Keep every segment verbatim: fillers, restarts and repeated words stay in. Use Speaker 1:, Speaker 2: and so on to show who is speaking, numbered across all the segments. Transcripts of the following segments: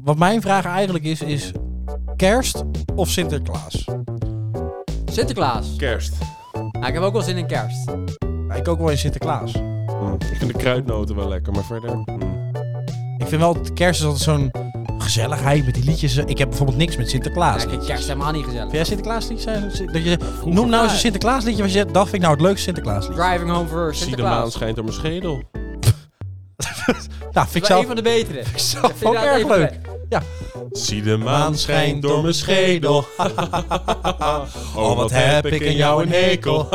Speaker 1: wat mijn vraag eigenlijk is, is kerst of Sinterklaas?
Speaker 2: Sinterklaas.
Speaker 3: Kerst.
Speaker 2: Nou, ik heb ook wel zin in kerst.
Speaker 1: Ja, ik ook wel in Sinterklaas.
Speaker 3: Mm. Ik vind de kruidnoten wel lekker, maar verder... Mm.
Speaker 1: Ik vind wel, kerst is altijd zo'n gezelligheid met die liedjes. Ik heb bijvoorbeeld niks met Sinterklaas.
Speaker 2: Ja, kijk, kerst is helemaal niet gezellig.
Speaker 1: Vind jij Sinterklaasliedjes? Dat je, noem nou eens een Sinterklaasliedje waar je zegt, dat vind ik nou het leukste Sinterklaasliedje.
Speaker 2: Driving home for
Speaker 3: Zie de
Speaker 2: Sinterklaas.
Speaker 3: maan schijnt door mijn schedel.
Speaker 1: Nou, vind ik
Speaker 2: Dat is wel
Speaker 1: zelf,
Speaker 2: een van de betere.
Speaker 1: vind ik zelf
Speaker 2: vind
Speaker 1: ook
Speaker 2: ik
Speaker 1: erg
Speaker 2: even
Speaker 1: leuk. Ja.
Speaker 3: Zie de maan schijnt door mijn schedel.
Speaker 1: Oh, wat heb ik in jou een hekel.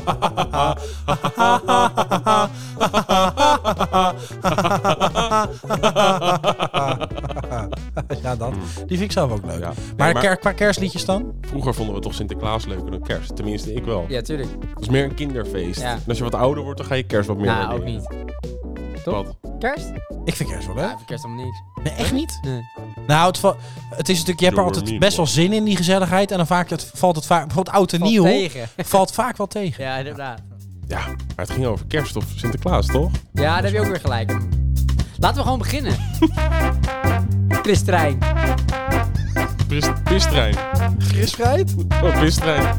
Speaker 1: Ja, dat. Die vind ik zelf ook leuk.
Speaker 3: Ja.
Speaker 1: Maar,
Speaker 3: Nee, maar
Speaker 1: ker- qua kerstliedjes dan?
Speaker 3: vroeger vonden we toch Sinterklaas leuker dan kerst. Tenminste, ik wel.
Speaker 2: Ja, tuurlijk.
Speaker 3: Het is meer een kinderfeest.
Speaker 2: Ja.
Speaker 3: En als je wat ouder wordt, dan ga je kerst wat meer
Speaker 2: Nou, ook
Speaker 3: waarderen.
Speaker 2: niet. Toch?
Speaker 3: Wat?
Speaker 2: Kerst?
Speaker 1: Ik vind kerst wel
Speaker 2: Ja,
Speaker 1: leuk.
Speaker 2: ik vind kerst helemaal niks.
Speaker 1: Nee, echt niet?
Speaker 2: Nee.
Speaker 1: Nou, het, va- het is natuurlijk, je hebt er
Speaker 3: Door
Speaker 1: altijd
Speaker 3: niet,
Speaker 1: best wel
Speaker 3: man.
Speaker 1: zin in die gezelligheid. En dan vaak het, valt het vaak, bijvoorbeeld oud en
Speaker 2: Valt
Speaker 1: nieuw,
Speaker 2: tegen.
Speaker 1: valt vaak wel tegen.
Speaker 2: Ja, inderdaad.
Speaker 3: Ja, maar het ging over kerst of Sinterklaas, toch?
Speaker 2: Ja, daar heb je ook weer gelijk. Laten we gewoon beginnen. Chris Trein.
Speaker 3: Pis, pistrein.
Speaker 1: Grisvrijheid?
Speaker 3: Oh, pistrein.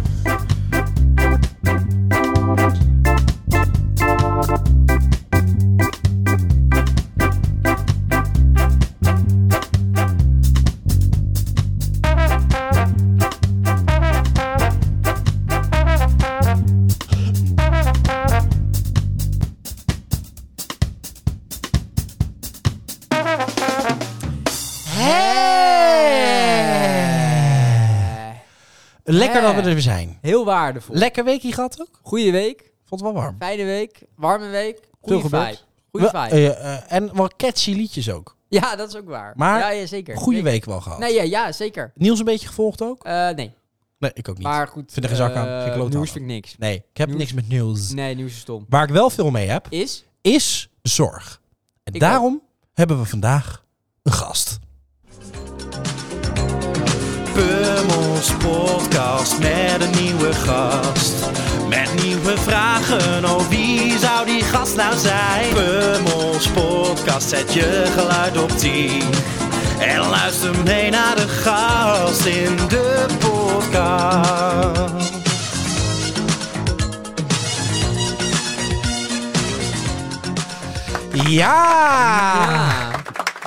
Speaker 1: Lekker dat we
Speaker 2: Hè.
Speaker 1: er weer zijn.
Speaker 2: Heel waardevol.
Speaker 1: Lekker weekje gehad ook?
Speaker 2: Goeie week.
Speaker 1: Vond het wel warm.
Speaker 2: Fijne week. Warme week.
Speaker 1: Veel
Speaker 2: Goeie
Speaker 1: gebeurd.
Speaker 2: vibe. Goeie
Speaker 1: Wel-
Speaker 2: vibe.
Speaker 1: eh, eh, en wel catchy liedjes ook.
Speaker 2: Ja, dat is ook waar.
Speaker 1: Maar
Speaker 2: ja, ja, zeker.
Speaker 1: Goeie
Speaker 2: Zeker.
Speaker 1: week wel gehad.
Speaker 2: Nee, ja, ja, zeker.
Speaker 1: Niels een beetje gevolgd ook?
Speaker 2: Eh, nee.
Speaker 1: Nee, ik ook niet.
Speaker 2: Maar goed.
Speaker 1: Vind er geen zak aan.
Speaker 2: eh,
Speaker 1: Geen kloot
Speaker 2: nieuws
Speaker 1: aan.
Speaker 2: vind ik niks.
Speaker 1: Nee, ik heb
Speaker 2: Nieuws.
Speaker 1: niks met nieuws.
Speaker 2: Nee, nieuws is stom.
Speaker 1: Waar ik wel veel mee heb,
Speaker 2: Is?
Speaker 1: is zorg. En
Speaker 2: Ik
Speaker 1: daarom hebben we vandaag een gast.
Speaker 4: Pummels podcast met een nieuwe gast. Met nieuwe vragen, oh wie zou die gast nou zijn? Pummels podcast, zet je geluid op tien. En luister mee naar de gast in de podcast.
Speaker 1: Ja!
Speaker 2: Ja.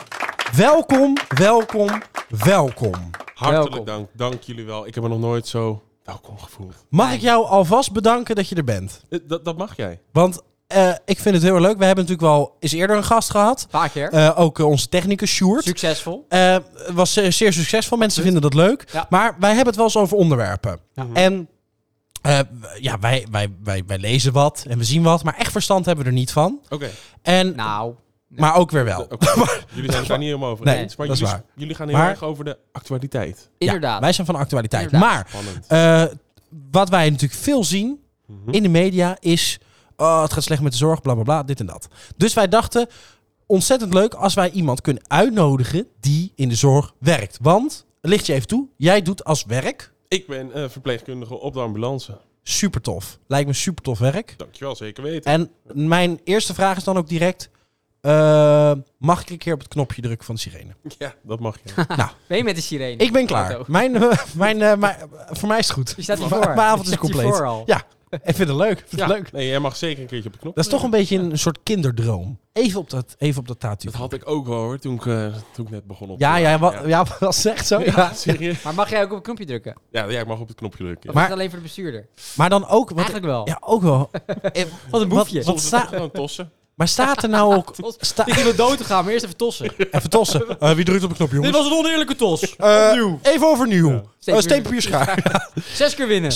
Speaker 1: Welkom, welkom, welkom.
Speaker 3: Hartelijk
Speaker 2: Welkom.
Speaker 3: dank. Dank jullie wel. Ik heb me nog nooit zo welkom gevoeld.
Speaker 1: Mag ik jou alvast bedanken dat je er bent?
Speaker 3: Eh, Dat, dat mag jij.
Speaker 1: Want eh, ik vind het heel erg leuk. We hebben natuurlijk wel eens eerder een gast gehad.
Speaker 2: Vaak keer.
Speaker 1: Eh, ook eh, onze technicus Sjoerd.
Speaker 2: Succesvol.
Speaker 1: Eh, was zeer, zeer succesvol. Mensen vinden dat leuk.
Speaker 2: Ja.
Speaker 1: Maar wij hebben het wel eens over onderwerpen.
Speaker 2: Ja.
Speaker 1: En eh, ja, wij, wij, wij, wij lezen wat en we zien wat. Maar echt verstand hebben we er niet van.
Speaker 3: Oké.
Speaker 1: En,
Speaker 2: Nou.
Speaker 1: maar ook weer wel.
Speaker 3: Oké. Jullie zijn het daar niet helemaal over
Speaker 1: Nee,
Speaker 3: eens. Maar
Speaker 1: dat is
Speaker 3: jullie,
Speaker 1: waar.
Speaker 3: jullie gaan heel
Speaker 1: Maar-
Speaker 3: erg over de actualiteit.
Speaker 2: Inderdaad.
Speaker 1: Ja, wij zijn van de actualiteit.
Speaker 2: Inderdaad.
Speaker 1: Maar
Speaker 3: Spannend.
Speaker 1: eh, wat wij natuurlijk veel zien
Speaker 3: Mhm.
Speaker 1: in de media is... Oh, het gaat slecht met de zorg, bla bla bla, dit en dat. Dus wij dachten, ontzettend leuk als wij iemand kunnen uitnodigen die in de zorg werkt. Want, licht je even toe, jij doet als werk
Speaker 3: Ik ben eh, verpleegkundige op de ambulance.
Speaker 1: super tof. Lijkt me super tof werk.
Speaker 3: Dankjewel, zeker weten.
Speaker 1: En mijn eerste vraag is dan ook direct... eh, mag ik een keer op het knopje drukken van de sirene?
Speaker 3: Ja, dat mag je.
Speaker 1: Nou,
Speaker 2: Ben je met de sirene?
Speaker 1: ik ben klaar.
Speaker 2: Auto.
Speaker 1: Mijn, eh, mijn, eh, mijn, voor mij is het goed.
Speaker 2: Je staat hier
Speaker 1: Mijn-
Speaker 2: voor.
Speaker 1: Mijn avond
Speaker 2: Je
Speaker 1: is
Speaker 2: staat hier
Speaker 1: compleet.
Speaker 2: voor al.
Speaker 1: Ja, ik vind het leuk. Ik vind
Speaker 3: Ja,
Speaker 1: het leuk.
Speaker 3: nee, jij mag zeker een keertje op de knop.
Speaker 1: Dat is toch een beetje een soort kinderdroom. Even op dat, even op dat tattoo.
Speaker 3: Dat had ik ook wel hoor, toen ik, eh, toen ik net begon op
Speaker 1: Ja,
Speaker 3: te-
Speaker 1: ja, wat, ja. dat is echt zo. Ja.
Speaker 3: Ja, serieus?
Speaker 2: Maar mag jij ook op een knopje drukken? Of
Speaker 3: Ja, ja, ik mag op het knopje drukken.
Speaker 2: is
Speaker 1: Maar-
Speaker 2: het alleen voor de bestuurder?
Speaker 1: Maar dan ook... Wat,
Speaker 2: Eigenlijk wel.
Speaker 1: ja, ook wel. Eh,
Speaker 2: Wat een boefje.
Speaker 1: Wat,
Speaker 3: Soms
Speaker 1: wat
Speaker 3: is het
Speaker 1: sta,
Speaker 3: gewoon tossen.
Speaker 1: maar staat er nou ook... Sta,
Speaker 2: Ik wil dood te gaan, maar eerst even tossen.
Speaker 1: even tossen. Eh, wie drukt op het knopje,
Speaker 2: Dit
Speaker 1: jongens?
Speaker 2: was een oneerlijke tos.
Speaker 1: Eh,
Speaker 2: Opnieuw.
Speaker 1: even overnieuw.
Speaker 3: Ja.
Speaker 1: Uh, Steenpapier schaar.
Speaker 2: Zes keer winnen.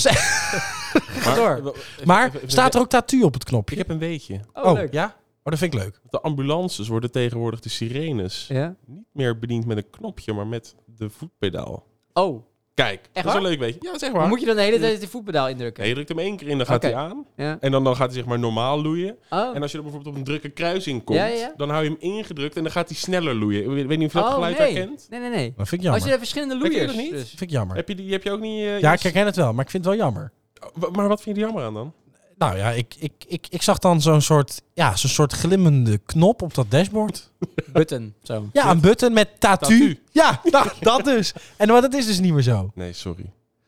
Speaker 3: Maar,
Speaker 2: door.
Speaker 3: eh, even-
Speaker 1: Maar
Speaker 3: even- even-
Speaker 1: staat er ook tattoo op het knopje?
Speaker 3: Ik heb een weetje.
Speaker 2: Oh,
Speaker 1: Oh,
Speaker 2: leuk.
Speaker 1: ja? Oh, dat vind ik leuk.
Speaker 3: De ambulances worden tegenwoordig de sirenes
Speaker 2: Ja?
Speaker 3: niet meer bediend met een knopje, maar met de voetpedaal.
Speaker 2: Oh.
Speaker 3: Kijk, dat is
Speaker 2: waar?
Speaker 3: een leuk weetje. Ja, zeg maar.
Speaker 2: Maar moet je dan de hele tijd de voetpedaal indrukken?
Speaker 3: Nee, je drukt hem één keer in, dan gaat
Speaker 2: Oké.
Speaker 3: hij aan.
Speaker 2: Ja.
Speaker 3: En dan, dan gaat hij zeg maar normaal loeien.
Speaker 2: Oh.
Speaker 3: En als je dan bijvoorbeeld op een drukke kruising komt,
Speaker 2: Ja, ja, ja.
Speaker 3: dan hou je hem ingedrukt en dan gaat hij sneller loeien. Ik weet, weet niet of je dat
Speaker 2: Oh,
Speaker 3: geluid
Speaker 2: nee.
Speaker 3: herkent.
Speaker 2: Nee, nee, nee.
Speaker 1: Dat vind ik
Speaker 2: Als
Speaker 1: jammer.
Speaker 2: je de verschillende
Speaker 3: Herken je
Speaker 2: loeiers...
Speaker 3: dat niet?
Speaker 2: Dus.
Speaker 1: Dat vind ik jammer.
Speaker 3: Heb je, die, heb je ook niet... eh,
Speaker 1: Ja,
Speaker 3: iets-
Speaker 1: ik herken het wel, maar ik vind het wel jammer.
Speaker 3: Wa- Maar wat vind je er jammer aan dan?
Speaker 1: Nou ja, ik, ik, ik, ik zag dan zo'n soort, ja, zo'n soort glimmende knop op dat dashboard.
Speaker 2: Button, zo.
Speaker 1: Ja, een button met tattoo.
Speaker 3: Tattoo.
Speaker 1: Ja, nou, dat dus. En maar dat is dus niet meer zo.
Speaker 3: Nee, sorry.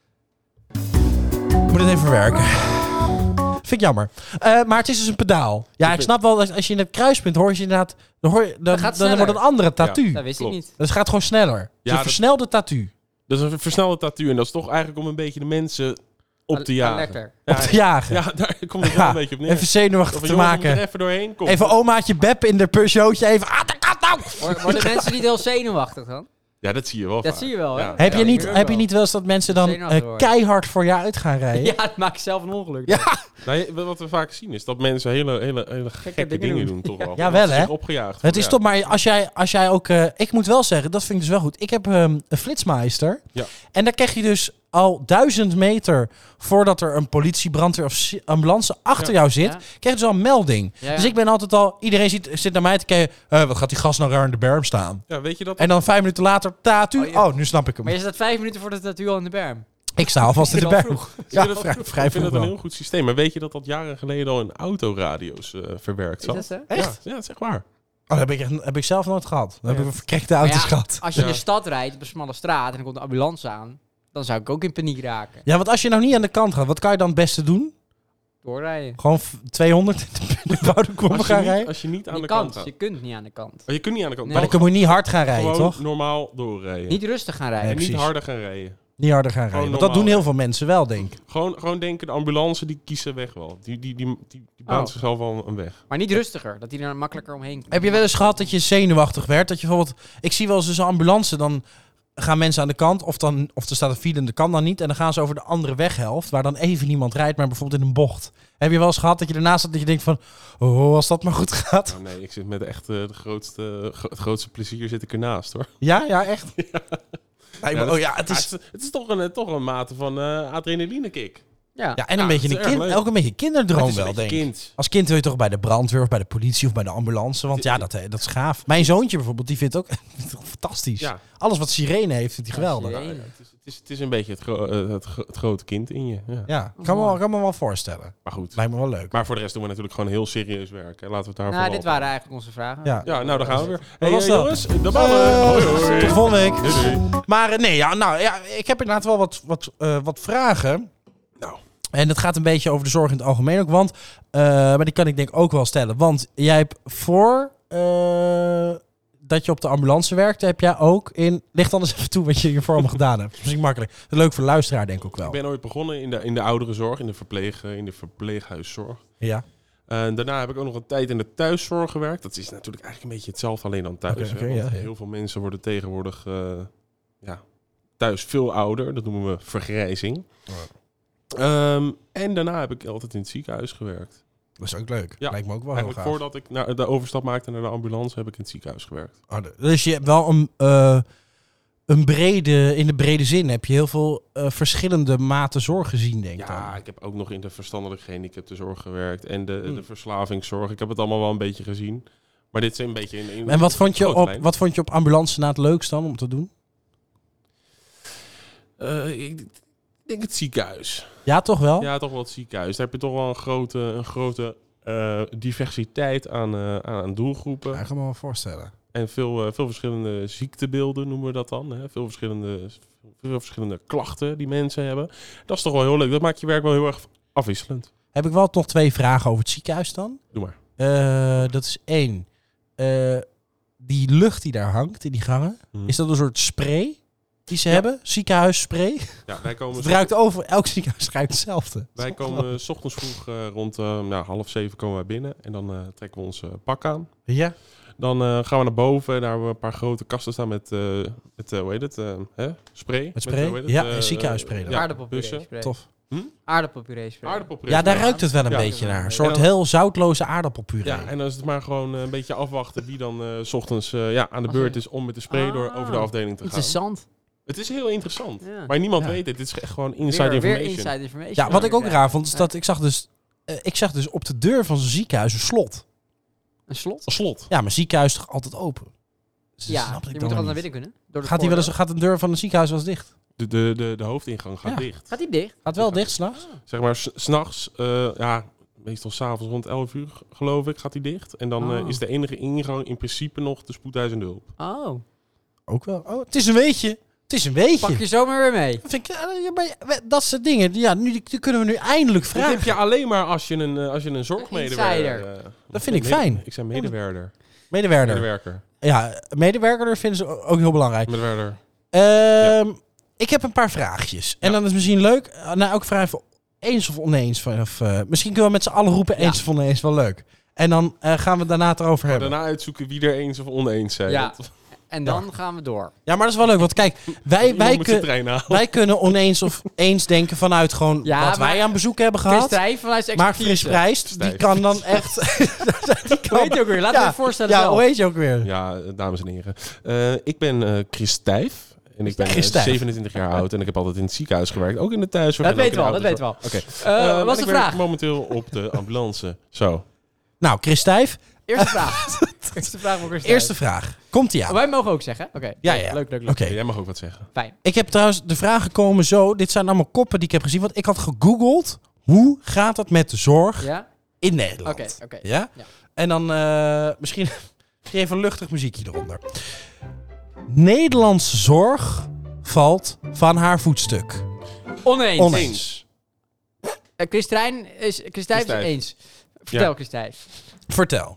Speaker 1: Ik moet het even verwerken. Vind ik jammer. Uh, maar het is dus een pedaal. Ja, ik snap wel, als je in het kruispunt hoor je inderdaad... Dan, hoor je, dan,
Speaker 2: gaat
Speaker 1: dan wordt het een andere tattoo.
Speaker 2: Ja, dat wist
Speaker 3: klopt.
Speaker 2: ik niet.
Speaker 1: Dus het gaat gewoon sneller. Het is
Speaker 3: Ja,
Speaker 1: een
Speaker 3: dat-
Speaker 1: versnelde tattoo.
Speaker 3: Dat is een versnelde tattoo en dat is toch eigenlijk om een beetje de mensen op te
Speaker 2: Ah,
Speaker 3: jagen.
Speaker 2: lekker.
Speaker 1: Op te jagen.
Speaker 3: Ja, daar komt het wel
Speaker 1: Ja,
Speaker 3: een beetje op neer.
Speaker 1: even zenuwachtig
Speaker 3: Of
Speaker 1: te
Speaker 3: jongens, we
Speaker 1: maken.
Speaker 3: moeten er even doorheen komen.
Speaker 1: Even omaatje Beb in de Peugeotje even... Ah, de kat nou!
Speaker 2: Word- Worden mensen niet heel zenuwachtig dan?
Speaker 3: Ja, dat zie je wel
Speaker 2: Dat
Speaker 3: vaak.
Speaker 2: zie je wel, hè?
Speaker 3: Ja.
Speaker 1: Heb,
Speaker 2: Ja,
Speaker 1: je
Speaker 2: ik
Speaker 1: niet,
Speaker 2: hoor
Speaker 1: heb je
Speaker 2: wel.
Speaker 1: niet wel eens dat mensen dan
Speaker 2: Zenuwachtig
Speaker 1: uh,
Speaker 2: worden.
Speaker 1: keihard voor je uit gaan rijden?
Speaker 2: Ja, het maakt zelf een ongeluk.
Speaker 1: Ja.
Speaker 3: Nou, je- wat we vaak zien is dat mensen hele, hele, hele gekke,
Speaker 2: dingen
Speaker 3: dingen,
Speaker 2: doen.
Speaker 3: doen, toch wel.
Speaker 1: Ja,
Speaker 3: Dat
Speaker 1: wel,
Speaker 3: ze
Speaker 1: hè?
Speaker 3: zich opgejaagd
Speaker 1: Het
Speaker 3: worden,
Speaker 1: is
Speaker 3: ja.
Speaker 1: top, maar als jij, als jij ook... Uh, ik moet wel zeggen, dat vind ik dus wel goed. Ik heb um, een flitsmeister.
Speaker 3: Ja.
Speaker 1: En daar krijg je dus al duizend meter voordat er een politie, brandweer of si- ambulance achter
Speaker 3: Ja.
Speaker 1: jou zit,
Speaker 2: Ja.
Speaker 1: krijg je dus al een melding.
Speaker 2: Ja, ja.
Speaker 1: Dus ik ben altijd al... Iedereen zit, zit naar mij te kijken. Uh, wat gaat die gast nou raar in de berm staan?
Speaker 3: Ja, weet je dat?
Speaker 1: En dan vijf minuten later, tattoo.
Speaker 2: Oh, ja.
Speaker 1: Oh, nu snap ik hem.
Speaker 2: Maar je staat vijf minuten voor de tattoo al in de berm.
Speaker 1: Ik sta alvast in de
Speaker 2: Wel
Speaker 1: berm.
Speaker 2: vroeg.
Speaker 1: Ja,
Speaker 3: Ik vind
Speaker 1: vrij,
Speaker 3: dat-
Speaker 1: vrij
Speaker 3: ik vind
Speaker 1: vroeg
Speaker 3: dat een
Speaker 1: wel.
Speaker 3: heel goed systeem. Maar weet je dat dat jaren geleden al in autoradio's uh, verwerkt
Speaker 2: Is
Speaker 3: zat?
Speaker 2: dat zo?
Speaker 1: Echt?
Speaker 3: Ja, ja, dat is echt waar.
Speaker 1: Oh, dat heb ik, echt- heb ik zelf nooit gehad. Dan heb
Speaker 3: Ja.
Speaker 1: ik verkrekte
Speaker 2: Maar
Speaker 1: auto's
Speaker 2: ja,
Speaker 1: gehad.
Speaker 2: als je in
Speaker 3: Ja.
Speaker 2: de stad rijdt op een smalle straat en er komt een ambulance aan, dan zou ik ook in paniek raken.
Speaker 1: Ja, want als je nou niet aan de kant gaat, wat kan je dan het beste doen?
Speaker 2: Doorrijden.
Speaker 1: Gewoon v- tweehonderd in de bouwde kom
Speaker 3: Als je,
Speaker 1: gaan
Speaker 3: niet,
Speaker 1: rijden?
Speaker 3: als je niet aan
Speaker 2: Je
Speaker 3: de
Speaker 2: kan,
Speaker 3: kant gaat.
Speaker 2: je kunt niet aan de kant.
Speaker 3: Oh, je kunt niet aan de kant.
Speaker 2: Nee.
Speaker 1: Maar dan
Speaker 3: Dan
Speaker 1: kun je niet hard gaan rijden,
Speaker 3: gewoon
Speaker 1: toch?
Speaker 3: normaal doorrijden.
Speaker 2: Niet rustig gaan
Speaker 3: en
Speaker 2: rijden.
Speaker 1: Nee,
Speaker 3: niet
Speaker 1: precies.
Speaker 3: harder gaan rijden.
Speaker 1: Niet harder gaan rijden. Want dat
Speaker 3: normaal
Speaker 1: doen heel veel mensen wel, denk ik.
Speaker 3: Gewoon, gewoon denken, de ambulance die kiezen weg wel. Die, die, die, die, die baant
Speaker 2: Oh.
Speaker 3: zichzelf wel een weg.
Speaker 2: Maar niet rustiger, dat hij er makkelijker omheen komt.
Speaker 1: Heb je wel eens gehad dat je zenuwachtig werd? Dat je bijvoorbeeld... Ik zie wel eens dus een ambulance, dan gaan mensen aan de kant. Of, dan, of er staat een file en dat kan dan niet. En dan gaan ze over de andere weghelft, waar dan even niemand rijdt, maar bijvoorbeeld in een bocht. Heb je wel eens gehad dat je ernaast zat dat je denkt van... Oh, als dat maar goed gaat.
Speaker 3: Nou, nee, ik zit met echt eh, de grootste, gro- het grootste plezier zit ik ernaast, hoor.
Speaker 1: Ja, ja, echt? Lijkt me-
Speaker 3: Ja,
Speaker 1: oh ja, het
Speaker 3: Ja,
Speaker 1: is...
Speaker 3: het, is het is toch een, toch een mate van eh adrenaline kick.
Speaker 2: Ja.
Speaker 1: Ja, en een
Speaker 3: Ja,
Speaker 1: beetje
Speaker 3: het
Speaker 1: een
Speaker 3: is erg
Speaker 1: kind,
Speaker 3: leuk.
Speaker 1: ook een beetje een kinderdroom
Speaker 3: Het is een
Speaker 1: wel,
Speaker 3: beetje
Speaker 1: denk ik.
Speaker 3: kind.
Speaker 1: Als kind wil je toch bij de brandweer of bij de politie of bij de ambulance. Want ja, dat, dat is gaaf. Mijn zoontje bijvoorbeeld, die vindt ook fantastisch.
Speaker 3: Ja,
Speaker 1: Alles wat sirene heeft, vindt hij
Speaker 2: Ja,
Speaker 1: geweldig.
Speaker 2: sirene.
Speaker 3: nou, ja, het, is, het, is, het is een beetje het, gro- eh, het, gro- het grote kind in je. Ja.
Speaker 1: Ja, kan me, wel- kan me wel voorstellen.
Speaker 3: Maar goed.
Speaker 1: Lijkt me wel leuk.
Speaker 3: Maar voor de rest doen we natuurlijk gewoon heel serieus werk. Hè. Laten we het daar
Speaker 2: Nou,
Speaker 3: vooral
Speaker 2: dit
Speaker 3: op-
Speaker 2: waren eigenlijk onze vragen.
Speaker 1: Ja.
Speaker 3: Ja, nou, daar gaan we weer.
Speaker 1: Wat
Speaker 3: Hey,
Speaker 1: was
Speaker 3: eh,
Speaker 1: dat?
Speaker 3: jongens, de ballen.
Speaker 1: Eh,
Speaker 3: hoi, hoi.
Speaker 1: Tot volgende week.
Speaker 3: Doei, doei.
Speaker 1: Maar eh, nee, ja, nou, ja, ik heb inderdaad wel wat, wat, eh, wat vragen.
Speaker 3: Nou.
Speaker 1: En het gaat een beetje over de zorg in het algemeen ook. Want, eh, maar die kan ik denk ik ook wel stellen. Want jij hebt voor eh, dat je op de ambulance werkte, heb jij ook in... Licht anders even toe wat je hiervoor allemaal gedaan hebt. Dat is misschien makkelijk. Dat is leuk voor de luisteraar denk ik ook wel.
Speaker 3: Ik ben ooit begonnen in de, in de ouderenzorg, in de, verpleeg, in de verpleeghuiszorg.
Speaker 1: Ja.
Speaker 3: En daarna heb ik ook nog een tijd in de thuiszorg gewerkt. Dat is natuurlijk eigenlijk een beetje hetzelfde, alleen dan thuis.
Speaker 1: Oké,
Speaker 3: hè,
Speaker 1: oké,
Speaker 3: want
Speaker 1: ja, ja.
Speaker 3: Heel veel mensen worden tegenwoordig eh, ja, thuis veel ouder. Dat noemen we vergrijzing. Ehm, en daarna heb ik altijd in het ziekenhuis gewerkt.
Speaker 1: Dat is ook leuk.
Speaker 3: Ja,
Speaker 1: Lijkt me ook wel heel
Speaker 3: Eigenlijk
Speaker 1: gaaf.
Speaker 3: voordat ik naar de overstap maakte naar de ambulance, heb ik in het ziekenhuis gewerkt.
Speaker 1: Oh, de- dus je hebt wel een, eh, een brede, in de brede zin heb je heel veel eh, verschillende maten zorg gezien, denk ik
Speaker 3: Ja,
Speaker 1: dan.
Speaker 3: ik heb ook nog in de verstandelijke gehandicaptenzorg gewerkt en de,
Speaker 1: Hmm.
Speaker 3: de verslavingszorg. Ik heb het allemaal wel een beetje gezien. Maar dit is een beetje in, in
Speaker 1: En wat vond, je
Speaker 3: grote
Speaker 1: op,
Speaker 3: lijn.
Speaker 1: wat vond je op ambulance na het leukst dan om te doen?
Speaker 3: Eh, ik denk het ziekenhuis.
Speaker 1: Ja, toch wel?
Speaker 3: Ja, toch wel het ziekenhuis. Daar heb je toch wel een grote, een grote eh, diversiteit aan, eh, aan doelgroepen.
Speaker 1: Ja, ik kan me wel voorstellen.
Speaker 3: En veel, eh, veel verschillende ziektebeelden noemen we dat dan. Hè? Veel, verschillende, veel verschillende klachten die mensen hebben. Dat is toch wel heel leuk. Dat maakt je werk wel heel erg afwisselend.
Speaker 1: Heb ik wel nog twee vragen over het ziekenhuis dan.
Speaker 3: Doe maar.
Speaker 1: Eh, dat is één. Eh, die lucht die daar hangt in die gangen,
Speaker 3: Mhm.
Speaker 1: is dat een soort spray die ze
Speaker 3: Ja.
Speaker 1: hebben? Ziekenhuisspray?
Speaker 3: Ja, wij komen,
Speaker 1: Het ruikt over, elk ziekenhuis ruikt hetzelfde.
Speaker 3: wij komen 's ochtends vroeg eh, rond eh, nou, half zeven komen wij binnen. En dan eh, trekken we ons eh, pak aan.
Speaker 1: Ja?
Speaker 3: Dan eh, gaan we naar boven en daar hebben we een paar grote kasten staan met, eh met eh, hoe heet het, eh, hè? spray.
Speaker 1: Met spray?
Speaker 3: hoe heet het,
Speaker 1: Ja,
Speaker 3: eh,
Speaker 1: een ziekenhuisspray dan.
Speaker 3: ja,
Speaker 2: Aardappelpuree
Speaker 3: bussen.
Speaker 2: spray.
Speaker 1: Tof.
Speaker 2: Aardappelpuree spray.
Speaker 3: Aardappelpuree.
Speaker 1: Ja, daar ruikt het wel een
Speaker 3: Ja.
Speaker 1: beetje naar. Een
Speaker 2: En
Speaker 1: soort
Speaker 3: dan-
Speaker 1: heel zoutloze aardappelpuree.
Speaker 3: Ja, en dan is het maar gewoon eh, een beetje afwachten wie dan eh, 's ochtends eh, ja, aan de
Speaker 2: Als
Speaker 3: beurt
Speaker 2: je-
Speaker 3: is om met de spray door
Speaker 2: Ah,
Speaker 3: over de afdeling te gaan.
Speaker 2: Interessant.
Speaker 3: Het is heel interessant.
Speaker 2: Ja.
Speaker 3: Maar niemand
Speaker 1: Ja.
Speaker 3: weet het. Het is echt gewoon inside
Speaker 2: weer, weer
Speaker 3: information.
Speaker 2: inside information.
Speaker 1: Ja, wat ik ook
Speaker 2: Ja.
Speaker 1: raar vond, is
Speaker 2: Ja.
Speaker 1: dat ik zag dus... eh, ik zag dus op de deur van zo'n ziekenhuis een slot.
Speaker 2: Een slot?
Speaker 3: Een slot.
Speaker 1: Ja, maar ziekenhuis is toch altijd open? Dus dat
Speaker 2: Ja,
Speaker 1: snapte
Speaker 2: je
Speaker 1: ik
Speaker 2: moet
Speaker 1: dan
Speaker 2: er altijd
Speaker 1: niet.
Speaker 2: naar binnen kunnen. Door de
Speaker 1: Gaat, die wel eens,
Speaker 2: voordeur.
Speaker 1: gaat een deur van een ziekenhuis wel eens dicht?
Speaker 3: De, de, de, de hoofdingang gaat
Speaker 1: Ja.
Speaker 3: dicht.
Speaker 2: Gaat die dicht?
Speaker 1: Gaat wel
Speaker 3: Ja.
Speaker 1: dicht s'nachts?
Speaker 3: Zeg maar, s- s'nachts, eh ja, meestal s'avonds rond elf uur, geloof ik, gaat hij dicht. En dan
Speaker 2: Oh.
Speaker 3: uh, is de enige ingang in principe nog de spoedeisende hulp.
Speaker 2: Oh,
Speaker 1: Ook wel. Oh, het is een weetje. Het is een weetje.
Speaker 2: pak je zomaar weer mee.
Speaker 1: Vind ik, uh, ja, maar dat soort dingen, ja, nu, die kunnen we nu eindelijk
Speaker 3: Dat
Speaker 1: vragen.
Speaker 3: heb je alleen maar als je een, uh, als je een zorgmedewerker...
Speaker 2: Insider.
Speaker 3: Uh,
Speaker 1: Dat vind ik
Speaker 3: mede-
Speaker 1: fijn.
Speaker 3: Ik zei medewerker.
Speaker 1: Medewerker.
Speaker 3: Medewerker.
Speaker 1: Ja, medewerker vinden ze ook heel belangrijk.
Speaker 3: Medewerker.
Speaker 1: Ehm, ik heb een paar vraagjes. En dan is het misschien leuk, uh, nou, elke vraag even eens of oneens. Van, of, uh, misschien kunnen we met z'n allen roepen eens of oneens, wel leuk. En dan uh, gaan we het daarna het erover hebben.
Speaker 3: Daarna uitzoeken wie er eens of oneens zijn.
Speaker 2: Ja.
Speaker 3: Dat-
Speaker 2: En dan gaan we door.
Speaker 1: Ja, maar dat is wel leuk, want kijk, wij,
Speaker 3: iemand
Speaker 1: wij,
Speaker 3: moet zijn
Speaker 1: kun-
Speaker 3: trein halen.
Speaker 1: wij kunnen oneens of eens denken vanuit gewoon
Speaker 2: Ja,
Speaker 1: wat
Speaker 2: maar-
Speaker 1: wij aan bezoek hebben
Speaker 2: Chris
Speaker 1: gehad.
Speaker 2: Strijf vanuit zijn
Speaker 1: Maar Fris
Speaker 2: expertise.
Speaker 1: Prijst, die
Speaker 3: Stijf.
Speaker 1: kan dan echt... die
Speaker 2: Hoe heet je ook weer? Laten we
Speaker 1: Ja,
Speaker 2: je voorstellen
Speaker 1: Ja,
Speaker 2: zelf.
Speaker 1: hoe heet je ook weer?
Speaker 3: Ja, dames en heren. Uh, ik ben uh, Chris Stijf. En ik ben uh,
Speaker 1: Chris Stijf.
Speaker 3: zevenentwintig jaar oud. En ik heb altijd in het ziekenhuis gewerkt. Ook in de thuiszorg.
Speaker 2: Dat
Speaker 3: en ook
Speaker 2: weten we
Speaker 3: in
Speaker 2: al,
Speaker 3: de
Speaker 2: dat weten we al.
Speaker 3: ouderenzorg. Oké.
Speaker 2: Eh,
Speaker 3: Uh,
Speaker 2: wat was
Speaker 3: en
Speaker 2: de
Speaker 3: ik werk
Speaker 2: vraag?
Speaker 3: momenteel op de ambulance. Zo.
Speaker 1: Nou, Chris Stijf,
Speaker 2: Eerste vraag. Eerste vraag voor Chris Strijf.
Speaker 1: eerste vraag. Komt-ie
Speaker 2: Oh,
Speaker 1: aan.
Speaker 2: wij mogen ook zeggen. Oké.
Speaker 1: Ja,
Speaker 2: Leuk,
Speaker 1: ja.
Speaker 2: Leuk, leuk, leuk.
Speaker 1: Oké.
Speaker 3: Jij mag ook wat zeggen.
Speaker 2: Fijn.
Speaker 1: Ik heb trouwens, de vragen komen zo. Dit zijn allemaal koppen die ik heb gezien. Want ik had gegoogeld, hoe gaat het met de zorg
Speaker 2: Ja?
Speaker 1: in Nederland?
Speaker 2: Oké, oké.
Speaker 1: Ja?
Speaker 2: Ja.
Speaker 1: En dan uh, misschien, misschien even een luchtig muziekje eronder. Nederlandse zorg valt van haar voetstuk.
Speaker 2: Oneens.
Speaker 1: Oneens.
Speaker 2: Uh, Chris Stijn is, Chris Stijf is
Speaker 3: Stijf.
Speaker 2: eens. Vertel,
Speaker 3: Ja.
Speaker 2: Chris Stijf.
Speaker 1: Vertel.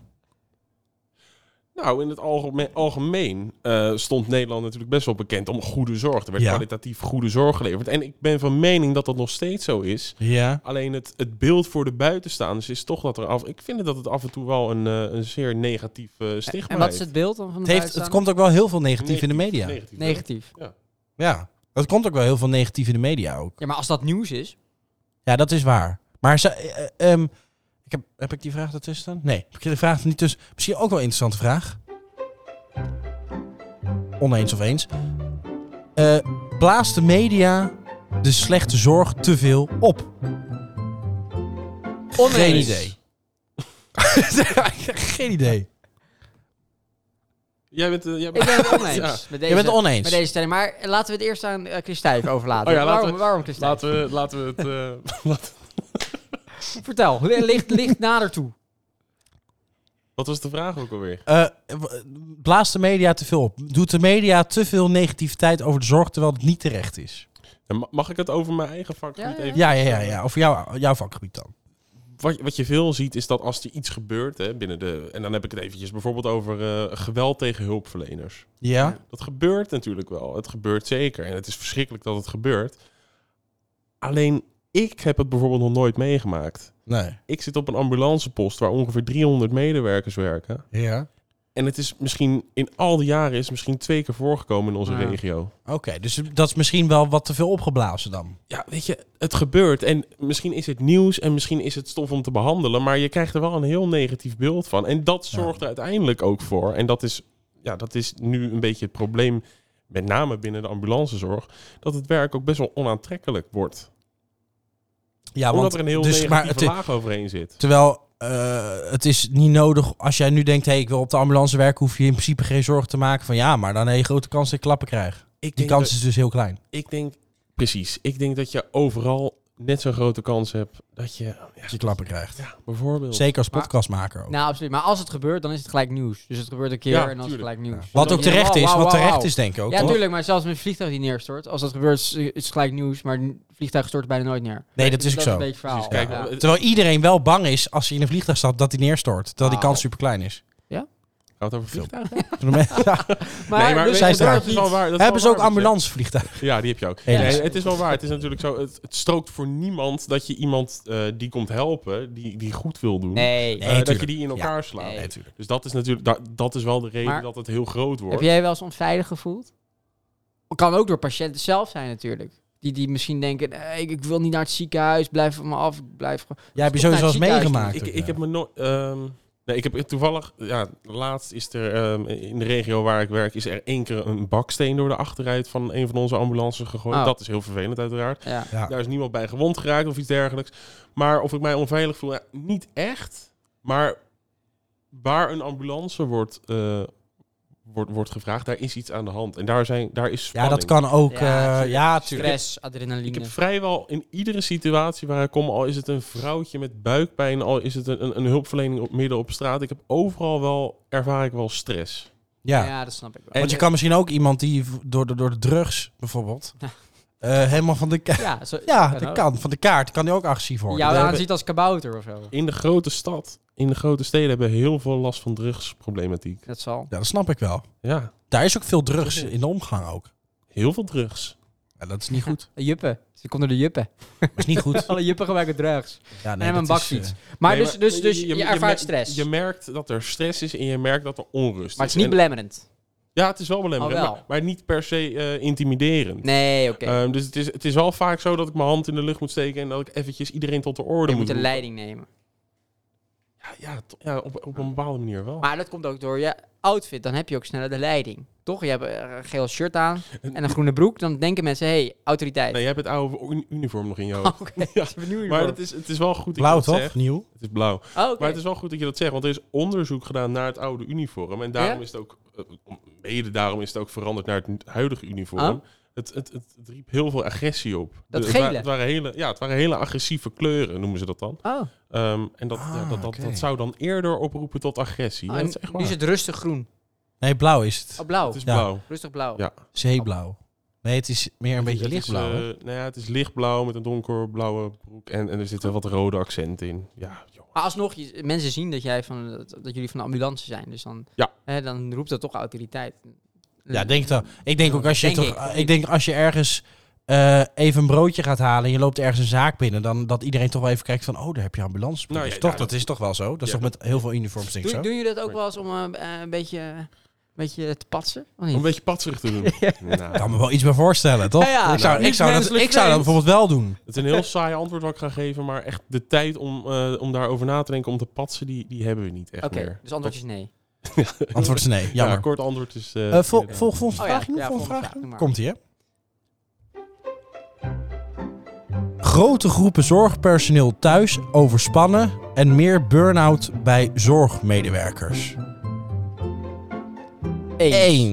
Speaker 3: Nou, in het algemeen, algemeen uh, stond Nederland natuurlijk best wel bekend om goede zorg. Er werd
Speaker 1: Ja.
Speaker 3: kwalitatief goede zorg geleverd. En ik ben van mening dat dat nog steeds zo is.
Speaker 1: Ja.
Speaker 3: Alleen het, het beeld voor de buitenstaanders is toch dat er af... Ik vind dat het af en toe wel een, uh, een zeer negatief uh, stigma
Speaker 2: En wat is
Speaker 3: heeft.
Speaker 2: het beeld dan van de
Speaker 1: Het, heeft, het komt ook wel heel veel negatief in de media.
Speaker 3: Negatief. hè?
Speaker 2: negatief.
Speaker 1: Ja. Het komt ook wel heel veel negatief in de media ook.
Speaker 2: Ja, maar als dat nieuws is...
Speaker 1: Ja, dat is waar. Maar ze, eh, um, ik heb, heb ik die vraag ertussen staan? Nee, heb ik de vraag er niet tussen. Misschien ook wel een interessante vraag. Oneens of eens. Uh, blaast de media de slechte zorg te veel op?
Speaker 2: Oneens.
Speaker 1: Geen idee. Geen idee.
Speaker 3: Jij bent... Uh, jij
Speaker 2: Ik
Speaker 3: bent
Speaker 2: ben het oneens.
Speaker 3: Ja.
Speaker 2: Met
Speaker 1: Je
Speaker 2: deze,
Speaker 1: bent het oneens.
Speaker 2: Met deze stelling. Maar laten we het eerst aan uh, Chris Stijf overlaten.
Speaker 3: Oh ja, laten
Speaker 2: waarom,
Speaker 3: we-
Speaker 2: waarom Chris Stijf?
Speaker 3: Laten we, laten we het... Uh, laten-
Speaker 2: Vertel, licht, licht nader toe.
Speaker 3: Wat was de vraag ook alweer?
Speaker 1: Uh, w- blaast de media te veel op? Doet de media te veel negativiteit over de zorg terwijl het niet terecht is?
Speaker 3: En ma- Mag ik het over mijn eigen vakgebied
Speaker 2: Ja, ja.
Speaker 3: even?
Speaker 1: Ja, ja, ja. ja. Over jou, jouw vakgebied dan.
Speaker 3: Wat, wat je veel ziet is dat als er iets gebeurt hè, binnen de... En dan heb ik het eventjes bijvoorbeeld over uh, geweld tegen hulpverleners.
Speaker 1: Ja?
Speaker 3: Dat gebeurt natuurlijk wel. Het gebeurt zeker. En het is verschrikkelijk dat het gebeurt. Alleen, ik heb het bijvoorbeeld nog nooit meegemaakt.
Speaker 1: Nee.
Speaker 3: Ik zit op een ambulancepost waar ongeveer driehonderd medewerkers werken.
Speaker 1: Ja?
Speaker 3: En het is misschien in al die jaren is het misschien twee keer voorgekomen in onze
Speaker 2: Ja.
Speaker 3: regio.
Speaker 1: Oké, dus dat is misschien wel wat te veel opgeblazen dan.
Speaker 3: Ja, weet je, het gebeurt. En misschien is het nieuws en misschien is het stof om te behandelen. Maar je krijgt er wel een heel negatief beeld van. En dat zorgt er uiteindelijk ook voor. En dat is, ja, dat is nu een beetje het probleem, met name binnen de ambulancezorg, dat het werk ook best wel onaantrekkelijk wordt.
Speaker 1: Ja,
Speaker 3: Omdat er een heel
Speaker 1: dus,
Speaker 3: negatieve
Speaker 1: maar het is-
Speaker 3: laag overheen zit.
Speaker 1: Terwijl uh, het is niet nodig, als jij nu denkt, hey, ik wil op de ambulance werken, hoef je in principe geen zorgen te maken van ja, maar dan heb je grote kans dat ik klappen krijg.
Speaker 3: Ik
Speaker 1: Die
Speaker 3: denk
Speaker 1: kans
Speaker 3: dat-
Speaker 1: is dus heel klein.
Speaker 3: Ik denk, precies, ik denk dat je overal net zo'n grote kans hebt dat je, ja,
Speaker 1: Als je klappen krijgt.
Speaker 3: ja, bijvoorbeeld.
Speaker 1: Zeker als
Speaker 2: Maar-
Speaker 1: podcastmaker ook.
Speaker 2: Nou, absoluut. Maar als het gebeurt, dan is het gelijk nieuws. Dus het gebeurt een keer
Speaker 3: Ja,
Speaker 2: en dan is het
Speaker 3: tuurlijk.
Speaker 2: gelijk nieuws.
Speaker 1: Ja. Wat
Speaker 2: Dan
Speaker 1: ook
Speaker 2: denk je,
Speaker 1: terecht
Speaker 2: wauw,
Speaker 1: is,
Speaker 2: wauw,
Speaker 1: wat
Speaker 2: wauw,
Speaker 1: terecht
Speaker 2: wauw.
Speaker 1: is denk ik ook.
Speaker 2: Ja,
Speaker 1: toch?
Speaker 2: natuurlijk. Maar zelfs met een vliegtuig die neerstort. Als dat gebeurt, is is het gelijk nieuws. Maar een vliegtuig stort bijna nooit neer.
Speaker 1: Nee, dat is ook
Speaker 2: dat
Speaker 1: zo.
Speaker 2: is een beetje het verhaal.
Speaker 3: Precies, kijk,
Speaker 2: Ja.
Speaker 3: het-
Speaker 1: Terwijl iedereen wel bang is als hij in een vliegtuig staat dat hij neerstort. Terwijl die
Speaker 2: Ah.
Speaker 1: kans super klein is.
Speaker 3: Gaat het over vliegtuigen?
Speaker 2: Maar,
Speaker 3: nee, maar
Speaker 2: dus
Speaker 3: weet
Speaker 1: zij
Speaker 3: je,
Speaker 1: staan
Speaker 3: dat is wel waar. Dat is
Speaker 1: Hebben ze
Speaker 3: wel
Speaker 1: ook
Speaker 3: waar wat je
Speaker 1: ambulancevliegtuigen?
Speaker 3: zegt. Ja, die heb je ook.
Speaker 1: Helaas.
Speaker 3: Nee, het is wel waar. Het is natuurlijk zo. Het, het strookt voor niemand dat je iemand uh, die komt helpen, die, die goed wil doen,
Speaker 2: nee.
Speaker 3: uh,
Speaker 1: Nee,
Speaker 3: dat je
Speaker 1: tuurlijk.
Speaker 3: die in elkaar
Speaker 1: Ja.
Speaker 3: slaat.
Speaker 2: Nee.
Speaker 1: natuurlijk.
Speaker 3: Dus dat is natuurlijk dat, dat is wel de reden
Speaker 2: Maar-
Speaker 3: dat het heel groot wordt.
Speaker 2: Heb jij wel eens onveilig gevoeld? Kan ook door patiënten zelf zijn natuurlijk. Die, die misschien denken, nee, ik, ik wil niet naar het ziekenhuis, blijf van me af. Ik blijf gewoon...
Speaker 1: Ja, heb je
Speaker 2: Stop
Speaker 1: sowieso
Speaker 2: naar
Speaker 1: eens
Speaker 2: het ziekenhuis.
Speaker 1: meegemaakt.
Speaker 3: Ik,
Speaker 1: ook,
Speaker 3: ik
Speaker 1: ja.
Speaker 3: heb me nooit. ehm, nee, ik heb toevallig. Ja, laatst is er ehm, in de regio waar ik werk, is er één keer een baksteen door de achteruit van een van onze ambulances gegooid.
Speaker 2: Oh.
Speaker 3: Dat is heel vervelend, uiteraard.
Speaker 2: Ja.
Speaker 1: Ja.
Speaker 3: Daar is niemand bij gewond geraakt of iets dergelijks. Maar of ik mij onveilig voel, ja, niet echt. Maar waar een ambulance wordt, uh, wordt, wordt gevraagd, daar is iets aan de hand. En daar, zijn, daar is
Speaker 1: Ja,
Speaker 3: spanning.
Speaker 1: dat kan ook.
Speaker 2: Ja,
Speaker 1: eh, ja, tuurlijk.
Speaker 2: Stress, adrenaline.
Speaker 3: Ik heb vrijwel in iedere situatie waar ik kom, al is het een vrouwtje met buikpijn, al is het een, een, een hulpverlening op, midden op straat. Ik heb overal wel, ervaar ik wel stress.
Speaker 1: Ja.
Speaker 2: Ja, dat snap ik wel.
Speaker 3: En-
Speaker 1: Want je kan misschien ook iemand die v- door de, door de drugs bijvoorbeeld eh, helemaal van de kaart.
Speaker 2: Ja, zo,
Speaker 1: Ja,
Speaker 2: kan
Speaker 1: dat
Speaker 2: ook.
Speaker 1: kan. Van de kaart kan die ook agressief worden.
Speaker 2: Jou
Speaker 3: We hebben-
Speaker 2: aanziet als kabouter of zo.
Speaker 3: In de grote stad, in de grote steden hebben we heel veel last van drugsproblematiek.
Speaker 2: Dat zal.
Speaker 1: Ja, dat snap ik wel.
Speaker 3: Ja,
Speaker 1: Daar is ook veel drugs in de omgang ook.
Speaker 3: heel veel drugs.
Speaker 1: Ja, dat is niet goed.
Speaker 2: De juppen. Ze komt door de juppen.
Speaker 1: Dat is niet goed.
Speaker 2: Alle juppen gebruiken drugs.
Speaker 1: Ja,
Speaker 2: en hebben een
Speaker 1: dat is,
Speaker 2: bakfiets.
Speaker 1: eh,
Speaker 2: Maar
Speaker 3: Nee,
Speaker 2: dus, dus, dus je, ervaart
Speaker 3: mer-
Speaker 2: stress.
Speaker 3: Je merkt dat er stress is en je merkt dat er onrust
Speaker 2: maar het is
Speaker 3: is.
Speaker 2: niet
Speaker 3: En-
Speaker 2: belemmerend.
Speaker 3: Ja, het is wel belemmerend,
Speaker 2: Oh, wel.
Speaker 3: maar, maar niet per se eh, intimiderend.
Speaker 2: Nee, oké.
Speaker 3: Ehm, dus het is, het is wel vaak zo dat ik mijn hand in de lucht moet steken en dat ik eventjes iedereen tot de orde
Speaker 2: je
Speaker 3: moet
Speaker 2: moet de
Speaker 3: roepen.
Speaker 2: leiding nemen.
Speaker 3: Ja, ja, to- ja op, op een bepaalde manier wel.
Speaker 2: Maar dat komt ook door je outfit. Dan heb je ook sneller de leiding. Toch? Je hebt een geel shirt aan en een groene broek. Dan denken mensen, hé, hey, autoriteit.
Speaker 3: Nee, je hebt het oude uni- uniform nog in je hoofd.
Speaker 2: Oké,
Speaker 3: Ja,
Speaker 2: ik ben benieuwd
Speaker 3: maar
Speaker 2: voor.
Speaker 3: het is, het is wel goed dat
Speaker 1: blauw
Speaker 3: je dat
Speaker 1: toch?
Speaker 3: zegt.
Speaker 1: Nieuw.
Speaker 3: Het is blauw.
Speaker 2: Oh, oké.
Speaker 3: Maar het is wel goed dat je dat zegt, want er is onderzoek gedaan naar het oude uniform. En daarom
Speaker 2: Ja?
Speaker 3: is het ook, eh, mede daarom is het ook veranderd naar het huidige uniform.
Speaker 2: Oh.
Speaker 3: Het, het, het, het riep heel veel agressie op.
Speaker 2: Dat
Speaker 3: De- het, wa-
Speaker 2: gele?
Speaker 3: het waren hele, ja, het waren hele agressieve kleuren, noemen ze dat dan.
Speaker 2: Oh,
Speaker 3: Ehm, en dat,
Speaker 1: Ah,
Speaker 3: ja, dat, dat,
Speaker 1: oké.
Speaker 3: dat zou dan eerder oproepen tot agressie.
Speaker 2: oh,
Speaker 3: Ja,
Speaker 2: en
Speaker 3: dat is echt
Speaker 2: nu is
Speaker 3: waar.
Speaker 2: het rustig groen.
Speaker 1: Nee, blauw is het.
Speaker 2: Oh, blauw.
Speaker 3: Het is
Speaker 1: Ja.
Speaker 3: blauw.
Speaker 2: Rustig blauw.
Speaker 3: Ja.
Speaker 1: Zeeblauw. Nee, het is meer een beetje
Speaker 3: Het is,
Speaker 1: lichtblauw. hè?
Speaker 3: eh, nou ja, het is lichtblauw met een donkerblauwe broek. En, en er zitten wat rode accenten in. Ja, joh.
Speaker 2: Maar alsnog, je, mensen zien dat, jij van, dat, dat jullie van de ambulance zijn. Dus dan,
Speaker 3: Ja.
Speaker 2: hè, dan roept dat toch autoriteit.
Speaker 1: Ja, denk dat. Ik denk ook als je,
Speaker 2: Denk
Speaker 1: toch,
Speaker 2: ik.
Speaker 1: ik. denk als je ergens eh, even een broodje gaat halen en je loopt ergens een zaak binnen, dan dat iedereen toch wel even kijkt van, oh, daar heb je ambulance.
Speaker 3: Nou ja,
Speaker 1: Dus toch,
Speaker 3: ja,
Speaker 1: dat is toch wel zo. Dat is
Speaker 3: ja,
Speaker 1: toch met heel veel uniforms denk ik
Speaker 2: Doen,
Speaker 1: zo.
Speaker 2: doen jullie dat ook wel eens om eh, eh, een beetje, een beetje te patsen? Of niet?
Speaker 3: Om een beetje patserig te doen. Nou,
Speaker 1: Ik kan me wel iets bij voorstellen, toch?
Speaker 2: Ja, ja,
Speaker 1: ik zou,
Speaker 2: nou,
Speaker 1: ik zou, dat,
Speaker 2: menselijk
Speaker 1: ik zou dat
Speaker 2: vreemd.
Speaker 1: bijvoorbeeld wel doen.
Speaker 3: het is een heel saai antwoord wat ik ga geven. Maar echt de tijd om, eh, om daarover na te denken, om te patsen, die, die hebben we niet echt
Speaker 2: Oké,
Speaker 3: meer.
Speaker 2: dus antwoord is nee.
Speaker 1: Antwoord is nee. Jammer.
Speaker 3: Ja, kort antwoord is... eh,
Speaker 1: Eh, vol,
Speaker 3: inderdaad.
Speaker 1: vol, volgende
Speaker 2: Oh ja,
Speaker 1: vraag, Joep?
Speaker 2: ja,
Speaker 1: Volgende
Speaker 2: volgende
Speaker 1: vraag?
Speaker 2: vraag, doe maar.
Speaker 1: Komt ie, hè? Grote groepen zorgpersoneel thuis overspannen en meer burn-out bij zorgmedewerkers.
Speaker 2: Eens.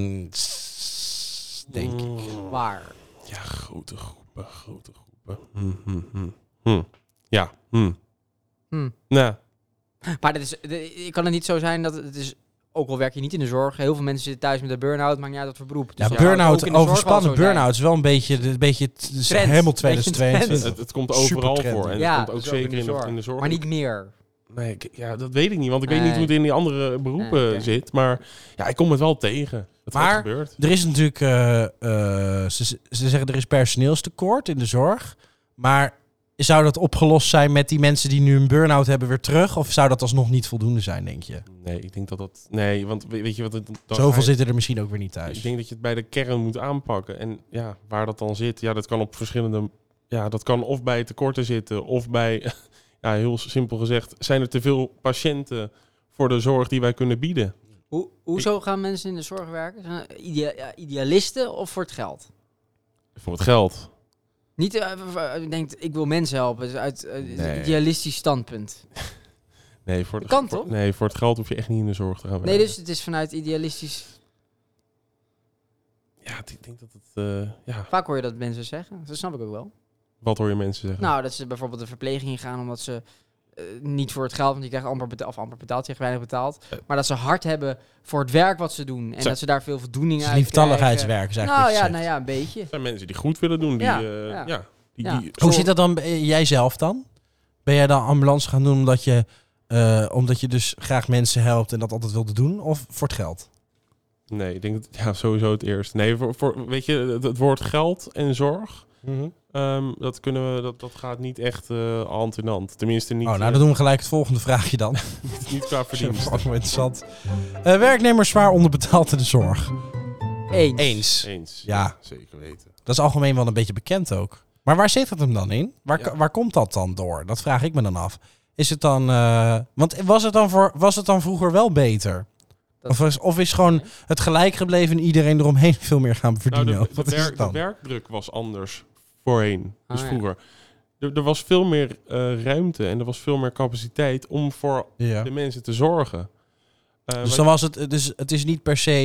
Speaker 1: Eens. Denk ik.
Speaker 3: Mm,
Speaker 2: Waar?
Speaker 3: Ja, grote groepen, grote groepen. Hm, hm, hm, hm. Ja, hm.
Speaker 2: Hm.
Speaker 3: Nou,
Speaker 2: Maar dat is, de- kan het niet zo zijn dat het, het is... Ook al werk je niet in de zorg, heel veel mensen zitten thuis met een burn-out, maakt niet uit wat voor beroep. Dus
Speaker 1: Ja,
Speaker 2: dat zou
Speaker 1: burn-out,
Speaker 2: ook in de zorg wel
Speaker 1: overspannen
Speaker 2: zo zijn.
Speaker 1: burn-out is wel een beetje, een beetje het is
Speaker 2: Trend.
Speaker 1: helemaal
Speaker 2: Beetje een
Speaker 3: het,
Speaker 1: tweeduizend tweeëntwintig.
Speaker 3: het komt
Speaker 1: Super
Speaker 3: overal
Speaker 1: trendy.
Speaker 3: voor. En
Speaker 2: Ja,
Speaker 3: het komt ook
Speaker 2: dus ook
Speaker 3: zeker in de, in de zorg.
Speaker 2: Maar niet meer.
Speaker 3: Nee, ik- ja, dat weet ik niet, want ik weet
Speaker 2: Nee.
Speaker 3: niet hoe het in die andere beroepen
Speaker 2: Nee, oké.
Speaker 3: zit. Maar ja, ik kom het wel tegen. Het
Speaker 1: Maar-
Speaker 3: wat gebeurt.
Speaker 1: Er is natuurlijk, eh, eh, ze, ze zeggen er is personeelstekort in de zorg. Maar zou dat opgelost zijn met die mensen die nu een burn-out hebben weer terug? Of zou dat alsnog niet voldoende zijn, denk je?
Speaker 3: Nee, ik denk dat dat... Nee, want we- weet je wat... Het, dan ga
Speaker 1: Zoveel
Speaker 3: je-
Speaker 1: zitten er misschien ook weer niet thuis.
Speaker 3: Ik denk dat je het bij de kern moet aanpakken. En ja, waar dat dan zit, ja, dat kan op verschillende... Ja, dat kan of bij tekorten zitten, of bij... Ja, heel simpel gezegd, zijn er te veel patiënten voor de zorg die wij kunnen bieden?
Speaker 2: Hoe, hoezo gaan mensen in de zorg werken? Zijn het idea- ja, idealisten of voor het geld?
Speaker 3: Voor het geld.
Speaker 2: Niet, uh, ik denk, ik wil mensen helpen, dus uit uh,
Speaker 3: Nee.
Speaker 2: idealistisch standpunt.
Speaker 3: Nee, voor
Speaker 2: Dat
Speaker 3: het,
Speaker 2: kan
Speaker 3: voor-
Speaker 2: toch?
Speaker 3: Nee, voor het geld hoef je echt niet in de zorg te gaan werken.
Speaker 2: Nee, dus het is vanuit idealistisch...
Speaker 3: Ja, ik denk dat het... eh, ja,
Speaker 2: Vaak hoor je dat mensen zeggen, dat snap ik ook wel.
Speaker 3: wat hoor je mensen zeggen?
Speaker 2: Nou, dat ze bijvoorbeeld de verpleging ingaan omdat ze eh, niet voor het geld, want die krijgen amper betaald, of amper betaald, zeg weinig betaald.
Speaker 3: Eh.
Speaker 2: Maar dat ze hard hebben voor het werk wat ze doen. En
Speaker 3: Zo.
Speaker 2: dat ze daar veel voldoening
Speaker 1: Het is
Speaker 2: uit
Speaker 1: lieftalligheidswerk, is
Speaker 2: krijgen.
Speaker 1: eigenlijk
Speaker 2: Nou
Speaker 1: wat
Speaker 2: ja,
Speaker 1: je
Speaker 2: nou
Speaker 1: zegt.
Speaker 2: ja, een beetje.
Speaker 3: Er zijn mensen die goed willen doen. Die,
Speaker 2: Ja,
Speaker 3: eh,
Speaker 2: ja.
Speaker 3: ja. die,
Speaker 2: Ja.
Speaker 3: die
Speaker 1: Hoe zit dat dan bij jij zelf dan? Ben jij dan ambulance gaan doen omdat je, eh, omdat je dus graag mensen helpt en dat altijd wilde doen? Of voor het geld?
Speaker 3: Nee, ik denk dat ja, sowieso het eerst. Nee, voor, voor weet je, het, het woord geld en zorg, ehm, dat kunnen we, dat, dat gaat niet echt eh, hand in hand. Tenminste niet,
Speaker 1: Oh, nou
Speaker 3: eh,
Speaker 1: dan doen we gelijk het volgende vraagje dan.
Speaker 3: niet qua
Speaker 1: Dat is
Speaker 3: verdiensten.
Speaker 1: wel interessant. Eh, werknemers zwaar onderbetaald in de zorg.
Speaker 2: Eens.
Speaker 1: Eens.
Speaker 3: Eens.
Speaker 1: Ja.
Speaker 3: Zeker weten.
Speaker 1: Dat is algemeen wel een beetje bekend ook. Maar waar zit het hem dan in? Waar,
Speaker 3: Ja.
Speaker 1: waar komt dat dan door? Dat vraag ik me dan af. Is het dan... eh, want was het dan, voor, was het dan vroeger wel beter?
Speaker 2: Dat-
Speaker 1: Of is, of is gewoon het gelijk gebleven en iedereen eromheen veel meer gaan verdienen?
Speaker 3: Nou, de,
Speaker 1: Of wat
Speaker 3: de,
Speaker 1: is
Speaker 3: werk-
Speaker 1: het dan?
Speaker 3: de werkdruk was anders voorheen. Dus
Speaker 2: Ah, ja.
Speaker 3: vroeger. Er, er was veel meer eh, ruimte en er was veel meer capaciteit om voor
Speaker 1: Ja.
Speaker 3: de mensen te zorgen. Eh,
Speaker 1: Dus
Speaker 3: wat-
Speaker 1: dan was het... Dus het is niet per se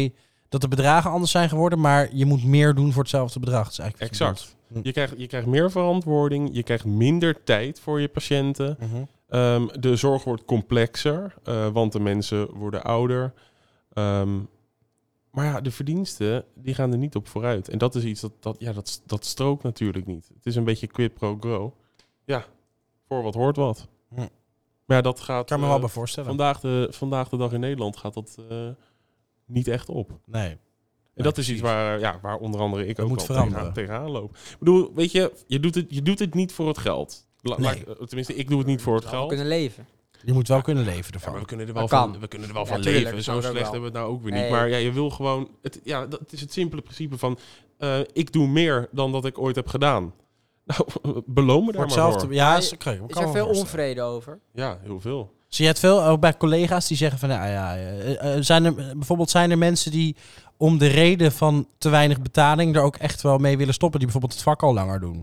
Speaker 1: dat de bedragen anders zijn geworden, maar je moet meer doen voor hetzelfde bedrag. Dat is eigenlijk wat je
Speaker 3: Exact.
Speaker 1: bedoelt.
Speaker 3: Je krijgt, je krijgt meer verantwoording, je krijgt minder tijd voor je patiënten.
Speaker 1: Mhm.
Speaker 3: Um, de zorg wordt complexer, uh, want de mensen worden ouder. Um, maar ja, de verdiensten, die gaan er niet op vooruit. En dat is iets dat, dat, ja, dat, dat strookt natuurlijk niet. Het is een beetje quid pro quo. Ja, voor wat hoort wat.
Speaker 1: Hm.
Speaker 3: Maar ja, dat gaat...
Speaker 1: Ik kan me
Speaker 3: uh,
Speaker 1: wel bij voorstellen.
Speaker 3: vandaag, de, vandaag de dag in Nederland gaat dat uh, niet echt op.
Speaker 1: Nee.
Speaker 3: En
Speaker 1: Nee,
Speaker 3: dat
Speaker 1: precies.
Speaker 3: is iets waar, ja, waar onder andere ik
Speaker 1: Dat
Speaker 3: ook
Speaker 1: moet
Speaker 3: al
Speaker 1: veranderen.
Speaker 3: tegenaan, tegenaan loop. Ik bedoel, weet je, je doet het, je doet het niet voor het geld. La,
Speaker 1: Nee.
Speaker 3: laat- tenminste, ik doe het niet voor het
Speaker 2: We
Speaker 3: geld.
Speaker 2: kunnen leven.
Speaker 1: Je moet wel kunnen leven
Speaker 3: Ja,
Speaker 1: ervan.
Speaker 3: maar we kunnen er wel
Speaker 2: Dat
Speaker 3: van,
Speaker 2: kan.
Speaker 3: we kunnen er wel
Speaker 2: Ja,
Speaker 3: van
Speaker 2: tuurlijk,
Speaker 3: leven.
Speaker 2: dat
Speaker 3: Zo
Speaker 2: kan ook
Speaker 3: slecht
Speaker 2: wel.
Speaker 3: hebben we het nou ook weer niet.
Speaker 2: Nee.
Speaker 3: Maar ja, je wil gewoon... Het, ja, dat is het simpele principe van... uh, ik doe meer dan dat ik ooit heb gedaan. Nou, beloon me
Speaker 1: Voor
Speaker 3: daar maar
Speaker 1: hetzelfde.
Speaker 3: voor.
Speaker 1: Ja,
Speaker 2: Maar
Speaker 1: is, kan,
Speaker 2: Is
Speaker 1: kan
Speaker 2: er
Speaker 1: me
Speaker 2: veel
Speaker 1: voorstellen.
Speaker 2: onvrede over?
Speaker 3: Ja, heel veel.
Speaker 1: Zie je het veel ook bij collega's die zeggen van, nou ja, uh, uh, zijn er bijvoorbeeld zijn er mensen die om de reden van te weinig betaling er ook echt wel mee willen stoppen, die bijvoorbeeld het vak al langer doen?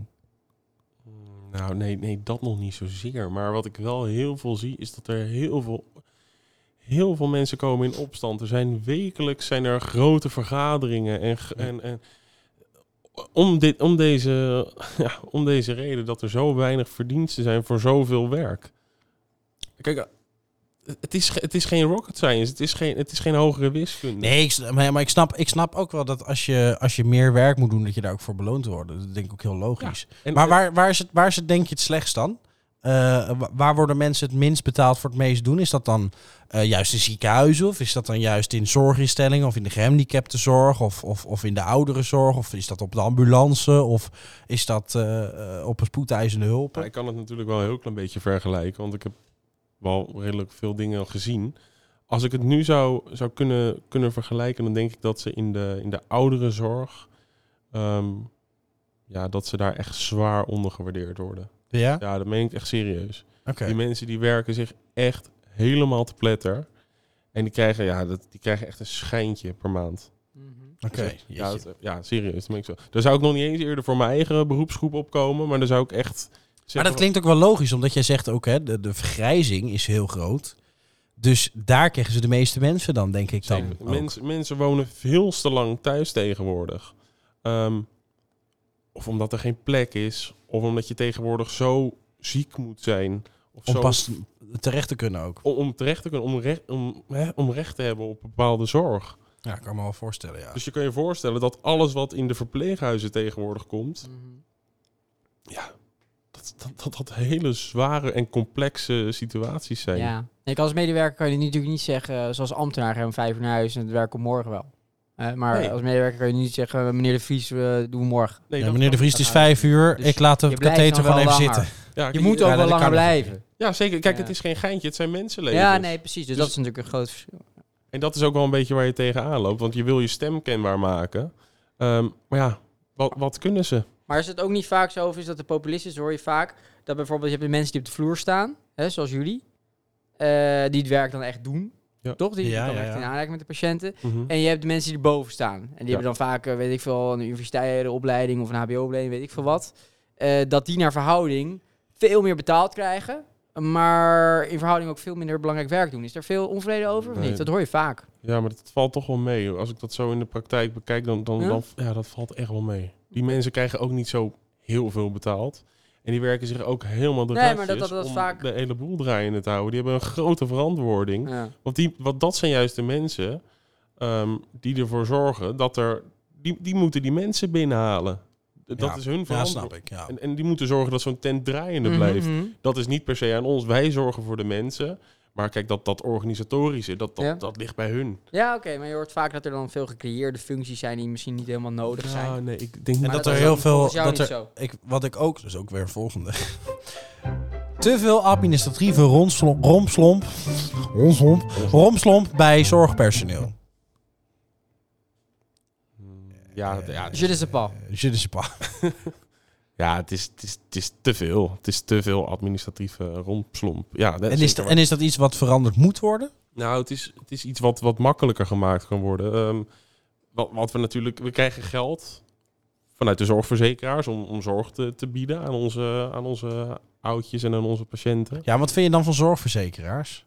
Speaker 3: Nou, nee, nee, dat nog niet zozeer. Maar wat ik wel heel veel zie, is dat er heel veel... Heel veel mensen komen in opstand. Er zijn wekelijks zijn er grote vergaderingen. En, g-
Speaker 1: Ja.
Speaker 3: en, en om, dit, om, deze, ja, om deze reden dat er zo weinig verdiensten zijn voor zoveel werk. Kijk, het is, ge- het is geen rocket science. Het is geen, het is geen hogere wiskunde.
Speaker 1: Nee, ik, s- maar maar ik, snap, ik snap ook wel dat als je, als je meer werk moet doen, dat je daar ook voor beloond wordt. Dat denk ik ook heel logisch.
Speaker 3: En-
Speaker 1: Maar waar, waar, is het, waar is het denk je het slechtst dan? Uh, wa- waar worden mensen het minst betaald voor het meest doen? Is dat dan uh, juist in ziekenhuizen? Of is dat dan juist in zorginstellingen? Of in de gehandicaptenzorg? Of, of, of in de ouderenzorg? Of is dat op de ambulance? Of is dat uh, uh, op een spoedeisende hulp?
Speaker 3: Nou, ik kan het natuurlijk wel een heel klein beetje vergelijken. Want ik heb wel redelijk veel dingen al gezien. Als ik het nu zou, zou kunnen, kunnen vergelijken, dan denk ik dat ze in de, in de ouderenzorg... Um, ja, dat ze daar echt zwaar ondergewaardeerd worden.
Speaker 1: Ja?
Speaker 3: Ja, dat meen ik echt serieus.
Speaker 1: Oké. Okay.
Speaker 3: Die mensen die werken zich echt helemaal te pletter. En die krijgen, ja, dat, die krijgen echt een schijntje per maand.
Speaker 2: Mm-hmm.
Speaker 1: Oké. Okay.
Speaker 3: Ja, dat, ja, serieus. Dat meen ik zo. Daar zou ik nog niet eens eerder voor mijn eigen beroepsgroep opkomen. Maar daar zou ik echt...
Speaker 1: Maar dat klinkt ook wel logisch, omdat jij zegt ook, hè, de, de vergrijzing is heel groot. Dus daar krijgen ze de meeste mensen dan, denk ik dan.
Speaker 3: Mensen, mensen wonen veel te lang thuis tegenwoordig. Um, of omdat er geen plek is. Of omdat je tegenwoordig zo ziek moet zijn. Of
Speaker 1: om
Speaker 3: zo,
Speaker 1: pas terecht te kunnen ook.
Speaker 3: Om, om terecht te kunnen, om recht, om, hè, om recht te hebben op bepaalde zorg.
Speaker 1: Ja, ik kan me wel voorstellen, ja.
Speaker 3: Dus je kan je voorstellen dat alles wat in de verpleeghuizen tegenwoordig komt...
Speaker 2: Mm-hmm.
Speaker 3: Ja, dat, dat, dat, dat hele zware en complexe situaties zijn.
Speaker 2: Ja. Ik als medewerker kan je natuurlijk niet zeggen, zoals ambtenaar gaan we om vijf uur naar huis en het werken morgen wel. Uh, maar
Speaker 3: Nee.
Speaker 2: als medewerker kan je niet zeggen, meneer De Vries, we doen we morgen.
Speaker 3: Nee,
Speaker 1: ja
Speaker 3: dat-
Speaker 1: meneer De Vries, het is
Speaker 2: dat-
Speaker 1: vijf uur.
Speaker 2: Dus
Speaker 1: ik laat de
Speaker 2: je blijft
Speaker 1: katheter
Speaker 2: dan
Speaker 1: gewoon
Speaker 2: wel
Speaker 1: even
Speaker 2: langer.
Speaker 1: zitten.
Speaker 3: Ja,
Speaker 2: Je
Speaker 3: kijk,
Speaker 2: moet
Speaker 1: ja,
Speaker 2: ook
Speaker 1: dat
Speaker 2: wel
Speaker 1: kan
Speaker 2: langer
Speaker 1: niet.
Speaker 2: blijven.
Speaker 3: Ja, zeker. Kijk,
Speaker 2: Ja.
Speaker 3: het is geen geintje. Het zijn mensenlevens.
Speaker 2: Ja, nee, precies. Dus,
Speaker 3: Dus-
Speaker 2: dat is natuurlijk een groot verschil.
Speaker 3: En dat is ook wel een beetje waar je tegenaan loopt. Want je wil je stem kenbaar maken. Um, maar ja, wat, wat kunnen ze?
Speaker 2: Maar is het ook niet vaak zo, of is dat de populisten, hoor je vaak, dat bijvoorbeeld je hebt de mensen die op de vloer staan, hè, zoals jullie, uh, die het werk dan echt doen.
Speaker 3: Ja.
Speaker 2: Toch? Die
Speaker 1: Ja,
Speaker 2: komen
Speaker 1: ja,
Speaker 2: echt
Speaker 1: ja.
Speaker 2: in aanraking met de patiënten.
Speaker 3: Mm-hmm.
Speaker 2: En je hebt de mensen die erboven staan. En die
Speaker 3: Ja.
Speaker 2: hebben dan vaak, uh, weet ik veel, een universitaire opleiding of een H B O-opleiding, weet ik veel wat. Uh, dat die naar verhouding veel meer betaald krijgen, maar in verhouding ook veel minder belangrijk werk doen. Is er veel onvrede over of
Speaker 3: Nee.
Speaker 2: niet? Dat hoor je vaak.
Speaker 3: Ja, maar dat valt toch wel mee. Als ik dat zo in de praktijk bekijk, dan, dan,
Speaker 2: Ja?
Speaker 3: dan ja, dat valt echt wel mee. Die mensen krijgen ook niet zo heel veel betaald. En die werken zich ook helemaal de
Speaker 2: Nee,
Speaker 3: ratjes
Speaker 2: maar dat- dat- dat
Speaker 3: om
Speaker 2: vaak-
Speaker 3: de hele boel draaiende te houden. Die hebben een grote verantwoording.
Speaker 2: Ja.
Speaker 3: Want die, wat dat zijn juist de mensen um, die ervoor zorgen dat er... Die, die moeten die mensen binnenhalen. Dat
Speaker 1: Ja.
Speaker 3: is hun
Speaker 1: Ja,
Speaker 3: verantwoording.
Speaker 1: snap ik. Ja.
Speaker 3: En, en die moeten zorgen dat zo'n tent draaiende
Speaker 2: Mhm,
Speaker 3: blijft.
Speaker 2: mhm.
Speaker 3: Dat is niet per se aan ons. Wij zorgen voor de mensen. Maar kijk, dat, dat organisatorische, dat, dat,
Speaker 2: Ja.
Speaker 3: dat ligt bij hun.
Speaker 2: Ja, oké, okay, maar je hoort vaak dat er dan veel gecreëerde functies zijn die misschien niet helemaal nodig zijn.
Speaker 3: Ja, nee, ik denk
Speaker 1: En
Speaker 3: niet
Speaker 1: dat
Speaker 2: dat
Speaker 1: er
Speaker 2: is
Speaker 1: heel
Speaker 2: ook
Speaker 1: veel...
Speaker 2: volgens jou
Speaker 1: Dat
Speaker 2: niet
Speaker 1: er,
Speaker 2: zo.
Speaker 1: ik, wat ik ook... Dus ook weer het volgende. Te veel administratieve romslomp... Romslomp... Romslomp... Romslomp bij zorgpersoneel.
Speaker 3: Ja, ja,
Speaker 2: Je ne sais pas.
Speaker 1: Je ne sais pas.
Speaker 3: ja het, is, het, is, het is te veel. Het is te veel administratieve rompslomp. Ja, dat
Speaker 1: En is,
Speaker 3: zeker
Speaker 1: dat,
Speaker 3: waar.
Speaker 1: en is dat iets wat veranderd moet worden?
Speaker 3: Nou, het is, het is iets wat, wat makkelijker gemaakt kan worden. Um, wat, wat we natuurlijk... We krijgen geld vanuit de zorgverzekeraars om, om zorg te, te bieden aan onze, aan onze oudjes en aan onze patiënten.
Speaker 1: Ja, wat vind je dan van zorgverzekeraars?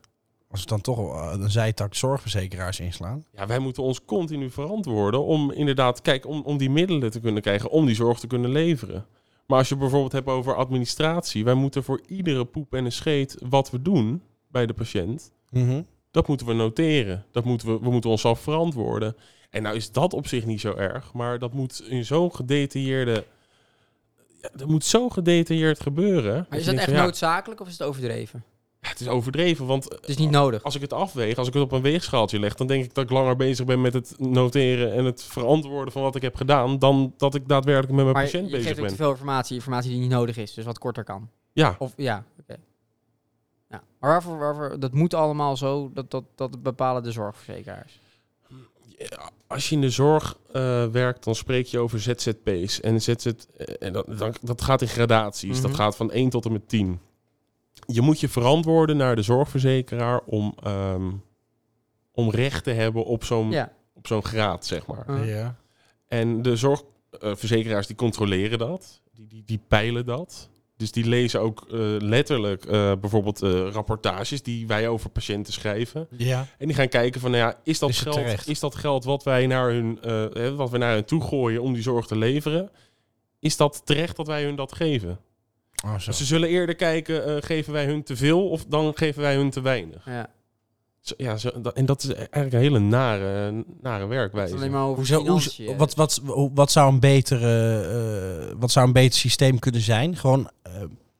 Speaker 1: Als we dan toch uh, een zijtak zorgverzekeraars inslaan.
Speaker 3: Ja, wij moeten ons continu verantwoorden om inderdaad, kijk, om, om die middelen te kunnen krijgen, om die zorg te kunnen leveren. Maar als je bijvoorbeeld hebt over administratie, wij moeten voor iedere poep en een scheet wat we doen bij de patiënt,
Speaker 1: Mm-hmm.
Speaker 3: dat moeten we noteren. Dat moeten we, we moeten onszelf verantwoorden. En nou is dat op zich niet zo erg, maar dat moet in zo'n gedetailleerde, ja, dat moet zo gedetailleerd gebeuren.
Speaker 2: Maar is
Speaker 3: je
Speaker 2: dat
Speaker 3: denkt
Speaker 2: echt
Speaker 3: van, ja,
Speaker 2: noodzakelijk of is het overdreven?
Speaker 3: ja, het is overdreven, want
Speaker 2: Het is niet nodig.
Speaker 3: als ik het afweeg, als ik het op een weegschaaltje leg, dan denk ik dat ik langer bezig ben met het noteren en het verantwoorden van wat ik heb gedaan, dan dat ik daadwerkelijk met mijn
Speaker 2: Maar
Speaker 3: patiënt
Speaker 2: je
Speaker 3: bezig
Speaker 2: geeft ook
Speaker 3: ben.
Speaker 2: te veel informatie, informatie die niet nodig is, dus wat korter kan.
Speaker 3: Ja,
Speaker 2: Of ja, oké. Ja. Maar waarvoor, waarvoor, dat moet allemaal zo, dat, dat, dat bepalen de zorgverzekeraars.
Speaker 3: ja, als je in de zorg uh, werkt, dan spreek je over Z Z P's. En, Z Z, uh, en dat, dat, dat gaat in gradaties.
Speaker 2: Mhm.
Speaker 3: Dat gaat van één tot en met tien. Je moet je verantwoorden naar de zorgverzekeraar om, um, om recht te hebben op zo'n,
Speaker 2: Ja.
Speaker 3: op zo'n graad, zeg maar.
Speaker 2: Uh.
Speaker 1: Ja.
Speaker 3: En de zorgverzekeraars die controleren dat. Die, die, die peilen dat. Dus die lezen ook uh, letterlijk uh, bijvoorbeeld uh, rapportages die wij over patiënten schrijven.
Speaker 1: Ja.
Speaker 3: En die gaan kijken van, nou ja, is dat,
Speaker 1: Is het
Speaker 3: geld,
Speaker 1: terecht?
Speaker 3: is dat geld wat wij naar hun, uh, hè, wat we naar hen toe gooien om die zorg te leveren, is dat terecht dat wij hun dat geven?
Speaker 1: Oh, zo.
Speaker 3: Dus ze zullen eerder kijken, uh, geven wij hun te veel of dan geven wij hun te weinig?
Speaker 2: Ja.
Speaker 3: Zo, ja, zo, dat, en dat is eigenlijk een hele nare, nare
Speaker 2: Het
Speaker 3: werkwijze.
Speaker 2: is alleen maar over
Speaker 1: Hoezo,
Speaker 2: financiën.
Speaker 1: hoe, wat, wat, hoe- wat, zou een betere, uh, wat zou een beter systeem kunnen zijn? Gewoon uh,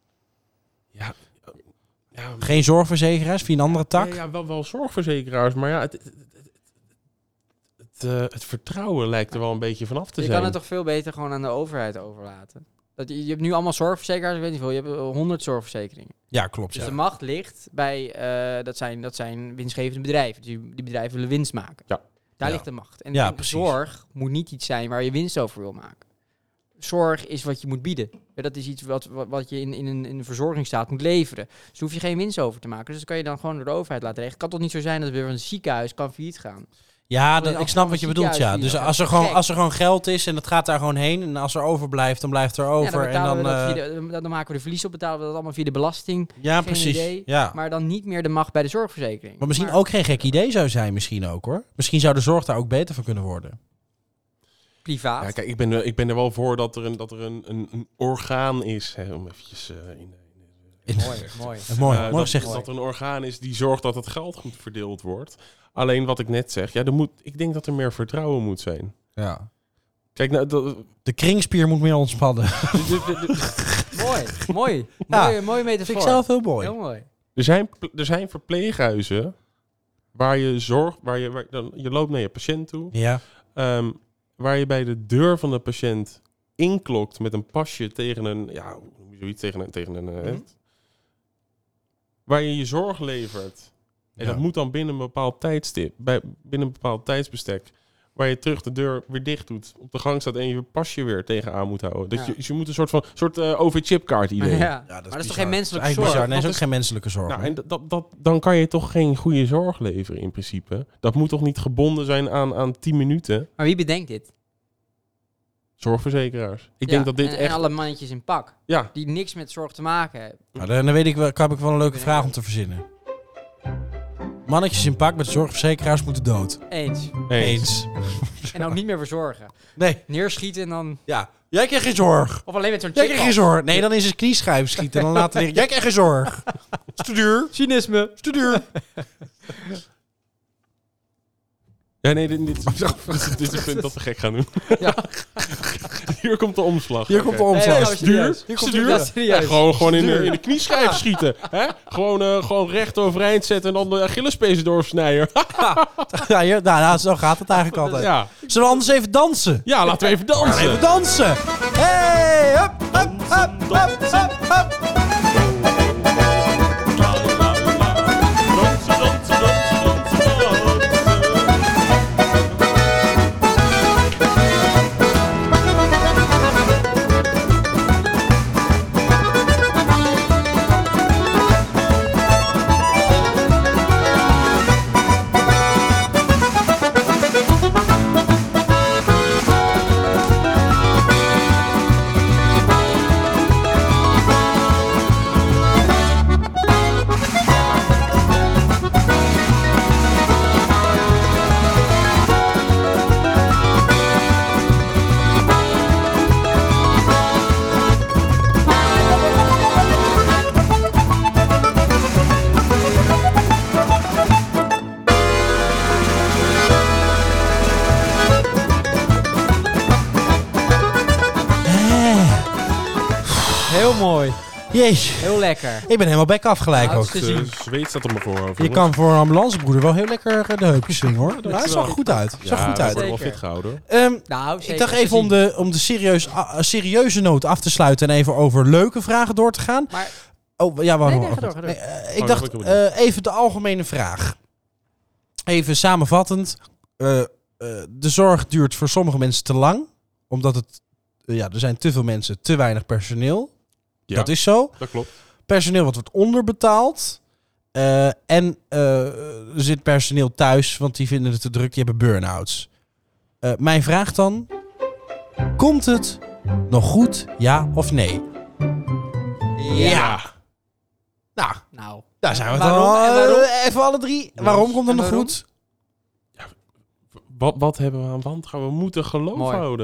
Speaker 3: Ja, ja,
Speaker 1: geen zorgverzekeraars via een andere tak?
Speaker 3: Ja, ja, wel, wel zorgverzekeraars, maar ja, het, het, het, het, uh, het vertrouwen lijkt er wel een beetje vanaf te
Speaker 2: Je
Speaker 3: zijn.
Speaker 2: kan het toch veel beter gewoon aan de overheid overlaten. Dat je, je hebt nu allemaal zorgverzekeraars, ik weet niet veel, je hebt honderd zorgverzekeringen.
Speaker 1: Ja, klopt.
Speaker 2: Dus
Speaker 1: Ja.
Speaker 2: de macht ligt bij, uh, dat, zijn, dat zijn winstgevende bedrijven. Die, die bedrijven willen winst maken.
Speaker 3: Ja.
Speaker 2: Daar
Speaker 1: Ja.
Speaker 2: ligt de macht. En,
Speaker 1: Ja,
Speaker 2: en
Speaker 1: precies.
Speaker 2: zorg moet niet iets zijn waar je winst over wil maken. Zorg is wat je moet bieden. Ja, dat is iets wat, wat, wat je in, in, een, in een verzorgingsstaat moet leveren. Dus daar hoef je geen winst over te maken. Dus dat kan je dan gewoon door de overheid laten regelen. Het kan toch niet zo zijn dat weer een ziekenhuis kan failliet gaan.
Speaker 1: Ja,
Speaker 2: Wil
Speaker 1: dat,
Speaker 2: je
Speaker 1: ik snap wat je bedoelt, ja.
Speaker 2: ziekenhuis
Speaker 1: Dus
Speaker 2: die-
Speaker 1: als er,
Speaker 2: dat is
Speaker 1: gewoon,
Speaker 2: gek.
Speaker 1: als er gewoon geld is en het gaat daar gewoon heen... en als er overblijft, dan blijft er over.
Speaker 2: Ja, dan,
Speaker 1: en
Speaker 2: betalen
Speaker 1: dan,
Speaker 2: we dat
Speaker 1: eh,
Speaker 2: via de, dan dan maken we de verlies op, betalen we dat allemaal via de belasting.
Speaker 1: ja,
Speaker 2: geen
Speaker 1: precies.
Speaker 2: idee.
Speaker 1: Ja.
Speaker 2: Maar dan niet meer de macht bij de zorgverzekering.
Speaker 1: Maar misschien ook geen gek idee zou zijn, misschien ook hoor. Misschien zou de zorg daar ook beter van kunnen worden.
Speaker 2: privaat.
Speaker 3: Ja, kijk, ik ben, er, ik ben er wel voor dat er een, dat er een, een, een orgaan is. Hè, om eventjes uh, in, in,
Speaker 2: Mooi, mooi.
Speaker 1: Uh, mooi,
Speaker 3: uh,
Speaker 1: mooi
Speaker 3: dat,
Speaker 1: gezegd.
Speaker 3: dat er een orgaan is die zorgt dat het geld goed verdeeld wordt. Alleen wat ik net zeg, ja, er moet, ik denk dat er meer vertrouwen moet zijn.
Speaker 1: Ja.
Speaker 3: Kijk, nou, dat,
Speaker 1: De kringspier moet meer ontspannen.
Speaker 2: mooi, mooi.
Speaker 1: Ja,
Speaker 2: Mooi, mooi metafoor.
Speaker 1: Vind ik zelf heel mooi.
Speaker 2: Heel mooi.
Speaker 3: er, zijn, er zijn verpleeghuizen waar je zorgt, waar je, waar, dan, je loopt naar je patiënt toe,
Speaker 1: Ja.
Speaker 3: um, waar je bij de deur van de patiënt inklokt met een pasje tegen een, ja, hoe noem je zoiets, tegen een, tegen een, uh,
Speaker 2: Mhm.
Speaker 3: waar je je zorg levert. En
Speaker 1: Ja.
Speaker 3: dat moet dan binnen een bepaald tijdstip, bij, binnen een bepaald tijdsbestek, waar je terug de deur weer dicht doet, op de gang staat en je pasje weer tegenaan moet houden. Dat
Speaker 2: Ja.
Speaker 3: je, dus je moet een soort van soort uh, O V-chipkaart idee.
Speaker 2: Ja.
Speaker 1: Ja,
Speaker 2: maar dat is
Speaker 1: bizar.
Speaker 2: toch geen menselijke
Speaker 1: Dat is eigenlijk
Speaker 2: zorg?
Speaker 1: bizar. Nee, dat is
Speaker 3: Wat
Speaker 1: ook
Speaker 3: is-
Speaker 1: geen menselijke zorg.
Speaker 3: Nou,
Speaker 1: hè?
Speaker 3: en dat, dat, dat, dan kan je toch geen goede zorg leveren in principe. Dat moet toch niet gebonden zijn aan, aan tien minuten?
Speaker 2: Maar wie bedenkt dit?
Speaker 3: Zorgverzekeraars. Ik
Speaker 2: Ja,
Speaker 3: denk dat dit
Speaker 2: en,
Speaker 3: echt...
Speaker 2: en alle mannetjes in pak,
Speaker 3: Ja,
Speaker 2: die niks met zorg te maken hebben.
Speaker 1: Nou, dan dan weet ik wel, heb ik wel een leuke vraag om te verzinnen. Mannetjes in pak met zorgverzekeraars moeten dood.
Speaker 2: Eens.
Speaker 3: eens.
Speaker 2: En ook niet meer verzorgen.
Speaker 1: Nee,
Speaker 2: Neerschieten en dan...
Speaker 1: ja. Jij krijgt geen zorg.
Speaker 2: Of alleen met zo'n
Speaker 1: Jij
Speaker 2: chip.
Speaker 1: krijgt geen zorg. Nee, dan is het knieschijf schieten en dan laten liggen. Jij krijgt geen zorg. Studuur.
Speaker 2: Cynisme.
Speaker 1: Studuur.
Speaker 3: Ja, nee, dit, dit, dit is het punt dat we gek gaan doen.
Speaker 2: Ja.
Speaker 3: Hier komt de omslag.
Speaker 1: Hier
Speaker 3: Oké.
Speaker 1: komt de
Speaker 2: Nee,
Speaker 1: omslag.
Speaker 2: nee, nou, serieus.
Speaker 1: Hier komt
Speaker 2: Stuur.
Speaker 1: de
Speaker 2: Ja,
Speaker 1: duur.
Speaker 2: serieus.
Speaker 3: Ja, gewoon gewoon in, de, in de knieschijf schieten. Hè? Gewoon, uh, gewoon recht overeind zetten en dan de Achillespees doorsnijden.
Speaker 1: Ja, hier, nou, nou, zo gaat het eigenlijk altijd.
Speaker 3: ja.
Speaker 1: Zullen we anders even dansen?
Speaker 3: ja, laten we even dansen.
Speaker 1: Even dansen. Hey, hup, hup, hup, hup, hup, hup.
Speaker 3: Dansen, dansen, dansen, dansen, dansen.
Speaker 2: Heel mooi.
Speaker 1: Jeetje,
Speaker 2: Heel lekker.
Speaker 1: ik ben helemaal bek af gelijk
Speaker 2: Nou,
Speaker 1: ook.
Speaker 2: het is te zien.
Speaker 3: De zweet staat op mijn voorhoofd.
Speaker 1: Je
Speaker 3: jongens.
Speaker 1: kan voor een ambulancebroeder wel heel lekker de heupjes swingen, hoor.
Speaker 3: dat
Speaker 1: Nou, het
Speaker 3: is
Speaker 1: zag
Speaker 3: wel-
Speaker 1: er goed uit. Het zag
Speaker 3: Ja,
Speaker 1: goed
Speaker 3: we
Speaker 1: uit.
Speaker 3: worden wel
Speaker 2: Zeker.
Speaker 3: fit gehouden. hoor.
Speaker 1: Ehm,
Speaker 2: Nou,
Speaker 1: ik
Speaker 2: zeker
Speaker 1: dacht
Speaker 2: te
Speaker 1: even om
Speaker 2: zien.
Speaker 1: de, om de serieus, ah, serieuze noot af te sluiten en even over leuke vragen door te gaan.
Speaker 2: Maar
Speaker 1: Oh, ja, waarom?
Speaker 2: Nee, nee, ga door, ga door.
Speaker 1: Nee, eh,
Speaker 3: Oh,
Speaker 1: ik
Speaker 3: dat
Speaker 1: dacht
Speaker 3: wil ik wel
Speaker 1: eh, even de algemene vraag. Even samenvattend. Eh, eh, de zorg duurt voor sommige mensen te lang. Omdat het, eh, ja, er zijn te veel mensen, te weinig personeel.
Speaker 3: Ja,
Speaker 1: Dat is zo.
Speaker 3: dat klopt.
Speaker 1: Personeel wat wordt onderbetaald. Eh, en eh, er zit personeel thuis, want die vinden het te druk. Die hebben burn-outs. Eh, mijn vraag dan. Komt het nog goed, ja of nee?
Speaker 2: Ja.
Speaker 1: Nou,
Speaker 2: Nou.
Speaker 1: daar zijn we
Speaker 2: Waarom?
Speaker 1: dan.
Speaker 2: En waarom?
Speaker 1: Eh, Even alle drie. Waarom komt het
Speaker 2: En
Speaker 1: nog
Speaker 2: waarom?
Speaker 1: goed?
Speaker 3: Wat, wat hebben we aan wantrouwen? We moeten geloof
Speaker 2: Mooi.
Speaker 3: houden.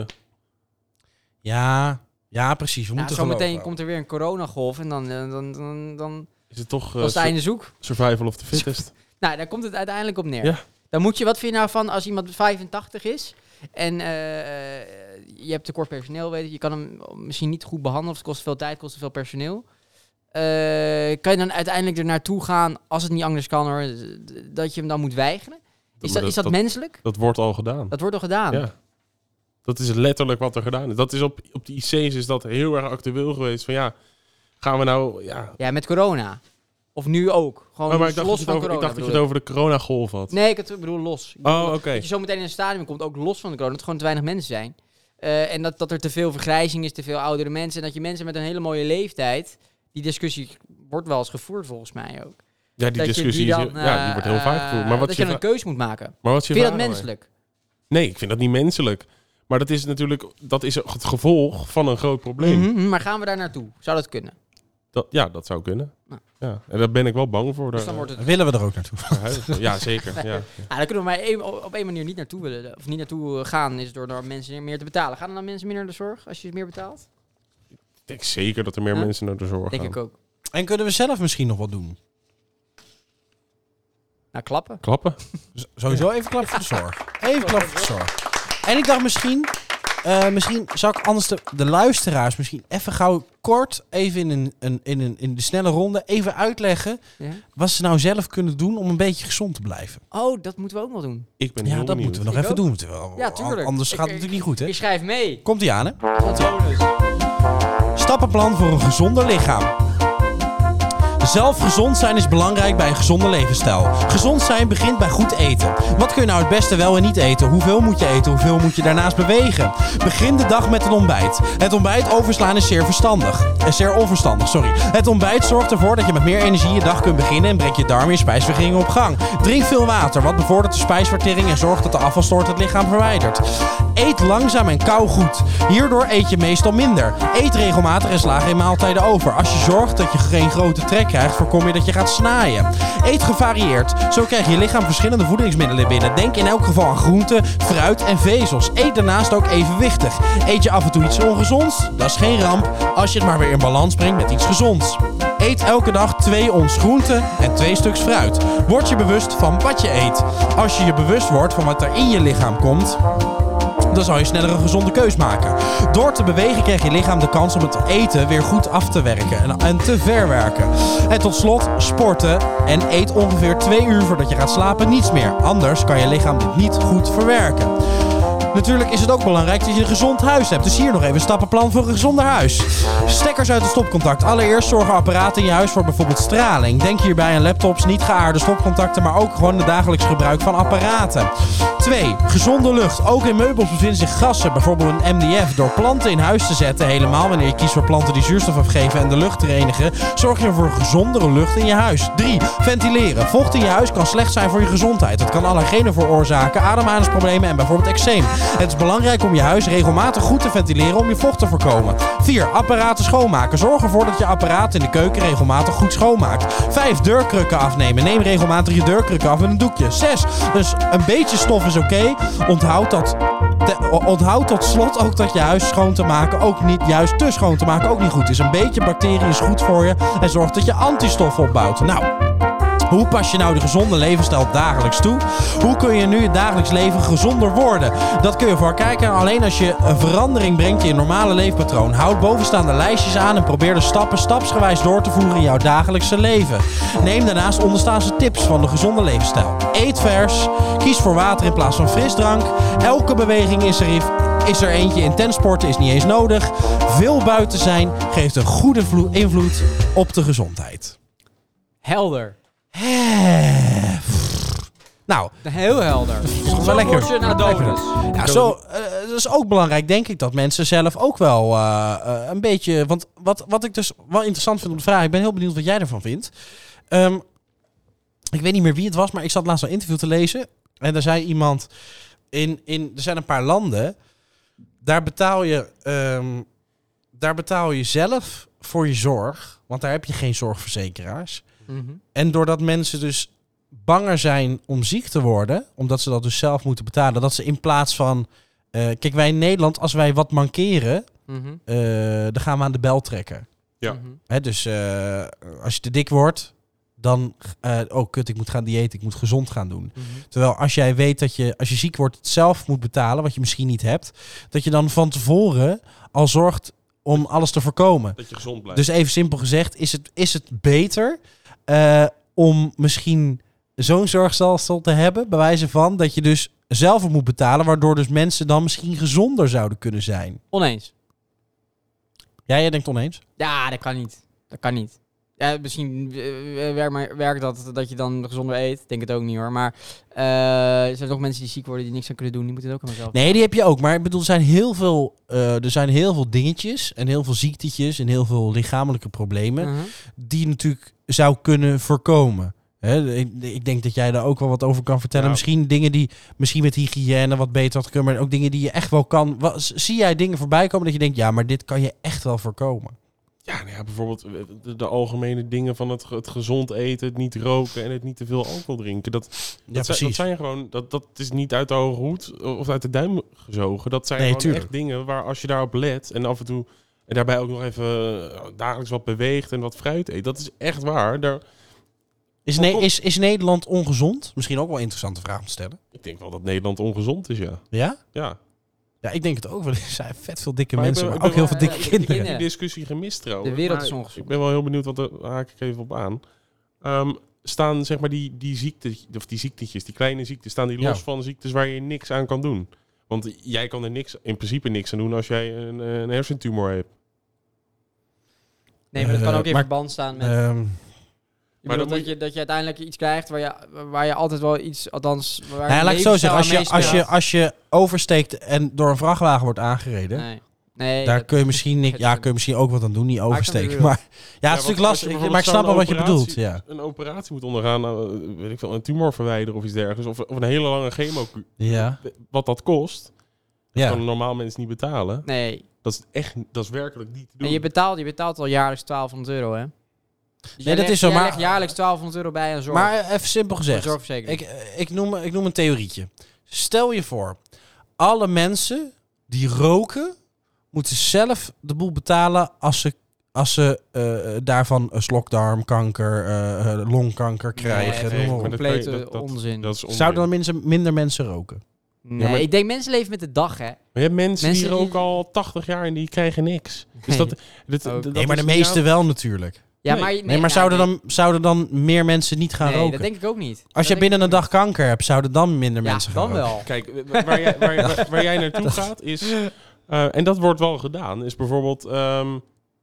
Speaker 1: Ja, ja precies. We
Speaker 2: Nou,
Speaker 1: moeten
Speaker 2: zometeen
Speaker 1: geloven.
Speaker 2: komt er weer een coronagolf en dan, eh, dan, dan, dan
Speaker 3: Is het toch
Speaker 2: was
Speaker 3: uh,
Speaker 2: het einde zoek.
Speaker 3: survival of the fittest?
Speaker 2: Nou, daar komt het uiteindelijk op neer.
Speaker 3: Ja.
Speaker 2: Dan moet je, wat vind je nou van als iemand vijfentachtig is en eh, eh, je hebt tekort personeel, weet je, je kan hem misschien niet goed behandelen, of het kost veel tijd, kost veel personeel. Eh, kan je dan uiteindelijk er naartoe gaan, als het niet anders kan hoor, dat je hem dan moet weigeren? Is dat, is dat menselijk?
Speaker 3: Dat wordt al gedaan.
Speaker 2: Dat wordt al gedaan.
Speaker 3: Ja. Dat is letterlijk wat er gedaan is. Dat is op, op de I C's is dat heel erg actueel geweest. Van ja, gaan we nou... Ja.
Speaker 2: Ja, met corona. Of nu ook. Gewoon
Speaker 3: Oh, maar ik dacht,
Speaker 2: los
Speaker 3: dat je,
Speaker 2: van
Speaker 3: het over, ik
Speaker 2: corona.
Speaker 3: dacht dat je
Speaker 2: bedoel
Speaker 3: het over de coronagolf had.
Speaker 2: Nee, ik, het, ik bedoel los. Ik bedoel
Speaker 3: Oh, oké.
Speaker 2: Dat je zo meteen in een stadium komt, ook los van de corona, dat er gewoon te weinig mensen zijn. Uh, en dat, dat er te veel vergrijzing is, te veel oudere mensen. En dat je mensen met een hele mooie leeftijd, die discussie wordt wel eens gevoerd volgens mij ook.
Speaker 3: Ja, die
Speaker 2: dat
Speaker 3: discussie
Speaker 2: je die
Speaker 3: is,
Speaker 2: dan,
Speaker 3: ja, die wordt heel
Speaker 2: uh,
Speaker 3: vaak gevoerd. Maar wat
Speaker 2: dat
Speaker 3: je
Speaker 2: je dan een keuze moet maken.
Speaker 3: Maar wat is je
Speaker 2: Vind je dat
Speaker 3: vraag
Speaker 2: menselijk?
Speaker 3: Nee, ik vind dat niet menselijk. Maar dat is natuurlijk dat is het gevolg van een groot probleem.
Speaker 2: Mm-hmm, maar gaan we daar naartoe? Zou dat kunnen?
Speaker 3: Dat, ja, dat zou kunnen.
Speaker 2: Nou.
Speaker 3: Ja, en daar ben ik wel bang voor.
Speaker 2: Dus
Speaker 3: Daar,
Speaker 2: dan wordt het...
Speaker 1: Willen we er ook naartoe?
Speaker 3: ja, zeker. Ja.
Speaker 2: Ah, daar kunnen we maar één, op één manier niet naartoe willen. Of niet naartoe gaan, is door, door mensen meer te betalen. Gaan er dan mensen meer naar de zorg als je meer betaalt?
Speaker 3: Ik denk zeker dat er meer
Speaker 2: Ja?
Speaker 3: mensen naar de zorg
Speaker 2: Denk
Speaker 3: gaan.
Speaker 2: ik ook.
Speaker 1: En kunnen we zelf misschien nog wat doen?
Speaker 2: Nou, klappen.
Speaker 3: Klappen?
Speaker 1: Z- Sowieso even klap voor de zorg. Even klap voor de zorg. En ik dacht misschien... Uh, misschien zou ik anders de, de luisteraars misschien even gauw kort even in, een, een, in, een, in de snelle ronde even uitleggen
Speaker 2: Ja?
Speaker 1: wat ze nou zelf kunnen doen om een beetje gezond te blijven.
Speaker 2: Oh, dat moeten we ook wel doen.
Speaker 3: Ik ben
Speaker 1: Ja,
Speaker 3: heel
Speaker 1: dat
Speaker 3: benieuwd.
Speaker 1: moeten we nog
Speaker 2: Ik
Speaker 1: even
Speaker 2: ook.
Speaker 1: doen. Moeten we wel-
Speaker 2: Ja, tuurlijk.
Speaker 1: Anders
Speaker 2: Ik-
Speaker 1: gaat het
Speaker 2: ik-
Speaker 1: natuurlijk niet goed, hè?
Speaker 2: Je schrijft mee.
Speaker 1: Komt ie aan, hè?
Speaker 2: Controles.
Speaker 1: Stappenplan voor een gezonder lichaam. Zelf gezond zijn is belangrijk bij een gezonde levensstijl. Gezond zijn begint bij goed eten. Wat kun je nou het beste wel en niet eten? Hoeveel moet je eten? Hoeveel moet je daarnaast bewegen? Begin de dag met een ontbijt. Het ontbijt overslaan is zeer verstandig. Eh, zeer onverstandig, sorry. Het ontbijt zorgt ervoor dat je met meer energie je dag kunt beginnen en brengt je darmen en spijsvertering op gang. Drink veel water, wat bevordert de spijsvertering en zorgt dat de afvalstoort het lichaam verwijdert. Eet langzaam en kou goed. Hierdoor eet je meestal minder. Eet regelmatig en sla geen maaltijden over. Als je zorgt dat je geen grote trek krijgt, voorkom je dat je gaat snaaien. Eet gevarieerd. Zo krijgt je lichaam verschillende voedingsmiddelen binnen. Denk in elk geval aan groenten, fruit en vezels. Eet daarnaast ook evenwichtig. Eet je af en toe iets ongezonds? Dat is geen ramp, als je het maar weer in balans brengt met iets gezonds. Eet elke dag twee ons groenten en twee stuks fruit. Word je bewust van wat je eet. Als je je bewust wordt van wat er in je lichaam komt, dan zal je sneller een gezonde keus maken. Door te bewegen krijgt je lichaam de kans om het eten weer goed af te werken en, en te verwerken. En tot slot, sporten en eet ongeveer twee uur voordat je gaat slapen niets meer. Anders kan je lichaam dit niet goed verwerken. Natuurlijk is het ook belangrijk dat je een gezond huis hebt. Dus hier nog even een stappenplan voor een gezonder huis. Stekkers uit het stopcontact. Allereerst zorgen apparaten in je huis voor bijvoorbeeld straling. Denk hierbij aan laptops, niet geaarde stopcontacten, maar ook gewoon het dagelijks gebruik van apparaten. twee. Gezonde lucht. Ook in meubels bevinden zich gassen, bijvoorbeeld een M D F. Door planten in huis te zetten, helemaal wanneer je kiest voor planten die zuurstof afgeven en de lucht renigen, zorg je voor gezondere lucht in je huis. drie. Ventileren. Vocht in je huis kan slecht zijn voor je gezondheid. Het kan allergenen veroorzaken, ademhalingsproblemen en bijvoorbeeld eczeem. Het is belangrijk om je huis regelmatig goed te ventileren om je vocht te voorkomen. vier. Apparaten schoonmaken. Zorg ervoor dat je apparaat in de keuken regelmatig goed schoonmaakt. vijf. Deurkrukken afnemen. Neem regelmatig je deurkrukken af met een doekje. zes. Dus een beetje stof is oké. Okay. Onthoud dat... Te, onthoud tot slot ook dat je huis schoon te maken ook niet juist te schoon te maken ook niet goed is. Een beetje bacteriën is goed voor je en zorgt dat je antistoffen opbouwt. Nou, Hoe pas je nou de gezonde levensstijl dagelijks toe? Hoe kun je nu het dagelijks leven gezonder worden? Dat kun je voor kijken alleen als je een verandering brengt in je normale leefpatroon. Houd bovenstaande lijstjes aan en probeer de stappen stapsgewijs door te voeren in jouw dagelijkse leven. Neem daarnaast onderstaande tips van de gezonde levensstijl. Eet vers, kies voor water in plaats van frisdrank. Elke beweging is er, is er eentje. Intens sporten is niet eens nodig. Veel buiten zijn geeft een goede vlo- invloed op de gezondheid.
Speaker 2: Helder.
Speaker 1: Hè, nou,
Speaker 2: Heel helder.
Speaker 1: dat is
Speaker 2: Zo
Speaker 1: wel lekker.
Speaker 2: word je naar dood.
Speaker 1: Ja, zo, uh, dat is ook belangrijk, denk ik, dat mensen zelf ook wel uh, uh, een beetje... Want wat, wat ik dus wel interessant vind om te vragen... Ik ben heel benieuwd wat jij ervan vindt. Um, ik weet niet meer wie het was, maar ik zat laatst een interview te lezen. En daar zei iemand... In, in, er zijn een paar landen... Daar betaal je, um, daar betaal je zelf voor je zorg. Want daar heb je geen zorgverzekeraars.
Speaker 2: Mm-hmm.
Speaker 1: En doordat mensen dus banger zijn om ziek te worden, omdat ze dat dus zelf moeten betalen, dat ze in plaats van... Uh, kijk, wij in Nederland, als wij wat mankeren,
Speaker 2: Mm-hmm.
Speaker 1: uh, dan gaan we aan de bel trekken.
Speaker 3: Ja.
Speaker 2: Mm-hmm.
Speaker 1: Hè, dus uh, als je te dik wordt, dan... Uh, oh, kut, ik moet gaan diëten, ik moet gezond gaan doen.
Speaker 2: Mm-hmm.
Speaker 1: Terwijl als jij weet dat je, als je ziek wordt, het zelf moet betalen, wat je misschien niet hebt, dat je dan van tevoren al zorgt om alles te voorkomen.
Speaker 3: Dat je gezond blijft.
Speaker 1: Dus even simpel gezegd, is het, is het beter uh, om misschien zo'n zorgstelsel te hebben, bij wijze van dat je dus zelf het moet betalen, waardoor dus mensen dan misschien gezonder zouden kunnen zijn.
Speaker 2: Oneens.
Speaker 1: Ja, jij denkt oneens?
Speaker 2: Ja, dat kan niet. Dat kan niet. Ja, misschien uh, werkt, maar, werkt dat dat je dan gezonder eet. Denk het ook niet hoor. Maar uh, er zijn nog mensen die ziek worden die niks aan kunnen doen. Die moeten het ook aan zichzelf.
Speaker 1: Nee, die heb je ook. Maar ik bedoel, er zijn heel veel, uh, er zijn heel veel dingetjes en heel veel ziektetjes en heel veel lichamelijke problemen
Speaker 2: Uh-huh.
Speaker 1: die je natuurlijk zou kunnen voorkomen. Hè, ik, ik denk dat jij daar ook wel wat over kan vertellen.
Speaker 3: Ja.
Speaker 1: Misschien dingen die misschien met hygiëne wat beter had kunnen, maar ook dingen die je echt wel kan. Wat, zie jij dingen voorbij komen dat je denkt, ja, maar dit kan je echt wel voorkomen?
Speaker 3: Ja, nou ja, bijvoorbeeld de, de algemene dingen van het, het gezond eten, het niet roken en het niet te veel alcohol drinken. Dat,
Speaker 1: Ja,
Speaker 3: dat, zijn, dat zijn gewoon, dat, dat is niet uit de hoge hoed of uit de duim gezogen. Dat zijn
Speaker 1: Nee,
Speaker 3: gewoon
Speaker 1: tuurlijk.
Speaker 3: echt dingen waar als je daarop let en af en toe en daarbij ook nog even uh, dagelijks wat beweegt en wat fruit eet. Dat is echt waar. Daar,
Speaker 1: Is, ne- is, is Nederland ongezond? Misschien ook wel een interessante vraag om te stellen.
Speaker 3: ik denk wel dat Nederland ongezond is, ja.
Speaker 1: Ja?
Speaker 3: Ja.
Speaker 1: Ja, ik denk het ook wel. Er zijn vet veel dikke
Speaker 3: Maar ik
Speaker 1: mensen,
Speaker 3: ben-
Speaker 1: maar
Speaker 3: ik
Speaker 1: ook
Speaker 3: ben
Speaker 1: heel veel
Speaker 2: wel-
Speaker 1: dikke
Speaker 2: ja,
Speaker 1: kinderen.
Speaker 3: Ik heb
Speaker 2: Ja.
Speaker 3: die discussie gemist trouwens.
Speaker 2: De wereld
Speaker 3: maar
Speaker 2: is ongezond.
Speaker 3: Ik ben wel heel benieuwd, want daar haak ik even op aan. Um, staan zeg maar die, die ziektes, of die ziektetjes, die kleine ziektes, staan die
Speaker 1: Ja.
Speaker 3: los van ziektes waar je niks aan kan doen? Want jij kan er niks, in principe niks aan doen als jij een, een hersentumor hebt.
Speaker 2: Nee, maar dat kan
Speaker 1: Uh,
Speaker 2: ook in
Speaker 1: maar-
Speaker 2: verband staan met...
Speaker 1: Ehm,
Speaker 2: Maar
Speaker 3: dan
Speaker 2: dat,
Speaker 3: moet
Speaker 2: je, dat je uiteindelijk iets krijgt waar je, waar je altijd wel iets, althans... Waar
Speaker 1: nou ja,
Speaker 2: je
Speaker 1: laat ik het zo zeggen. Als je,
Speaker 2: levensstijl
Speaker 1: als,
Speaker 2: aan
Speaker 1: je, als je oversteekt en door een vrachtwagen wordt aangereden,
Speaker 2: meespeelt. Nee. Nee,
Speaker 1: daar
Speaker 2: dat-
Speaker 1: kun je misschien niks,
Speaker 2: dat-
Speaker 1: ja, kun je misschien ook wat aan doen, niet
Speaker 2: ik snap
Speaker 1: oversteken.
Speaker 2: wat je
Speaker 1: Maar ja, het is
Speaker 3: want
Speaker 1: natuurlijk
Speaker 3: als je
Speaker 1: lastig.
Speaker 3: bijvoorbeeld
Speaker 1: Maar ik snap wel
Speaker 3: zo'n
Speaker 1: wat je bedoelt.
Speaker 3: operatie-
Speaker 1: Ja.
Speaker 3: Een operatie moet ondergaan, nou, weet ik veel, een tumor verwijderen of iets dergelijks. Of, of een hele lange chemo.
Speaker 1: Ja.
Speaker 3: Wat dat kost, dat
Speaker 1: Ja.
Speaker 3: kan een normaal mens niet betalen.
Speaker 2: Nee.
Speaker 3: Dat is echt, dat is werkelijk niet te doen.
Speaker 2: En je betaalt, je betaalt al jaarlijks twaalfhonderd euro, hè? Dus
Speaker 1: Nee,
Speaker 2: jij
Speaker 1: dat
Speaker 2: legt-
Speaker 1: is zo,
Speaker 2: jij
Speaker 1: maar-
Speaker 2: legt jaarlijks twaalfhonderd euro bij aan zorg.
Speaker 1: Maar even simpel
Speaker 2: Voor
Speaker 1: gezegd.
Speaker 2: zorgverzekering.
Speaker 1: Ik, ik, noem, ik noem een theorietje. Stel je voor, alle mensen die roken, moeten zelf de boel betalen als ze, als ze uh, daarvan een slokdarmkanker, uh, longkanker krijgen.
Speaker 2: Nee,
Speaker 1: noem maar op.
Speaker 3: maar dat kan je-
Speaker 2: complete
Speaker 3: dat- dat-
Speaker 2: onzin.
Speaker 3: Dat is onzin.
Speaker 1: Zouden dan minder, minder mensen roken?
Speaker 2: Nee,
Speaker 3: Ja, maar-
Speaker 2: ik denk mensen leven met de dag, hè?
Speaker 3: Maar je hebt mensen,
Speaker 2: Mensen
Speaker 3: die
Speaker 2: die-
Speaker 3: roken al tachtig jaar en die krijgen niks. Dus
Speaker 2: Nee.
Speaker 3: dat, dit,
Speaker 2: Ook.
Speaker 3: dat
Speaker 1: Nee, maar
Speaker 3: is
Speaker 1: de
Speaker 3: niet
Speaker 1: meeste
Speaker 3: aan-
Speaker 1: wel natuurlijk.
Speaker 2: Ja,
Speaker 3: Nee.
Speaker 2: maar,
Speaker 1: Nee, maar
Speaker 2: ja,
Speaker 1: zouden,
Speaker 2: nee.
Speaker 1: dan, zouden dan meer mensen niet gaan
Speaker 2: Nee,
Speaker 1: roken?
Speaker 2: dat denk ik ook niet. Dat
Speaker 1: Als je
Speaker 2: denk
Speaker 1: binnen
Speaker 2: ik
Speaker 1: een dag kanker hebt, zouden dan minder
Speaker 2: Ja,
Speaker 1: mensen gaan
Speaker 2: dan
Speaker 1: roken?
Speaker 2: wel.
Speaker 3: Kijk, waar, waar, jij, waar, waar, waar jij naartoe gaat is... uh, en dat wordt wel gedaan, is bijvoorbeeld... Um,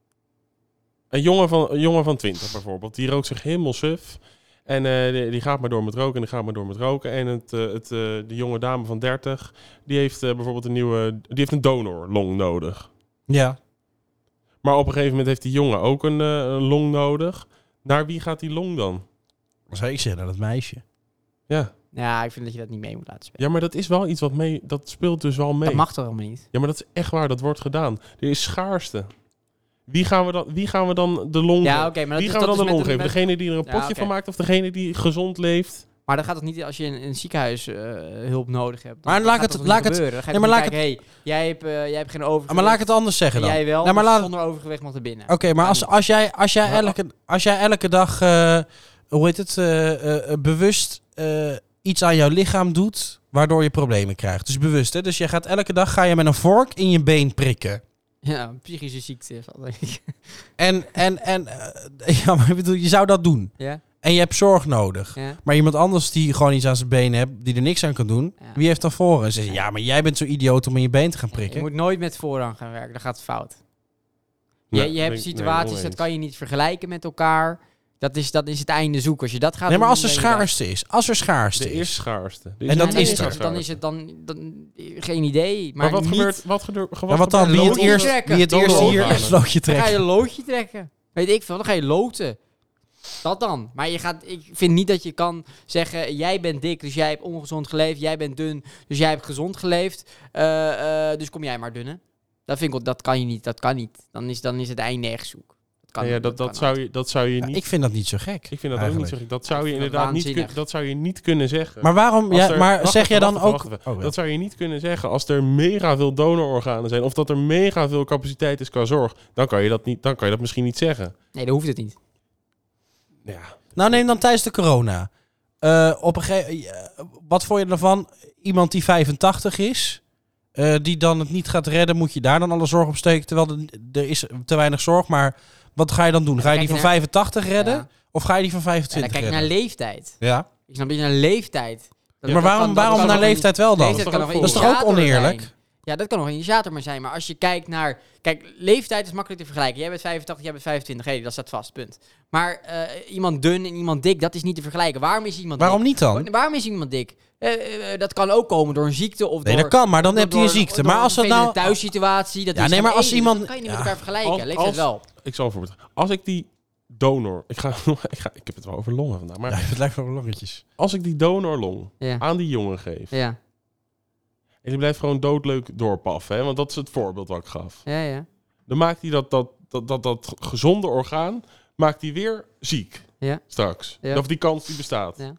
Speaker 3: een, jongen van, een jongen van twintig bijvoorbeeld, die rookt zich helemaal suf. En uh, die, die gaat maar door met roken en die gaat maar door met roken. En het, uh, het, uh, de jonge dame van dertig, die heeft uh, bijvoorbeeld een nieuwe... Die heeft een donorlong nodig.
Speaker 1: Ja.
Speaker 3: Maar op een gegeven moment heeft die jongen ook een, uh, een long nodig. Naar wie gaat die long dan?
Speaker 1: Dan zou ik zeggen, naar dat meisje.
Speaker 3: Ja.
Speaker 2: Ja, ik vind dat je dat niet mee moet laten spelen.
Speaker 3: Ja, maar dat is wel iets wat mee... Dat speelt dus wel mee.
Speaker 2: Dat mag toch helemaal niet?
Speaker 3: Ja, maar dat is echt waar. Dat wordt gedaan. Er is schaarste. Wie gaan we dan, wie gaan we dan de long
Speaker 2: Ja,
Speaker 3: geven?
Speaker 2: oké, maar
Speaker 3: Wie
Speaker 2: dat,
Speaker 3: gaan we
Speaker 2: dat
Speaker 3: dan de
Speaker 2: is
Speaker 3: long
Speaker 2: met
Speaker 3: geven?
Speaker 2: met-
Speaker 3: Degene die er een
Speaker 2: Ja,
Speaker 3: potje
Speaker 2: oké.
Speaker 3: van maakt of degene die gezond leeft?
Speaker 2: Maar dat gaat toch niet als je in een ziekenhuis uh, hulp nodig hebt? Dan
Speaker 1: Maar laat
Speaker 2: gaat
Speaker 1: het-
Speaker 2: dat toch
Speaker 1: laat
Speaker 2: niet
Speaker 1: het-
Speaker 2: gebeuren? Dan ga je
Speaker 1: nee,
Speaker 2: toch
Speaker 1: maar
Speaker 2: niet kijken, hey, jij hebt, uh, jij hebt geen overgewicht.
Speaker 1: Ah, maar laat ik het anders zeggen
Speaker 2: en
Speaker 1: dan.
Speaker 2: jij wel,
Speaker 1: Nee, maar
Speaker 2: dus
Speaker 1: laat-
Speaker 2: zonder overgewicht mag er binnen.
Speaker 1: Oké, maar
Speaker 2: Kan
Speaker 1: als,
Speaker 2: niet.
Speaker 1: als, jij, als, jij
Speaker 3: Maar-
Speaker 1: elke, als jij elke dag... eh, hoe heet het, uh, uh, bewust uh, iets aan jouw lichaam doet, waardoor je problemen krijgt. Dus bewust, hè? Dus je gaat elke dag ga je met een vork in je been prikken.
Speaker 2: Ja, psychische ziekte is dat, denk ik.
Speaker 1: En, en, en uh, ja, maar ik bedoel, je zou dat doen.
Speaker 2: Ja?
Speaker 1: En je hebt zorg nodig.
Speaker 2: Ja.
Speaker 1: Maar iemand anders die gewoon iets aan zijn benen heeft, die er niks aan kan doen,
Speaker 2: Ja.
Speaker 1: wie heeft dan voor? En ze zeggen, ja, maar jij bent zo idioot om in je been te gaan
Speaker 2: Je
Speaker 1: prikken.
Speaker 2: moet nooit met voorrang gaan werken, dan gaat het fout.
Speaker 3: Nee,
Speaker 2: je, je hebt
Speaker 3: ben ik- nee,
Speaker 2: situaties, dat
Speaker 3: oneens.
Speaker 2: kan je niet vergelijken met elkaar. Dat is, dat is het einde zoek. Als je dat gaat
Speaker 1: Nee, maar
Speaker 2: doen,
Speaker 1: als er
Speaker 2: dan ben je weg.
Speaker 1: schaarste is, als er schaarste
Speaker 3: De
Speaker 1: is.
Speaker 3: eerste schaarste. Er
Speaker 1: En dat
Speaker 3: een
Speaker 2: Nee,
Speaker 1: is
Speaker 2: dan
Speaker 1: er.
Speaker 2: het- Dan is het dan, dan geen idee. Maar,
Speaker 3: Maar wat
Speaker 2: niet,
Speaker 3: gebeurt... Wat gebeurt wat
Speaker 1: Ja, wat dan?
Speaker 3: gebeurt-
Speaker 1: Wie het
Speaker 2: loodje
Speaker 1: eerst,
Speaker 2: trekken.
Speaker 1: wie het
Speaker 3: Dan
Speaker 1: eerst hier
Speaker 3: doorgaan.
Speaker 1: een slootje
Speaker 2: Dan ga
Speaker 1: trekt.
Speaker 2: je een loodje trekken. Weet ik veel, dan ga je loten. Dat dan. Maar je gaat, ik vind niet dat je kan zeggen, jij bent dik, dus jij hebt ongezond geleefd. Jij bent dun, dus jij hebt gezond geleefd. Uh, uh, dus kom jij maar dunnen. Dat vind ik, dat kan je niet, dat kan niet. Dan is, dan is het einde echt zoek. Dat kan
Speaker 3: Ja, ja,
Speaker 2: niet,
Speaker 3: dat, dat,
Speaker 2: kan
Speaker 3: zou je, dat zou je
Speaker 1: Ja,
Speaker 3: niet...
Speaker 1: ik vind dat niet zo gek.
Speaker 3: Ik vind dat ook
Speaker 1: eigenlijk.
Speaker 3: niet zo gek. Dat zou je
Speaker 2: Ik vind dat
Speaker 3: inderdaad niet,
Speaker 2: waanzinnig.
Speaker 3: kun- dat zou je niet kunnen zeggen.
Speaker 1: Maar waarom,
Speaker 3: Als
Speaker 1: ja,
Speaker 3: er-
Speaker 1: maar
Speaker 3: wacht
Speaker 1: zeg
Speaker 3: even,
Speaker 1: jij dan
Speaker 3: wacht
Speaker 1: ook...
Speaker 3: even, wacht
Speaker 1: Oh, ja.
Speaker 3: Dat zou je niet kunnen zeggen als er mega veel donororganen zijn of dat er mega veel capaciteit is qua zorg. Dan kan je dat, niet, dan kan je dat misschien niet zeggen.
Speaker 2: Nee, dat hoeft het niet.
Speaker 3: Ja.
Speaker 1: Nou, neem dan tijdens de corona. Uh, op een ge- uh, wat vond je ervan? Iemand die vijfentachtig is, uh, die dan het niet gaat redden, moet je daar dan alle zorg op steken? Terwijl er, er is te weinig zorg, maar wat ga je dan doen? Ga je die van
Speaker 2: kijk je naar-
Speaker 1: vijfentachtig redden?
Speaker 2: Ja.
Speaker 1: Of ga je die van
Speaker 2: Ja, dan
Speaker 1: vijfentwintig
Speaker 2: kijk je naar
Speaker 1: redden?
Speaker 2: leeftijd.
Speaker 1: Ja.
Speaker 2: Ik snap niet naar leeftijd. Dat-
Speaker 1: Maar
Speaker 2: dat
Speaker 1: waarom,
Speaker 2: kan- dat
Speaker 1: waarom
Speaker 2: kan
Speaker 1: naar
Speaker 2: nog een-
Speaker 1: leeftijd wel dan?
Speaker 2: Leeftijd kan nog een
Speaker 1: Dat is toch ook
Speaker 2: initiator
Speaker 1: oneerlijk?
Speaker 2: zijn. Ja, dat kan nog een initiator maar zijn. Maar als je kijkt naar... Kijk, leeftijd is makkelijk te vergelijken. Jij bent vijfentachtig, jij bent vijfentwintig. Hé, dat staat vast, punt. Maar uh, iemand dun en iemand dik, dat is niet te vergelijken. Waarom is iemand
Speaker 1: Waarom
Speaker 2: dik?
Speaker 1: niet dan?
Speaker 2: Waarom is iemand dik? Uh, uh, dat kan ook komen door een ziekte of
Speaker 1: Nee,
Speaker 2: door...
Speaker 1: dat kan, maar dan
Speaker 2: door-
Speaker 1: heb je een
Speaker 2: door-
Speaker 1: ziekte.
Speaker 2: door
Speaker 1: Maar als
Speaker 2: een
Speaker 1: dat nou...
Speaker 2: vervelende thuissituatie, dat
Speaker 1: Ja,
Speaker 2: is
Speaker 1: nee,
Speaker 2: gaan
Speaker 1: maar als
Speaker 2: eten,
Speaker 1: iemand-
Speaker 2: dat kan je niet
Speaker 1: ja.
Speaker 2: met elkaar vergelijken.
Speaker 3: Als-
Speaker 2: Leeftijd
Speaker 3: als-
Speaker 2: wel.
Speaker 3: Ik zal voorbeeld. Als ik die donor... Ik, ga, ik, ga, ik heb het wel over longen vandaag. Maar
Speaker 1: Ja, het lijkt wel longetjes.
Speaker 3: als ik die donorlong
Speaker 2: Ja.
Speaker 3: aan die jongen geef...
Speaker 2: Ja,
Speaker 3: en die blijft gewoon doodleuk doorpaffen... Hè, want dat is het voorbeeld wat ik gaf...
Speaker 2: ja, ja.
Speaker 3: dan maakt hij dat, dat, dat, dat, dat gezonde orgaan... maakt hij weer ziek.
Speaker 2: Ja.
Speaker 3: Straks.
Speaker 2: Ja.
Speaker 3: Of die kans die bestaat.
Speaker 2: Ja.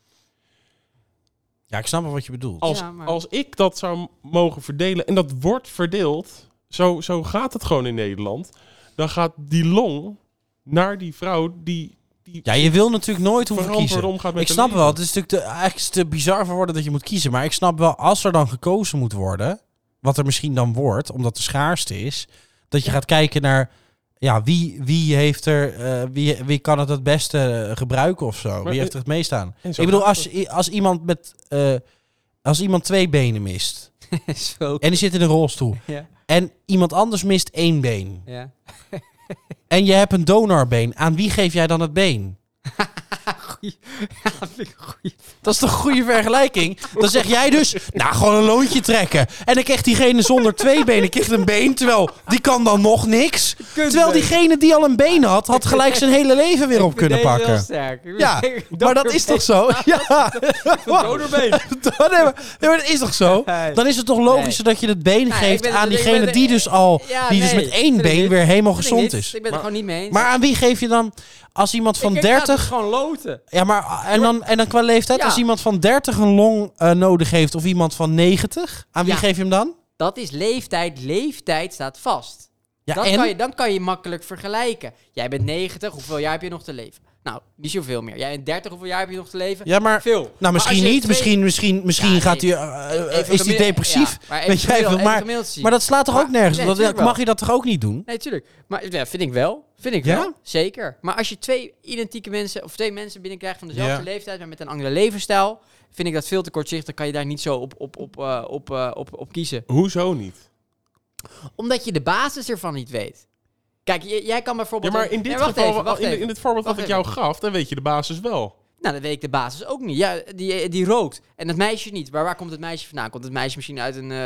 Speaker 1: Ja, ik snap wel wat je bedoelt.
Speaker 3: Als,
Speaker 2: Ja, maar-
Speaker 3: als ik dat zou mogen verdelen... en dat wordt verdeeld... Zo, zo gaat het gewoon in Nederland... dan gaat die long naar die vrouw... die, die
Speaker 1: Ja, je wil natuurlijk nooit hoeven
Speaker 3: verantwoord
Speaker 1: kiezen.
Speaker 3: omgaat met
Speaker 1: Ik
Speaker 3: haar
Speaker 1: snap
Speaker 3: leven.
Speaker 1: wel, het is natuurlijk te, eigenlijk is het te bizar voor woorden dat je moet kiezen. Maar ik snap wel, als er dan gekozen moet worden, wat er misschien dan wordt, omdat de schaarste is, dat je gaat kijken naar, ja, wie, wie heeft er, uh, wie, wie kan het het beste gebruiken of zo?
Speaker 3: Maar
Speaker 1: wie heeft er het meest aan?
Speaker 3: en zo
Speaker 1: Ik bedoel,
Speaker 3: gaat
Speaker 1: als, i- als iemand met, uh, als iemand twee benen mist,
Speaker 2: Zo.
Speaker 1: en die zit in een rolstoel,
Speaker 2: Ja.
Speaker 1: en iemand anders mist één been,
Speaker 2: Ja.
Speaker 1: en je hebt een donorbeen, aan wie geef jij dan het been?
Speaker 2: Goeie. Ja, dat vind ik een goeie.
Speaker 1: Dat is toch een goede vergelijking? Dan zeg jij dus, nou, gewoon een loontje trekken. En dan krijgt diegene zonder twee benen krijgt een been, terwijl die kan dan nog niks. Terwijl diegene die al een been had, had gelijk zijn hele leven weer op kunnen pakken.
Speaker 2: Heel sterk. Ik
Speaker 1: Ja,
Speaker 2: vind-
Speaker 1: maar dat is toch zo? Ja.
Speaker 2: Donorbeen.
Speaker 1: nee, maar, nee, maar dat is toch zo? Dan is het toch logischer dat je het been
Speaker 2: Nee, ik
Speaker 1: geeft
Speaker 2: ben-
Speaker 1: aan
Speaker 2: ik
Speaker 1: diegene
Speaker 2: ben-
Speaker 1: die dus al,
Speaker 2: Ja,
Speaker 1: die dus
Speaker 2: nee,
Speaker 1: met één
Speaker 2: vind ik
Speaker 1: been
Speaker 2: niet.
Speaker 1: weer helemaal
Speaker 2: Vind ik
Speaker 1: gezond
Speaker 2: niet.
Speaker 1: is.
Speaker 2: Ik ben het gewoon niet mee eens.
Speaker 1: Maar aan wie geef je dan, als iemand van
Speaker 2: Ik- ik ga het
Speaker 1: dertig...
Speaker 2: gewoon loten.
Speaker 1: Ja, maar en dan, en dan qua leeftijd,
Speaker 2: Ja.
Speaker 1: als iemand van dertig een long uh, nodig heeft of iemand van negentig, aan wie
Speaker 2: Ja.
Speaker 1: geef je hem dan?
Speaker 2: Dat is leeftijd. Leeftijd staat vast.
Speaker 1: Ja,
Speaker 2: dat
Speaker 1: en?
Speaker 2: kan je, dan kan je makkelijk vergelijken. Jij bent negentig, hoeveel jaar heb je nog te leven? Nou, niet zoveel meer. Jij bent dertig, hoeveel jaar heb je nog te leven?
Speaker 1: Ja, maar
Speaker 2: Veel. Maar
Speaker 1: nou, misschien
Speaker 2: als je
Speaker 1: niet.
Speaker 2: twee-
Speaker 1: Misschien, misschien, misschien
Speaker 2: Ja,
Speaker 1: gaat
Speaker 2: nee.
Speaker 1: hij, uh,
Speaker 2: Even
Speaker 1: is hij
Speaker 2: gemiddeld-
Speaker 1: depressief?
Speaker 2: ja, maar even
Speaker 1: Weet jij
Speaker 2: gemiddeld-
Speaker 1: veel,
Speaker 2: even
Speaker 1: maar,
Speaker 2: gemiddeld zien.
Speaker 1: maar dat slaat toch
Speaker 2: Maar-
Speaker 1: ook nergens?
Speaker 2: nee,
Speaker 1: op?
Speaker 2: tuurlijk
Speaker 1: Dat,
Speaker 2: wel.
Speaker 1: mag je dat toch ook niet doen?
Speaker 2: Nee, tuurlijk. Maar ja, vind ik wel. Vind ik
Speaker 1: Ja?
Speaker 2: wel. Zeker. Maar als je twee identieke mensen, of twee mensen binnenkrijgt van dezelfde
Speaker 1: Ja.
Speaker 2: leeftijd, maar met een andere levensstijl, vind ik dat veel te kortzichtig. Kan je daar niet zo op, op, op, uh, op, uh, op, op kiezen.
Speaker 3: Hoezo niet?
Speaker 2: Omdat je de basis ervan niet weet. Kijk, j- jij kan
Speaker 3: Ja,
Speaker 2: bijvoorbeeld...
Speaker 3: maar in dit
Speaker 2: Nee, wacht
Speaker 3: geval,
Speaker 2: even, wacht
Speaker 3: in,
Speaker 2: even.
Speaker 3: in het voorbeeld
Speaker 2: Wacht
Speaker 3: wat ik jou gaf, dan weet je de basis wel.
Speaker 2: Nou, dan weet ik de basis ook niet. Ja, die, die rookt. En dat meisje niet. Maar waar komt het meisje vandaan? Komt het meisje misschien uit een uh,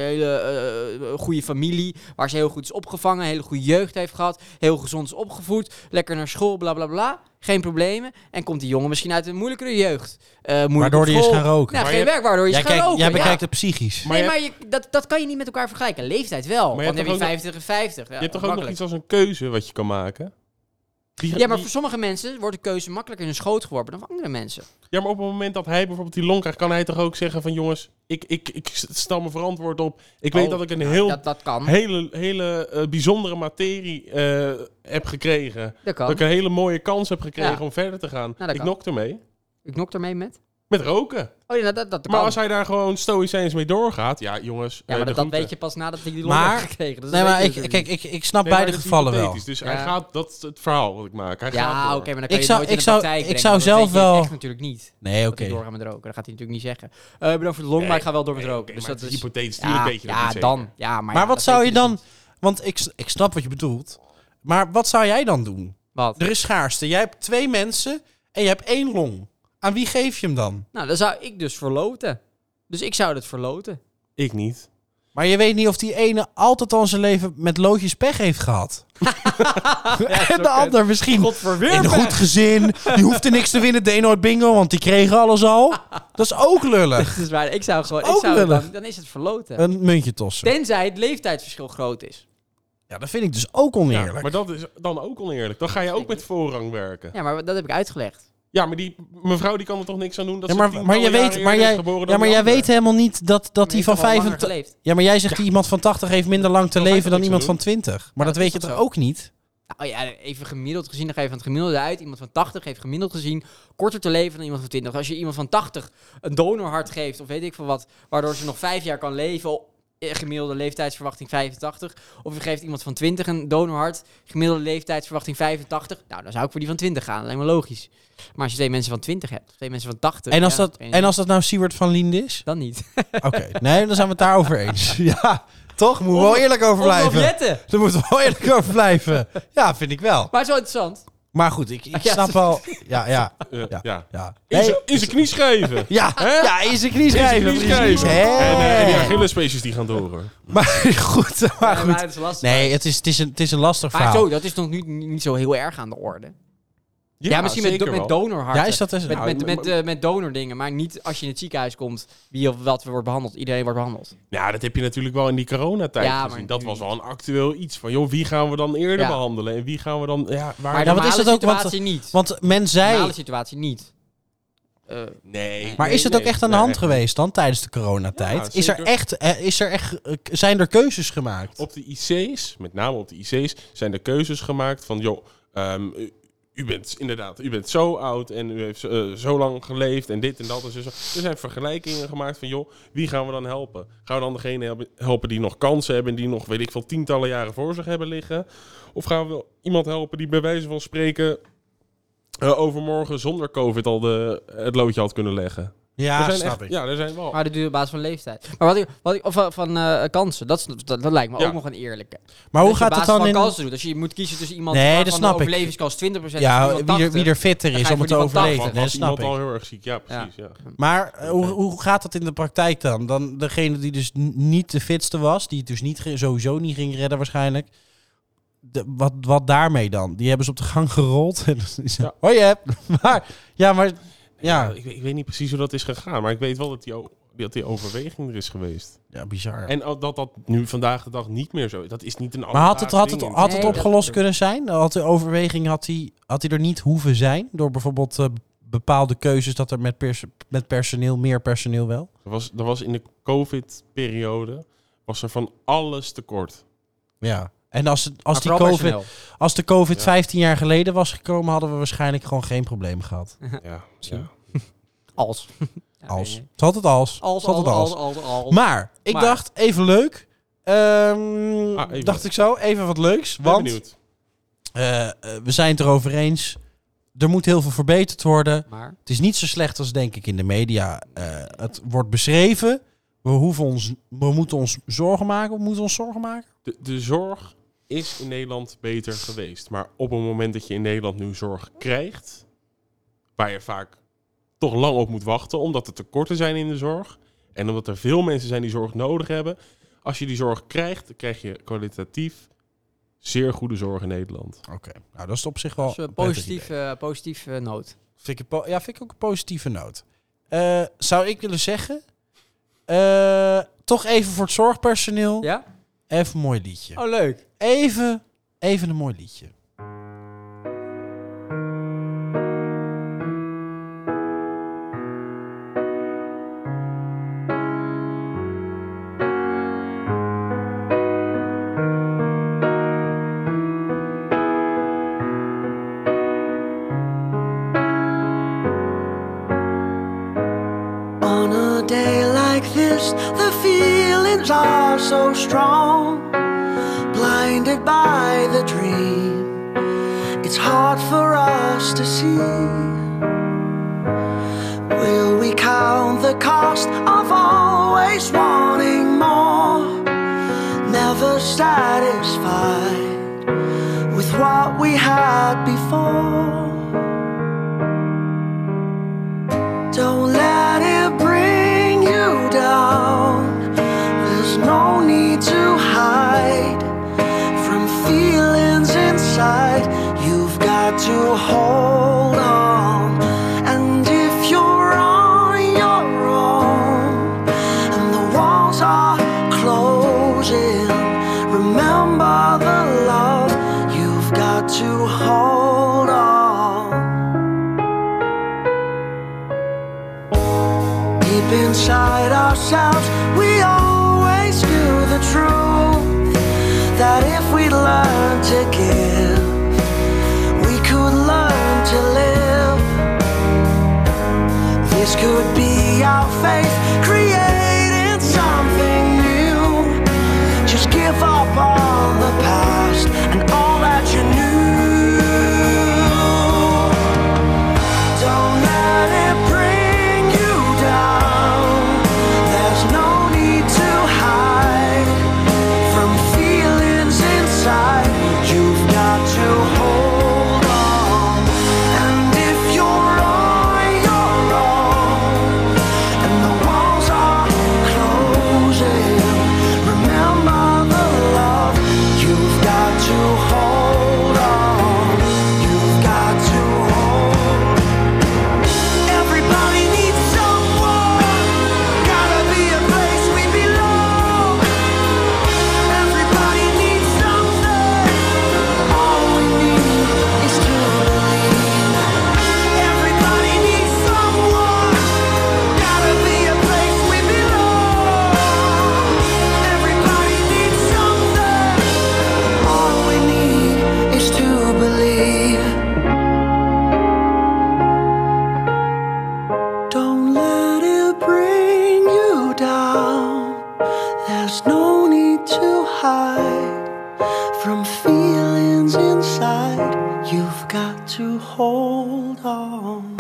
Speaker 2: hele uh, goede familie, waar ze heel goed is opgevangen, een hele goede jeugd heeft gehad, heel gezond is opgevoed, lekker naar school, bla bla bla. Geen problemen. En komt die jongen misschien uit een moeilijkere jeugd. Uh, moeilijk
Speaker 1: Waardoor
Speaker 2: op
Speaker 1: die is
Speaker 2: school.
Speaker 1: gaan roken.
Speaker 2: Nou,
Speaker 3: Maar
Speaker 2: geen
Speaker 3: je-
Speaker 2: werk, waardoor je
Speaker 1: Jij,
Speaker 2: is gaan
Speaker 1: kijkt,
Speaker 2: roken.
Speaker 1: jij bekijkt
Speaker 2: ja.
Speaker 1: het psychisch.
Speaker 3: Maar
Speaker 2: nee,
Speaker 3: je
Speaker 2: maar je, dat, dat kan je niet met elkaar vergelijken. Leeftijd wel.
Speaker 3: je
Speaker 2: Want
Speaker 3: hebt
Speaker 2: dan heb
Speaker 3: toch
Speaker 2: je
Speaker 3: ook
Speaker 2: vijfentwintig en vijftig. Ja,
Speaker 3: je hebt toch ook nog
Speaker 2: makkelijk.
Speaker 3: iets als een keuze wat je kan maken? Die,
Speaker 2: Ja, maar
Speaker 3: die-
Speaker 2: voor sommige mensen wordt de keuze makkelijker in hun schoot geworpen dan voor andere mensen.
Speaker 3: ja, maar op het moment dat hij bijvoorbeeld die long krijgt, kan hij toch ook zeggen van jongens, ik, ik, ik stel me verantwoord op. Ik weet
Speaker 2: Oh,
Speaker 3: dat ik een
Speaker 2: nou,
Speaker 3: heel,
Speaker 2: Dat, dat kan.
Speaker 3: hele, hele uh, bijzondere materie uh, heb gekregen.
Speaker 2: Dat kan.
Speaker 3: Dat ik een hele mooie kans heb gekregen
Speaker 2: Ja.
Speaker 3: om verder te gaan.
Speaker 2: dat
Speaker 3: ik
Speaker 2: kan.
Speaker 3: nok ermee.
Speaker 2: Ik nok ermee met.
Speaker 3: Met roken.
Speaker 2: Oh ja, dat, dat, dat
Speaker 3: Maar
Speaker 2: kan.
Speaker 3: als hij daar gewoon stoïcijns mee doorgaat, ja jongens.
Speaker 2: Ja,
Speaker 3: uh,
Speaker 2: maar
Speaker 3: de
Speaker 2: dat, dat
Speaker 3: groeten.
Speaker 2: weet je pas nadat hij die long
Speaker 1: Maar-
Speaker 2: heeft gekregen. Dus
Speaker 1: Nee,
Speaker 2: dat
Speaker 1: maar
Speaker 2: weet
Speaker 1: ik,
Speaker 2: je
Speaker 1: kijk,
Speaker 2: natuurlijk
Speaker 1: ik, ik snap
Speaker 3: Nee, maar
Speaker 1: beide
Speaker 3: dat is
Speaker 1: gevallen wel.
Speaker 3: hypothetisch. Dus
Speaker 2: Ja.
Speaker 3: hij gaat, dat is het verhaal wat ik maak. Hij
Speaker 2: niet.
Speaker 3: gaat
Speaker 2: Ja,
Speaker 3: door.
Speaker 2: oké, maar dan kan
Speaker 1: Ik
Speaker 2: je
Speaker 1: zou-
Speaker 2: het nooit
Speaker 1: ik
Speaker 2: in de
Speaker 1: zou-
Speaker 2: praktijk
Speaker 1: ik
Speaker 2: brengen,
Speaker 1: zou
Speaker 2: want dat
Speaker 1: zelf
Speaker 2: weet je
Speaker 1: wel-
Speaker 2: echt natuurlijk niet.
Speaker 1: Nee,
Speaker 2: Dat
Speaker 1: oké.
Speaker 2: ik doorga met roken. Dat gaat hij natuurlijk niet zeggen. Uh, bedankt voor de long, maar ik ga wel door met
Speaker 3: Nee,
Speaker 2: roken.
Speaker 3: oké,
Speaker 2: Dus
Speaker 3: maar
Speaker 2: dat
Speaker 3: het
Speaker 2: is
Speaker 3: is hypothetisch.
Speaker 2: Ja,
Speaker 3: Tuurlijk weet je dat
Speaker 2: ja
Speaker 3: niet zeker.
Speaker 2: dan. Ja, maar
Speaker 1: Maar
Speaker 2: ja,
Speaker 1: wat
Speaker 2: dat
Speaker 1: zou
Speaker 2: weet
Speaker 1: je
Speaker 2: dus
Speaker 1: dan...
Speaker 2: niet.
Speaker 1: Want ik, ik snap wat je bedoelt. Maar wat zou jij dan doen?
Speaker 2: Wat?
Speaker 1: Er is schaarste. Jij hebt twee mensen en je hebt één long. Aan wie geef je hem dan?
Speaker 2: Nou, dan zou ik dus verloten. Dus ik zou het verloten.
Speaker 3: Ik niet.
Speaker 1: Maar je weet niet of die ene altijd al zijn leven met loodjes pech heeft gehad. en de ander misschien in een goed gezin. Die hoeft er niks te winnen. Deed nooit bingo, want die kregen alles al. Dat is ook lullig.
Speaker 2: Dat is waar. Ik zou gewoon... Ik
Speaker 1: Ook
Speaker 2: zou het
Speaker 1: lullig.
Speaker 2: dan, dan is het verloten.
Speaker 1: Een muntje tossen.
Speaker 2: Tenzij het leeftijdsverschil groot is.
Speaker 1: Ja, dat vind ik dus ook
Speaker 3: Ja,
Speaker 1: oneerlijk.
Speaker 3: maar dat is dan ook oneerlijk. Dan ga je ook met voorrang werken.
Speaker 2: Ja, maar dat heb ik uitgelegd.
Speaker 3: Ja, maar die mevrouw die kan er toch niks aan doen dat
Speaker 1: Ja,
Speaker 3: ze
Speaker 1: maar,
Speaker 3: tientallen
Speaker 1: maar je
Speaker 3: jaren
Speaker 1: weet,
Speaker 3: eerder
Speaker 1: maar
Speaker 3: is
Speaker 1: jij,
Speaker 3: geboren dan
Speaker 1: ja, maar
Speaker 3: die
Speaker 1: jij
Speaker 3: andere.
Speaker 1: weet helemaal niet dat, dat die van vijfentwintig...
Speaker 2: vijfentwintig...
Speaker 1: Ja, maar jij zegt die iemand van tachtig heeft minder lang te
Speaker 3: Kan zij
Speaker 1: leven
Speaker 3: toch
Speaker 1: dan
Speaker 3: niks
Speaker 1: iemand
Speaker 3: aan
Speaker 1: van twintig. Maar
Speaker 2: Ja,
Speaker 1: dat
Speaker 2: dat
Speaker 1: weet je
Speaker 2: is
Speaker 1: toch
Speaker 2: toch zo?
Speaker 1: ook niet?
Speaker 2: Nou ja, even gemiddeld gezien, dan ga je van het gemiddelde uit. Iemand van tachtig heeft gemiddeld gezien korter te leven dan iemand van twintig. Als je iemand van tachtig een donorhart geeft, of weet ik veel wat, waardoor ze nog vijf jaar kan leven, gemiddelde leeftijdsverwachting vijfentachtig. Of je geeft iemand van twintig een donorhart, gemiddelde leeftijdsverwachting vijfentachtig. Nou, dan zou ik voor die van twintig gaan, alleen maar logisch. Maar als je twee mensen van twintig hebt, of twee mensen van tachtig...
Speaker 1: En als,
Speaker 2: ja,
Speaker 1: dat,
Speaker 2: weet je
Speaker 1: en
Speaker 2: niet.
Speaker 1: als dat nou Siewert van Linde is?
Speaker 2: Dan niet.
Speaker 1: Oké, nee, dan zijn we het daarover eens. Ja, toch? Moeten we wel eerlijk over
Speaker 2: Of
Speaker 1: blijven.
Speaker 2: Jetten.
Speaker 1: Daar moeten we wel eerlijk over blijven. Ja, vind ik wel.
Speaker 2: Maar het is wel interessant.
Speaker 1: Maar goed, ik, ik
Speaker 2: Ja,
Speaker 1: snap
Speaker 2: zo-
Speaker 1: wel... Ja, ja,
Speaker 3: Ja,
Speaker 1: ja.
Speaker 3: ja.
Speaker 1: ja.
Speaker 3: In
Speaker 1: Nee,
Speaker 3: zijn- In zijn knie schrijven.
Speaker 1: ja, ja, in zijn knie
Speaker 3: In zijn
Speaker 1: schrijven.
Speaker 3: knie
Speaker 1: precies.
Speaker 3: schrijven.
Speaker 1: Hè?
Speaker 3: En, eh, en die Achillespeesjes die gaan door. hoor.
Speaker 1: Maar goed, maar
Speaker 2: Ja,
Speaker 1: goed.
Speaker 2: maar het is lastig.
Speaker 1: Nee, het is, het is, een, het is een lastig
Speaker 2: Maar
Speaker 1: verhaal.
Speaker 2: zo, dat is nog niet, niet zo heel erg aan de orde. Ja, misschien met,
Speaker 3: zeker
Speaker 2: do- met
Speaker 3: wel.
Speaker 2: donorharten.
Speaker 1: Ja, is dat... Is,
Speaker 2: Met,
Speaker 3: Nou,
Speaker 2: met,
Speaker 3: maar-
Speaker 2: met, eh, met donordingen, maar niet als je in het ziekenhuis komt, wie of wat wordt behandeld. Iedereen wordt behandeld.
Speaker 3: Ja, dat heb je natuurlijk wel in die coronatijd
Speaker 2: Ja, maar
Speaker 3: gezien. Dat
Speaker 2: nu
Speaker 3: was
Speaker 2: niet.
Speaker 3: wel een actueel iets. Van, joh, wie gaan we dan eerder
Speaker 2: Ja.
Speaker 3: behandelen? En wie gaan we dan... Ja, waar...
Speaker 2: Maar
Speaker 1: Ja,
Speaker 2: in
Speaker 1: wat is
Speaker 2: normale
Speaker 1: dat ook? Want-
Speaker 2: situatie niet.
Speaker 1: Want men
Speaker 2: In
Speaker 1: zei...
Speaker 2: normale situatie niet. Eh,
Speaker 3: nee.
Speaker 1: Maar
Speaker 3: nee,
Speaker 1: is het ook
Speaker 3: nee.
Speaker 1: echt aan de
Speaker 3: Nee,
Speaker 1: hand
Speaker 3: echt
Speaker 1: geweest dan, tijdens de coronatijd?
Speaker 3: Ja,
Speaker 1: is er
Speaker 3: zeker.
Speaker 1: echt, eh, is er echt, eh, zijn er keuzes gemaakt?
Speaker 3: Op de I C's, met name op de I C's, zijn er keuzes gemaakt van... joh, ehm, u, u bent inderdaad, u bent zo oud en u heeft eh, zo lang geleefd en dit en dat en zo. Er zijn vergelijkingen gemaakt van, joh, wie gaan we dan helpen? Gaan we dan degene helpen- helpen die nog kansen hebben en die nog, weet ik veel, tientallen jaren voor zich hebben liggen? Of gaan we iemand helpen die bij wijze van spreken uh, overmorgen zonder COVID al de, het loodje had kunnen leggen?
Speaker 1: Ja,
Speaker 3: er zijn
Speaker 1: snap
Speaker 3: echt,
Speaker 1: ik.
Speaker 3: Ja, er zijn wel.
Speaker 2: maar dat duurt op basis van leeftijd. Maar wat ik, wat ik, of van, van eh, kansen, dat, is- dat, dat lijkt me
Speaker 3: Ja.
Speaker 2: ook nog een eerlijke.
Speaker 1: Maar hoe
Speaker 2: Dat je op
Speaker 1: gaat het
Speaker 2: basis
Speaker 1: dan
Speaker 2: van
Speaker 1: in...
Speaker 2: kansen doet. Als je moet kiezen tussen iemand
Speaker 1: Nee,
Speaker 2: waarvan
Speaker 1: dat
Speaker 2: de
Speaker 1: snap ik.
Speaker 2: overlevingskans twintig procent is
Speaker 1: Ja,
Speaker 2: en
Speaker 1: wie
Speaker 2: iemand
Speaker 1: er, wie er
Speaker 2: tachtig.
Speaker 1: fitter
Speaker 2: Dan
Speaker 1: is
Speaker 2: ga je
Speaker 1: om het
Speaker 2: voor
Speaker 1: te
Speaker 2: die van
Speaker 1: overleven.
Speaker 3: was
Speaker 1: Nee, dat snap
Speaker 3: iemand al
Speaker 1: ik.
Speaker 3: heel erg ziek. Ja, precies. Ja.
Speaker 1: Maar eh, hoe, hoe gaat dat in de praktijk dan? Dan degene die dus n- niet de fitste was, die het dus niet, ge- sowieso niet ging redden waarschijnlijk. De, wat, wat daarmee dan? Die hebben ze op de gang gerold. En dan is
Speaker 3: Ja.
Speaker 1: Hoi, je maar Ja, maar...
Speaker 3: Ja,
Speaker 1: Ja,
Speaker 3: ik, weet- ik weet niet precies hoe dat is gegaan, maar ik weet wel dat die, o- dat die overweging er is geweest.
Speaker 1: ja bizar.
Speaker 3: En ook dat dat nu vandaag de dag niet meer zo is. Dat is niet een
Speaker 1: Maar had het, had het,
Speaker 3: ding.
Speaker 1: had het
Speaker 2: Nee, dat-
Speaker 1: opgelost kunnen zijn? Had de overweging had hij had hij er niet hoeven zijn? Door bijvoorbeeld eh, bepaalde keuzes dat er met, pers- met personeel, meer personeel wel?
Speaker 3: Er was, er was in de COVID-periode was er van alles tekort.
Speaker 1: Ja. En als, het, als,
Speaker 2: Maar
Speaker 1: die
Speaker 2: vooral
Speaker 1: COVID,
Speaker 2: personeel.
Speaker 1: als de COVID
Speaker 3: Ja.
Speaker 1: vijftien jaar geleden was gekomen, hadden we waarschijnlijk gewoon geen probleem gehad.
Speaker 3: Ja,
Speaker 1: Misschien.
Speaker 3: ja.
Speaker 2: Als. Ja,
Speaker 1: Als.
Speaker 2: weet je.
Speaker 1: Het is altijd als.
Speaker 2: Als,
Speaker 1: Het is
Speaker 2: als,
Speaker 1: altijd
Speaker 2: als, als, als.
Speaker 1: Maar, ik
Speaker 2: Maar.
Speaker 1: dacht, even leuk. Ehm,
Speaker 3: Ah, even.
Speaker 1: dacht ik zo, even wat leuks.
Speaker 3: Ben
Speaker 1: Want
Speaker 3: benieuwd.
Speaker 1: eh, eh, we zijn het erover eens. Er moet heel veel verbeterd worden.
Speaker 2: Maar,
Speaker 1: Het is niet zo slecht als denk ik in de media. eh, het wordt beschreven. We, hoeven ons, we moeten ons zorgen maken. We moeten ons zorgen maken.
Speaker 3: De, de zorg is in Nederland beter geweest. Maar op het moment dat je in Nederland nu zorg krijgt, waar je vaak toch lang op moet wachten, omdat er tekorten zijn in de zorg en omdat er veel mensen zijn die zorg nodig hebben. Als je die zorg krijgt, dan krijg je kwalitatief zeer goede zorg in Nederland.
Speaker 1: Oké, nou dat is op zich wel
Speaker 2: dat is een
Speaker 1: een prettig
Speaker 2: positief,
Speaker 1: idee.
Speaker 2: eh, positief eh, noot.
Speaker 1: Vind ik, een po- ja, vind ik ook een positieve noot. Eh, zou ik willen zeggen, eh, toch even voor het zorgpersoneel,
Speaker 2: Ja?
Speaker 1: even een mooi liedje.
Speaker 2: Oh, leuk.
Speaker 1: Even, even een mooi liedje.
Speaker 5: so strong, blinded by the dream. It's hard for us to see. Will we count the cost of always wanting more? Never satisfied with what we had before. Don't let it bring you down. There's no need to hide from feelings inside. You've got to hold on. And if you're on your own and the walls are closing, remember the love. You've got to hold on. Deep inside ourselves, we always knew the truth, that if we learn to give, we could learn to live. This could be our faith, creating something new. Just give up on the past and all that you knew. Don't let it bring you down. There's no need to hide from feelings inside. You've got to hold on. And if you're on your own and the walls are closing, remember the love. You've got to hold on. You've got to hold. Everybody needs someone. Gotta be a place we belong. Everybody needs something. All we need is to believe. Everybody needs someone. Gotta be a place we belong. Everybody needs something. All we need is to believe. Don't let it bring you down. There's no need to hide from feelings inside. You've got to hold on.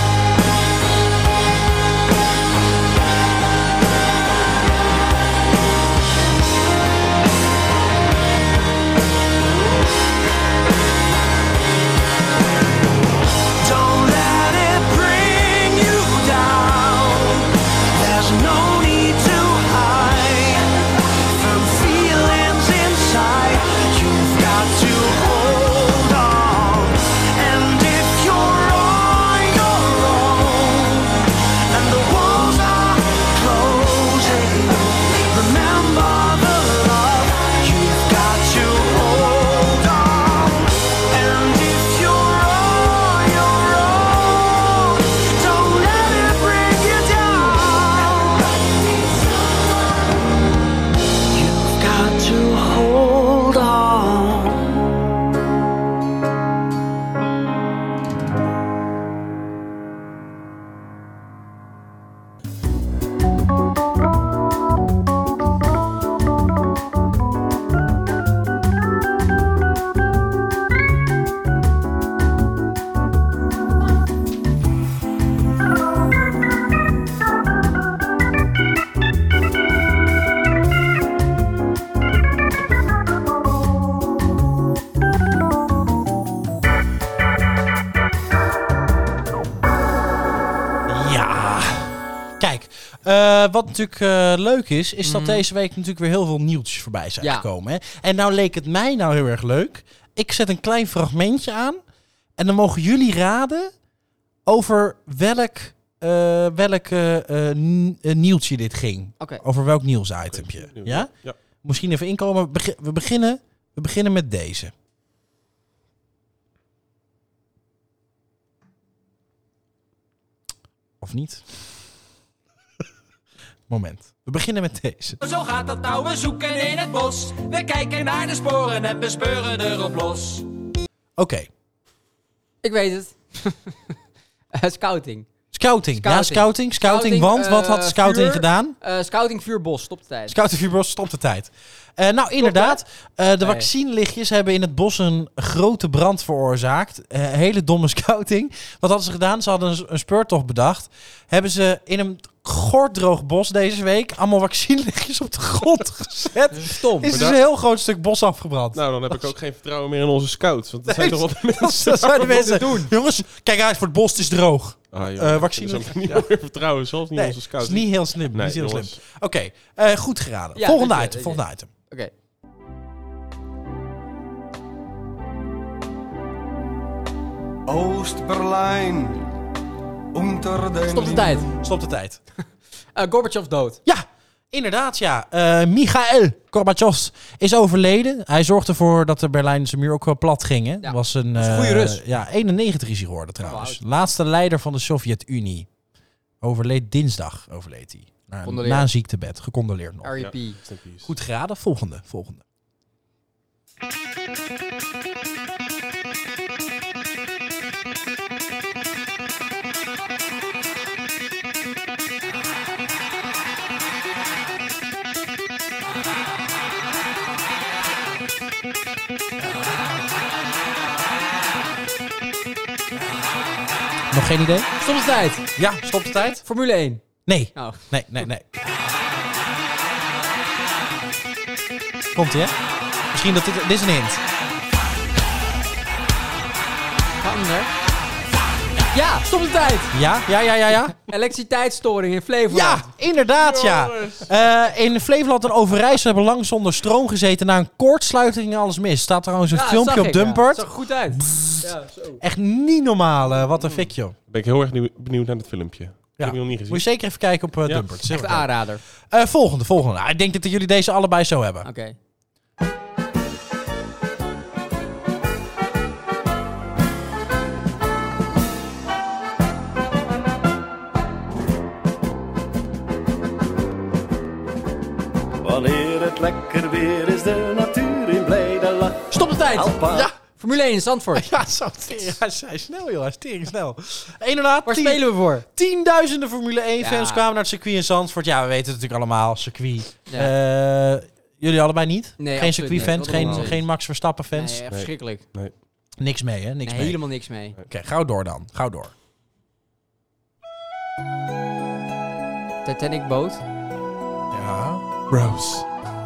Speaker 5: Don't let it bring you down. There's no need to hide from feelings inside. You've got to hold on. And if you're on your own and the walls are closing, remember the love. You've got to hold on. And if you're on your own, don't let it bring you down. You've got to hold on.
Speaker 1: Ja. Kijk, eh, wat natuurlijk eh, leuk is, is dat
Speaker 2: Mhm.
Speaker 1: deze week natuurlijk weer heel veel nieuwtjes voorbij zijn
Speaker 2: Ja.
Speaker 1: gekomen. Hè? En nou leek het mij nou heel erg leuk. Ik zet een klein fragmentje aan en dan mogen jullie raden over welk, eh, welk eh, eh, n- eh, nieuwtje dit ging.
Speaker 2: Oké.
Speaker 1: Over welk nieuwsitempje. Ja?
Speaker 3: Ja.
Speaker 1: Misschien even inkomen. We, begi- we, beginnen, we beginnen met deze. Of niet? Moment. We beginnen met deze.
Speaker 6: Zo gaat dat nou, we zoeken in het bos. We kijken naar de sporen en we speuren erop los.
Speaker 1: Oké.
Speaker 2: Ik weet het. Eh, scouting.
Speaker 1: Scouting. Ja,
Speaker 2: Scouting.
Speaker 1: scouting. Scouting,
Speaker 2: Scouting,
Speaker 1: want wat
Speaker 2: eh,
Speaker 1: had scouting
Speaker 2: vuur.
Speaker 1: gedaan?
Speaker 2: Uh, scouting vuurbos, stop de tijd.
Speaker 1: Scouting Vuurbos, stop de tijd. Uh, nou, inderdaad. Uh, de
Speaker 2: Nee.
Speaker 1: vaccinelichtjes hebben in het bos een grote brand veroorzaakt. Uh, hele domme scouting. Wat hadden ze gedaan? Ze hadden een, een speurtocht bedacht. Hebben ze in een gorddroog bos deze week allemaal vaccinelichtjes op de grond gezet.
Speaker 2: Stom.
Speaker 1: Is dus een heel groot stuk bos afgebrand.
Speaker 3: Nou, dan heb ik ook geen vertrouwen meer in onze scouts. Want dat
Speaker 1: Nee,
Speaker 3: zijn toch wat mensen...
Speaker 1: dat zijn de
Speaker 3: wat
Speaker 1: mensen.
Speaker 3: doen.
Speaker 1: Jongens, kijk uit voor het bos, het is droog.
Speaker 3: Ah, joh,
Speaker 1: Eh,
Speaker 3: ik
Speaker 1: vaccine-
Speaker 3: heb er niet meer vertrouwen, zelfs niet
Speaker 1: Nee,
Speaker 3: in onze
Speaker 1: dat
Speaker 3: scouts.
Speaker 1: is niet heel slim.
Speaker 3: Nee,
Speaker 1: niet heel slim.
Speaker 3: jongens.
Speaker 1: Oké, okay, goed geraden.
Speaker 2: Ja,
Speaker 1: volgende
Speaker 2: weet je,
Speaker 1: item,
Speaker 2: weet je.
Speaker 1: volgende item.
Speaker 2: Oké.
Speaker 7: Oost-Berlijn. Unter den
Speaker 2: Stop de tijd.
Speaker 1: Stop de tijd.
Speaker 2: Uh, Gorbachev dood.
Speaker 1: Ja, inderdaad, ja. Uh, Michael Gorbachev is overleden. Hij zorgde ervoor dat de Berlijnse muur ook wel plat ging. Hè?
Speaker 2: Ja,
Speaker 1: Was een,
Speaker 2: was een
Speaker 1: uh,
Speaker 2: goeie Rus.
Speaker 1: Ja, eenennegentig is hij geworden trouwens.
Speaker 2: oud.
Speaker 1: Laatste leider van de Sovjet-Unie. Overleed dinsdag, overleed hij. Na,
Speaker 2: Condoleer.
Speaker 1: na een ziektebed, gecondoleerd nog.
Speaker 2: R I P.
Speaker 3: Ja, snap je.
Speaker 1: Goed geraden, volgende, volgende. Nog geen idee?
Speaker 2: Stop de tijd.
Speaker 1: Ja, stop de tijd.
Speaker 2: Formule één.
Speaker 1: Nee,
Speaker 2: Oh.
Speaker 1: nee, nee, nee. Komt ie, hè? Misschien dat dit... Dit is een hint.
Speaker 2: Gaan we er? Ja, stop de tijd.
Speaker 1: Ja, ja, ja, ja, ja.
Speaker 2: Elektriciteitsstoring in Flevoland.
Speaker 1: Ja, inderdaad, ja. Uh, in Flevoland en Overijssel hebben lang zonder stroom gezeten. Na een koortsluiting en alles mis. Staat trouwens een
Speaker 2: Ja,
Speaker 1: filmpje
Speaker 2: zag
Speaker 1: op
Speaker 2: ik, ja.
Speaker 1: Dumpert.
Speaker 2: Zag er goed uit. Ja, zo.
Speaker 1: Echt niet normaal. Uh, wat een fik, joh.
Speaker 3: Ben ik heel erg nieuw- benieuwd naar het filmpje. Dat
Speaker 1: Ja.
Speaker 3: heb ik nog niet gezien.
Speaker 1: Moet je zeker even kijken op uh,
Speaker 3: Ja.
Speaker 1: Dumpert. Is heel
Speaker 2: Echt
Speaker 1: erg leuk.
Speaker 2: aanrader.
Speaker 1: Uh, volgende, volgende. Nou, ik denk dat jullie deze allebei zo hebben.
Speaker 2: Oké.
Speaker 7: Wanneer het lekker weer is, de natuur in blijde lach.
Speaker 2: Stop de tijd.
Speaker 7: Alpa.
Speaker 1: Ja.
Speaker 2: Formule één in Zandvoort.
Speaker 1: Ja, zo. Tering, Hij is, hij is snel, joh. Hij is tering snel. Inderdaad,
Speaker 2: Waar
Speaker 1: tien-
Speaker 2: spelen we voor?
Speaker 1: tienduizenden Formule één-fans
Speaker 2: Ja.
Speaker 1: kwamen naar het circuit in Zandvoort. Ja, we weten het natuurlijk allemaal. Circuit.
Speaker 2: Ja.
Speaker 1: Uh, jullie allebei niet?
Speaker 2: Nee,
Speaker 1: geen
Speaker 2: absoluut
Speaker 1: circuit-fans?
Speaker 2: niet. Wat een
Speaker 1: Geen,
Speaker 2: onzin.
Speaker 1: geen Max Verstappen-fans?
Speaker 2: Nee, echt verschrikkelijk.
Speaker 1: Niks mee, hè? Niks
Speaker 2: Nee,
Speaker 1: mee.
Speaker 2: helemaal niks mee.
Speaker 1: Oké, gauw door dan. Gauw door.
Speaker 2: Titanic boot.
Speaker 1: Ja.
Speaker 3: Rose.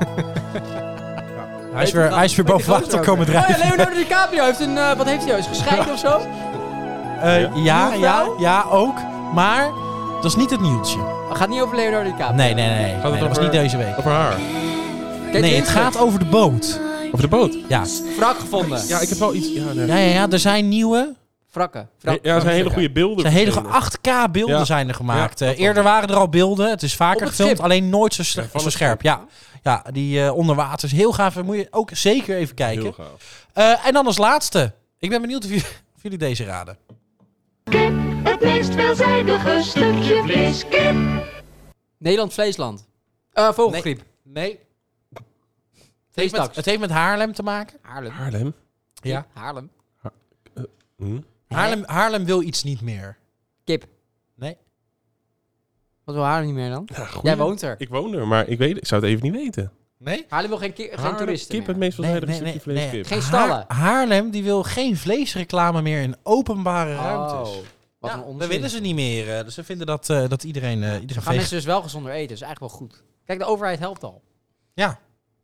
Speaker 1: Hij is weer, hij is weer boven water komen
Speaker 2: Oh ja,
Speaker 1: drijven.
Speaker 2: Leonardo DiCaprio heeft een... uh, wat heeft hij? Is gescheiden of zo?
Speaker 1: Uh, ja, ja,
Speaker 2: Nieuwe
Speaker 1: ja,
Speaker 2: vrouw?
Speaker 1: ook. Maar dat is niet het nieuwtje.
Speaker 2: Het gaat niet over Leonardo DiCaprio.
Speaker 1: Nee, nee, nee. nee,
Speaker 3: het
Speaker 1: dat was
Speaker 3: over-
Speaker 1: niet deze week.
Speaker 3: Over haar.
Speaker 2: Kate
Speaker 1: Nee, het
Speaker 2: Winslet.
Speaker 1: gaat over de boot.
Speaker 3: Over de boot.
Speaker 1: Ja,
Speaker 2: Wrak gevonden.
Speaker 3: Ja, ik heb wel iets... Ja, nee.
Speaker 1: ja, ja, ja er zijn nieuwe...
Speaker 2: Wrakken.
Speaker 3: Ja, er zijn hele goede beelden.
Speaker 1: Er zijn hele
Speaker 3: verschenen.
Speaker 1: acht K beelden
Speaker 3: Ja.
Speaker 1: zijn er gemaakt.
Speaker 3: Ja,
Speaker 1: Eh,
Speaker 3: dat was
Speaker 1: eerder waren er al beelden. Het is vaker
Speaker 2: Op het
Speaker 1: gefilmd,
Speaker 2: schip.
Speaker 1: alleen nooit zo,
Speaker 3: Ja,
Speaker 1: sle-
Speaker 3: van
Speaker 1: zo
Speaker 3: het
Speaker 1: scherp.
Speaker 3: schip.
Speaker 1: Ja, ja die eh onder water is heel gaaf. Moet je ook zeker even kijken.
Speaker 3: Heel gaaf.
Speaker 1: Eh, en dan als laatste. Ik ben benieuwd of jullie, of jullie deze raden.
Speaker 8: Kip, het meest veelzijdige stukje vlees. Kip.
Speaker 2: Nederland, Vleesland. Eh vogelgriep.
Speaker 1: Nee. Het heeft, met,
Speaker 2: Vleestaks.
Speaker 1: het heeft met Haarlem te maken.
Speaker 2: Haarlem.
Speaker 3: Haarlem.
Speaker 1: Ja.
Speaker 2: Haarlem.
Speaker 3: Hm?
Speaker 1: Haarlem, Haarlem wil iets niet meer.
Speaker 2: Kip.
Speaker 1: Nee.
Speaker 2: Wat wil Haarlem niet meer dan?
Speaker 3: Ja, goeie.
Speaker 2: Jij woont er.
Speaker 3: Ik woon er, maar ik, weet, ik zou het even niet weten.
Speaker 1: Nee?
Speaker 2: Haarlem wil geen, ki- geen
Speaker 3: Haarlem,
Speaker 2: toeristen
Speaker 3: Kip,
Speaker 2: meer.
Speaker 3: het meest
Speaker 1: Nee,
Speaker 3: veelzijdige
Speaker 1: nee,
Speaker 3: stukje
Speaker 1: nee,
Speaker 3: vlees
Speaker 1: nee.
Speaker 3: kip.
Speaker 2: Geen stallen.
Speaker 1: Haar- Haarlem die wil geen vleesreclame meer in openbare ruimtes.
Speaker 2: Oh, wat
Speaker 1: Ja,
Speaker 2: een onzin.
Speaker 1: dat willen ze niet meer. eh, Dus ze vinden dat, eh, dat iedereen, uh, iedereen
Speaker 2: Gaan
Speaker 1: vegan-
Speaker 2: mensen dus wel gezonder eten. Dat is eigenlijk wel goed. Kijk, de overheid helpt al.
Speaker 1: Ja.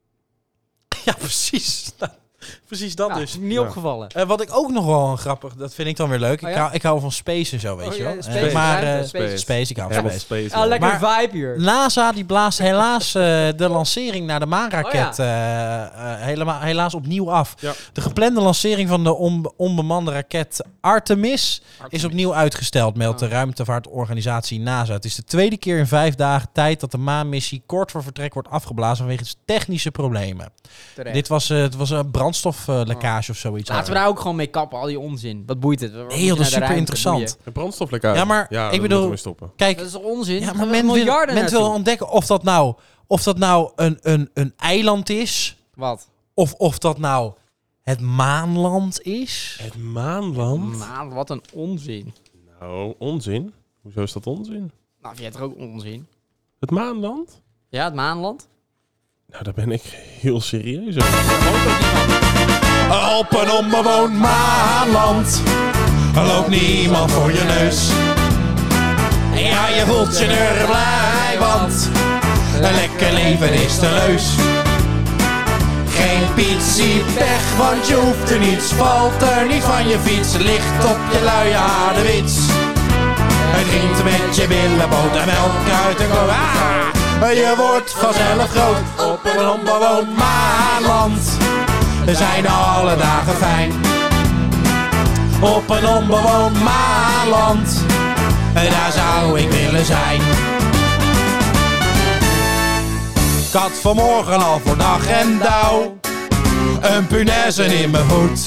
Speaker 1: Ja, precies. Nou, precies dat
Speaker 2: Ja,
Speaker 1: dus.
Speaker 2: is me niet
Speaker 3: Ja.
Speaker 2: opgevallen.
Speaker 1: Eh, wat ik ook nog wel een grappig, dat vind ik dan weer leuk.
Speaker 2: Oh,
Speaker 1: ik,
Speaker 2: ja?
Speaker 1: hou, ik hou van space en zo, weet
Speaker 2: Oh,
Speaker 1: je
Speaker 2: ja,
Speaker 1: wel.
Speaker 2: space,
Speaker 1: Eh, maar
Speaker 2: ruimte,
Speaker 1: eh,
Speaker 2: space.
Speaker 1: space, ik hou van
Speaker 3: Helemaal
Speaker 1: space.
Speaker 3: space.
Speaker 2: Ah, lekker
Speaker 1: Maar-
Speaker 2: vibe hier.
Speaker 1: NASA die blaast helaas eh, de lancering naar de maanraket
Speaker 2: Oh,
Speaker 1: eh, eh, helemaal, helaas opnieuw af.
Speaker 3: Ja.
Speaker 1: De geplande lancering van de on- onbemande raket Artemis is opnieuw uitgesteld, meldt de
Speaker 2: Oh.
Speaker 1: ruimtevaartorganisatie NASA. Het is de tweede keer in vijf dagen tijd dat de maanmissie kort voor vertrek wordt afgeblazen vanwege technische problemen.
Speaker 2: Terecht.
Speaker 1: Dit was, eh, het was een brandstoflekkage of zoiets.
Speaker 2: Laten we daar ook gewoon mee kappen, al die onzin. Wat boeit het? We moeten
Speaker 1: Nee, joh, dat is
Speaker 2: naar de
Speaker 1: super
Speaker 2: ruimte,
Speaker 1: interessant.
Speaker 2: boeien.
Speaker 3: Een brandstoflekkage.
Speaker 1: Ja, maar
Speaker 3: ja,
Speaker 1: ik
Speaker 3: dat
Speaker 1: bedoel-
Speaker 3: moeten we stoppen.
Speaker 1: Kijk,
Speaker 2: Dat is toch onzin?
Speaker 1: ja,
Speaker 2: Gaan
Speaker 1: maar
Speaker 2: we
Speaker 1: men wil,
Speaker 2: miljarden
Speaker 1: men wil
Speaker 2: naartoe.
Speaker 1: ontdekken of dat nou, of dat nou een, een, een eiland is,
Speaker 2: Wat?
Speaker 1: of of dat nou het maanland is.
Speaker 3: Het maanland?
Speaker 2: Man, wat een onzin.
Speaker 3: Nou, onzin. Hoezo is dat onzin?
Speaker 2: Nou, vind jij toch ook onzin?
Speaker 3: Het maanland?
Speaker 2: Ja, het maanland?
Speaker 3: Nou, daar ben ik heel serieus over.
Speaker 1: Op een onbewoond maanland loopt niemand voor je neus. Ja, je voelt je er blij, want een lekker leven is te leus. Geen pizzie pech, want je hoeft er niets. Valt er niet van je fiets, ligt op je luie aardewits. Het drinkt met je billen, boter, melk uit een kook. Ah, je wordt vanzelf groot op een onbewoond maanland. Er zijn alle dagen fijn. Op een onbewoond maanland, daar zou ik willen zijn. Ik had vanmorgen al voor dag en dauw een punaise in mijn voet,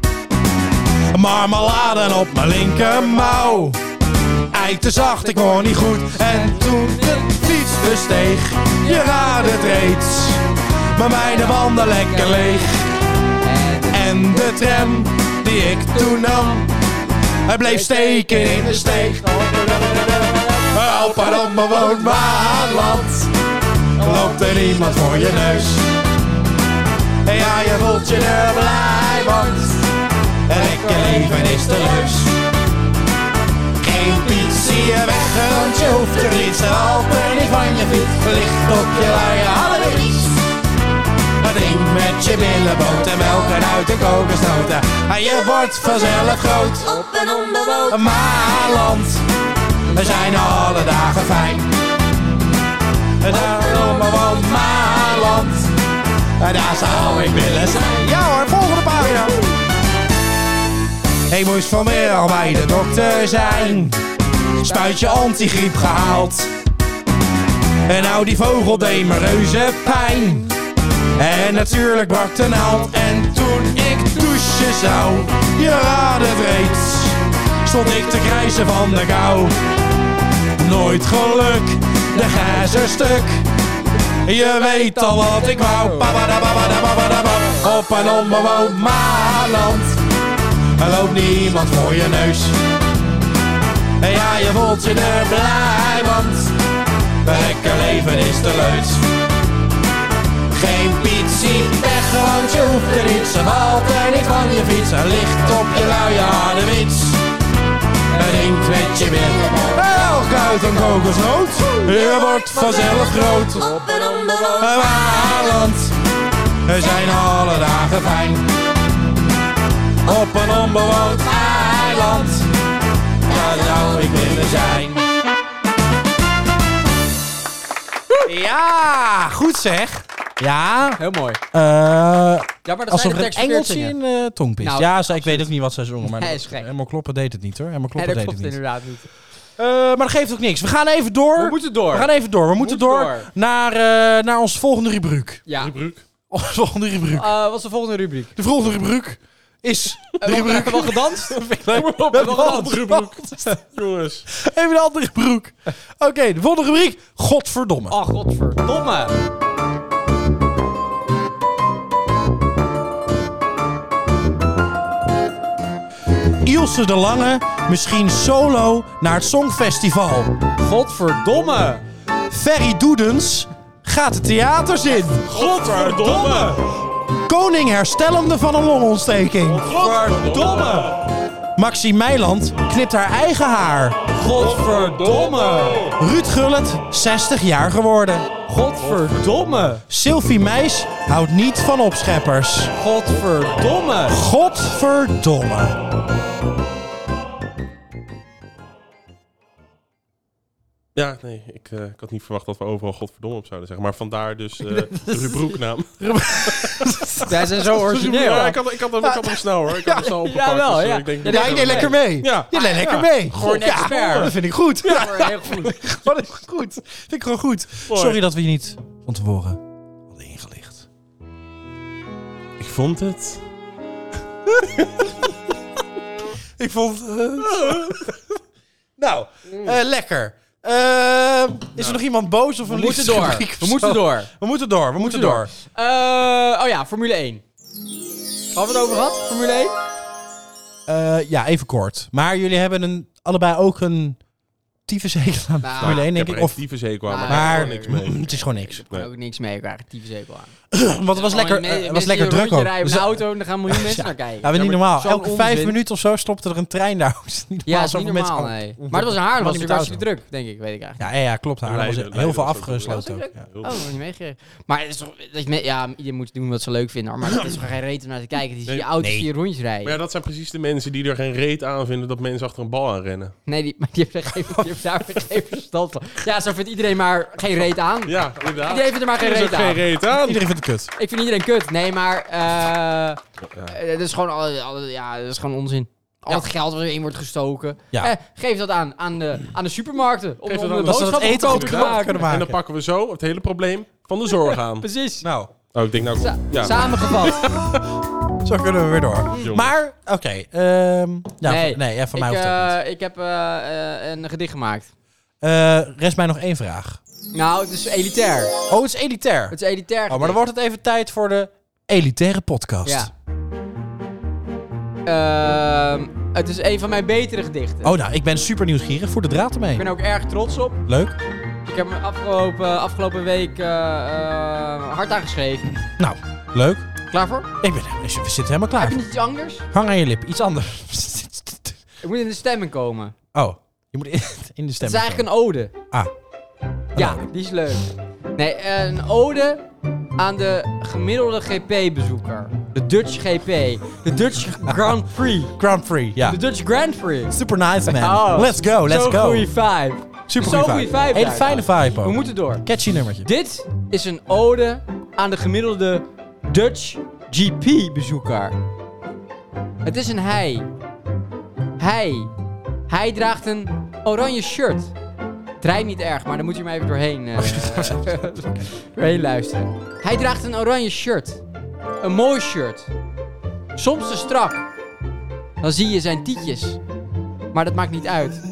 Speaker 1: marmelade op mijn linkermouw. Eik te zacht, ik hoor niet goed. En toen de fiets besteeg, je raadt het reeds, maar mijn banden lekker leeg. En de tram die ik toen nam, hij bleef steken in de steeg. Op een onbewoond maanland loopt er iemand voor je neus. Ja, je voelt je er blij, want een lekker leven is te leus. Geen pizzie weg, want je hoeft er niets. Ze valt er niet van je fiets, ligt op je luie allerlies. Drink met je billen boter, melk en uit de kokosnoten. En je wordt vanzelf groot
Speaker 8: Op een onbewoond
Speaker 1: maanland. We zijn alle dagen fijn. Daar onbewoond maanland, daar zou ik willen zijn. Ja hoor, volgende pagina. Ik moest vanmiddag bij de dokter zijn. Spuitje antigriep gehaald. En nou die vogel deed me reuze pijn. En natuurlijk brak de naald. En toen ik douchen zou, je raadt het reeds, stond ik te krijsen van de kou. Nooit geluk, de gijzer stuk. Je weet al wat ik wou. Op een onbewoond maanland, er loopt niemand voor je neus. Ja, je voelt je er blij, want lekker leven is te leus. Geen pizzie weg, want je hoeft er niet. Ze valt er niet van je fiets, er ligt op je luie aardewits. Drinkt met je billen, melk uit een kokosnoot. Je wordt vanzelf groot
Speaker 8: Op een onbewoond
Speaker 1: maanland. We zijn alle dagen fijn. Op een onbewoond eiland, daar zou ik willen zijn. Ja, goed zeg. Ja.
Speaker 2: Heel mooi.
Speaker 1: Uh,
Speaker 2: Ja, maar dat
Speaker 1: alsof
Speaker 2: zijn
Speaker 1: er
Speaker 2: de
Speaker 1: een
Speaker 2: tekst
Speaker 1: Engelse
Speaker 2: verkeerd
Speaker 1: in
Speaker 2: zingen.
Speaker 1: uh, tongpist.
Speaker 2: Nou,
Speaker 1: ja, ze, ik weet ook niet wat ze zongen. Maar
Speaker 2: Hij
Speaker 1: dat-
Speaker 2: is gek.
Speaker 1: helemaal kloppen deed het niet hoor. Helemaal
Speaker 2: Nee,
Speaker 1: kloppen
Speaker 2: dat
Speaker 1: deed het
Speaker 2: klopt
Speaker 1: niet.
Speaker 2: inderdaad niet.
Speaker 1: Uh, maar dat geeft ook niks. We gaan even door.
Speaker 2: We moeten door.
Speaker 1: We gaan even door. We moeten,
Speaker 2: moeten
Speaker 1: door,
Speaker 2: door.
Speaker 1: Naar, uh, naar onze volgende rubriek.
Speaker 2: Ja.
Speaker 3: Rubriek.
Speaker 1: Onze volgende rubriek.
Speaker 2: Uh, wat is de volgende rubriek?
Speaker 1: De volgende rubriek is de
Speaker 2: Hebben we
Speaker 1: rubriek.
Speaker 2: wel gedanst?
Speaker 1: We hebben
Speaker 2: wel
Speaker 1: wel
Speaker 2: gedanst.
Speaker 1: een andere broek.
Speaker 3: Jongens.
Speaker 1: Even een andere broek. Oké, okay, de volgende rubriek. Godverdomme.
Speaker 2: Oh, godverdomme.
Speaker 1: Ilse de Lange misschien solo naar het Songfestival.
Speaker 2: Godverdomme.
Speaker 1: Ferry Doedens gaat de theaters in.
Speaker 3: Godverdomme.
Speaker 1: Koning herstellende van een longontsteking.
Speaker 2: Godverdomme.
Speaker 1: Maxime Meiland knipt haar eigen haar.
Speaker 2: Godverdomme.
Speaker 1: Ruud Gullit, zestig jaar geworden.
Speaker 2: Godverdomme.
Speaker 1: Sylvie Meis houdt niet van opscheppers.
Speaker 2: Godverdomme.
Speaker 1: Godverdomme.
Speaker 3: Ja, nee, ik, uh, ik had niet verwacht dat we overal godverdomme op zouden zeggen. Maar vandaar dus uh, de rubrieknaam.
Speaker 2: Wij zijn zo origineel.
Speaker 3: Ja, ik had, ik had, hem, ik had hem snel hoor. Ik had hem snel opgepakt.
Speaker 2: Ja, wel,
Speaker 3: dus, uh,
Speaker 2: ja.
Speaker 3: ik denk,
Speaker 2: Ja,
Speaker 1: Ja, je deed lekker mee.
Speaker 3: Ja.
Speaker 1: Je deed lekker
Speaker 3: Ja.
Speaker 1: mee.
Speaker 2: Gewoon een
Speaker 1: Ja,
Speaker 2: expert.
Speaker 1: dat vind ik goed. Ja,
Speaker 2: Ja, heel goed.
Speaker 1: dat is goed. Vind ik gewoon goed.
Speaker 3: Mooi.
Speaker 1: Sorry dat we je niet van tevoren hadden ingelicht.
Speaker 3: Ik vond het.
Speaker 1: Ik vond het... nou, uh, lekker. Uh, is er nog iemand boos of een
Speaker 2: We moeten door.
Speaker 1: liefdesrubriek of
Speaker 2: We moeten
Speaker 1: zo?
Speaker 2: door.
Speaker 1: We moeten door. We moeten door.
Speaker 2: Uh, oh ja, Formule één. Hadden we het over gehad? Formule één?
Speaker 1: Uh, ja, even kort. Maar jullie hebben een, allebei ook een tyfushekel aan
Speaker 2: Nou,
Speaker 1: Formule één,
Speaker 3: Ik
Speaker 1: denk
Speaker 3: heb
Speaker 1: ik.
Speaker 3: er
Speaker 1: Of,
Speaker 3: echt tyfushekel aan, maar,
Speaker 2: Maar-
Speaker 3: daar heb ik gewoon niks mee.
Speaker 1: het is gewoon niks.
Speaker 2: Ik heb er ook niks mee. Ik krijg tyfus zeker aan.
Speaker 1: Want het was lekker, eh, het was lekker druk ook.
Speaker 2: rijden
Speaker 1: Dus-
Speaker 2: met een auto en dan gaan miljoen mensen naar kijken.
Speaker 1: Ja, maar niet
Speaker 2: maar
Speaker 1: normaal.
Speaker 2: zo'n
Speaker 1: Elke vijf
Speaker 2: onzin.
Speaker 1: minuten of zo stopte er een trein daar. Het is niet
Speaker 2: Ja, dat is
Speaker 1: zoveel
Speaker 2: niet normaal,
Speaker 1: mensen-
Speaker 2: nee. Maar het was in Haarlem, was
Speaker 1: niet
Speaker 2: het
Speaker 1: met
Speaker 2: hartstikke
Speaker 1: auto.
Speaker 2: druk, denk ik. Weet ik eigenlijk.
Speaker 1: Ja, ja, ja, klopt. Haarlem was
Speaker 3: Leiden-
Speaker 1: heel veel
Speaker 3: Leiden was ook
Speaker 1: afgesloten
Speaker 2: druk.
Speaker 1: ook. Ja.
Speaker 3: Heel
Speaker 2: Oh, niet meegekregen. Maar het is toch, dat je me- ja, iedereen moet doen wat ze leuk vinden. hoor. Maar dat is toch geen reet om naar te kijken. Die zie je
Speaker 3: Nee.
Speaker 2: auto's
Speaker 1: Nee.
Speaker 2: die je rondjes rijden.
Speaker 3: Maar ja, dat zijn precies de mensen die er geen reet aan vinden dat mensen achter een bal aan rennen.
Speaker 2: Nee, die, maar die hebben er geen, die hebben daar geen verstand van. Ja, zo vindt iedereen maar geen reet aan.
Speaker 3: Ja, inderdaad.
Speaker 2: Iedereen vindt er maar geen
Speaker 3: Er is
Speaker 2: reet
Speaker 3: ook
Speaker 2: aan.
Speaker 3: geen reet aan.
Speaker 1: Iedereen vindt het kut.
Speaker 2: Ik vind iedereen kut. Nee, maar eh
Speaker 3: Ja.
Speaker 2: eh, dat is gewoon, al, al- ja, dat is gewoon onzin. Al het geld wat erin wordt gestoken.
Speaker 1: Ja.
Speaker 2: Eh, geef dat aan, aan, de, aan de supermarkten. Om,
Speaker 3: Geef
Speaker 2: om
Speaker 3: dat
Speaker 2: de
Speaker 3: aan- dat
Speaker 1: ze dat
Speaker 2: boodschappen
Speaker 1: eten
Speaker 2: goedkoper te
Speaker 1: goedkoper
Speaker 2: maken.
Speaker 1: kunnen maken.
Speaker 3: En dan pakken we zo het hele probleem van de zorg aan.
Speaker 2: Precies.
Speaker 1: Nou,
Speaker 3: Oh, ik denk nou...
Speaker 2: Sa-
Speaker 3: ja.
Speaker 2: Samengevat.
Speaker 1: zo kunnen we weer door.
Speaker 3: Jongen.
Speaker 1: Maar, oké. ehm, ja,
Speaker 2: Nee.
Speaker 1: van- nee ja, van mij
Speaker 2: ik,
Speaker 1: hoeft het niet.
Speaker 2: eh, ik heb eh, eh, een gedicht gemaakt.
Speaker 1: Eh, rest mij nog één vraag.
Speaker 2: Nou, het is elitair.
Speaker 1: Oh, het is elitair.
Speaker 2: Het is elitair.
Speaker 1: Oh, maar dan
Speaker 2: gedicht.
Speaker 1: wordt het even tijd voor de elitaire podcast.
Speaker 2: Ja. Ehm, het is een van mijn betere gedichten.
Speaker 1: Oh, nou, ik ben super nieuwsgierig. Voer de draad ermee.
Speaker 2: Ik ben er ook erg trots op.
Speaker 1: Leuk.
Speaker 2: Ik heb me afgelopen, afgelopen week eh, eh, hard aangeschreven.
Speaker 1: Nou, leuk.
Speaker 2: Klaar voor?
Speaker 1: Ik ben, we zitten helemaal
Speaker 2: Heb
Speaker 1: klaar.
Speaker 2: je niet iets anders?
Speaker 1: Hang aan je lip. Iets anders.
Speaker 2: Ik moet in de stemming komen.
Speaker 1: Oh, je moet in, in de stem.
Speaker 2: Het is eigenlijk een ode.
Speaker 1: Ah.
Speaker 2: Ja,
Speaker 1: ode.
Speaker 2: die is leuk. Nee, eh, een ode aan de gemiddelde G P-bezoeker. De Dutch G P. De Dutch Grand Prix.
Speaker 1: Grand Prix, ja.
Speaker 2: De Dutch Grand Prix.
Speaker 1: Super nice, man.
Speaker 2: Oh,
Speaker 1: let's go, let's
Speaker 2: Zo'n
Speaker 1: go.
Speaker 2: goede vibe.
Speaker 1: Super
Speaker 2: zo'n
Speaker 1: goede
Speaker 2: goede
Speaker 1: vibe.
Speaker 2: vibe
Speaker 1: Hele
Speaker 2: daar,
Speaker 1: fijne
Speaker 2: ja.
Speaker 1: vibe ook.
Speaker 2: We moeten door.
Speaker 1: Catchy nummertje.
Speaker 2: Dit is een ode aan de gemiddelde Dutch G P-bezoeker. Het is een hij. Hij. Hij draagt een oranje shirt. Het rijdt niet erg, maar dan moet je maar even doorheen, eh, doorheen luisteren. Hij draagt een oranje shirt. Een mooi shirt. Soms te strak. Dan zie je zijn tietjes. Maar dat maakt niet uit.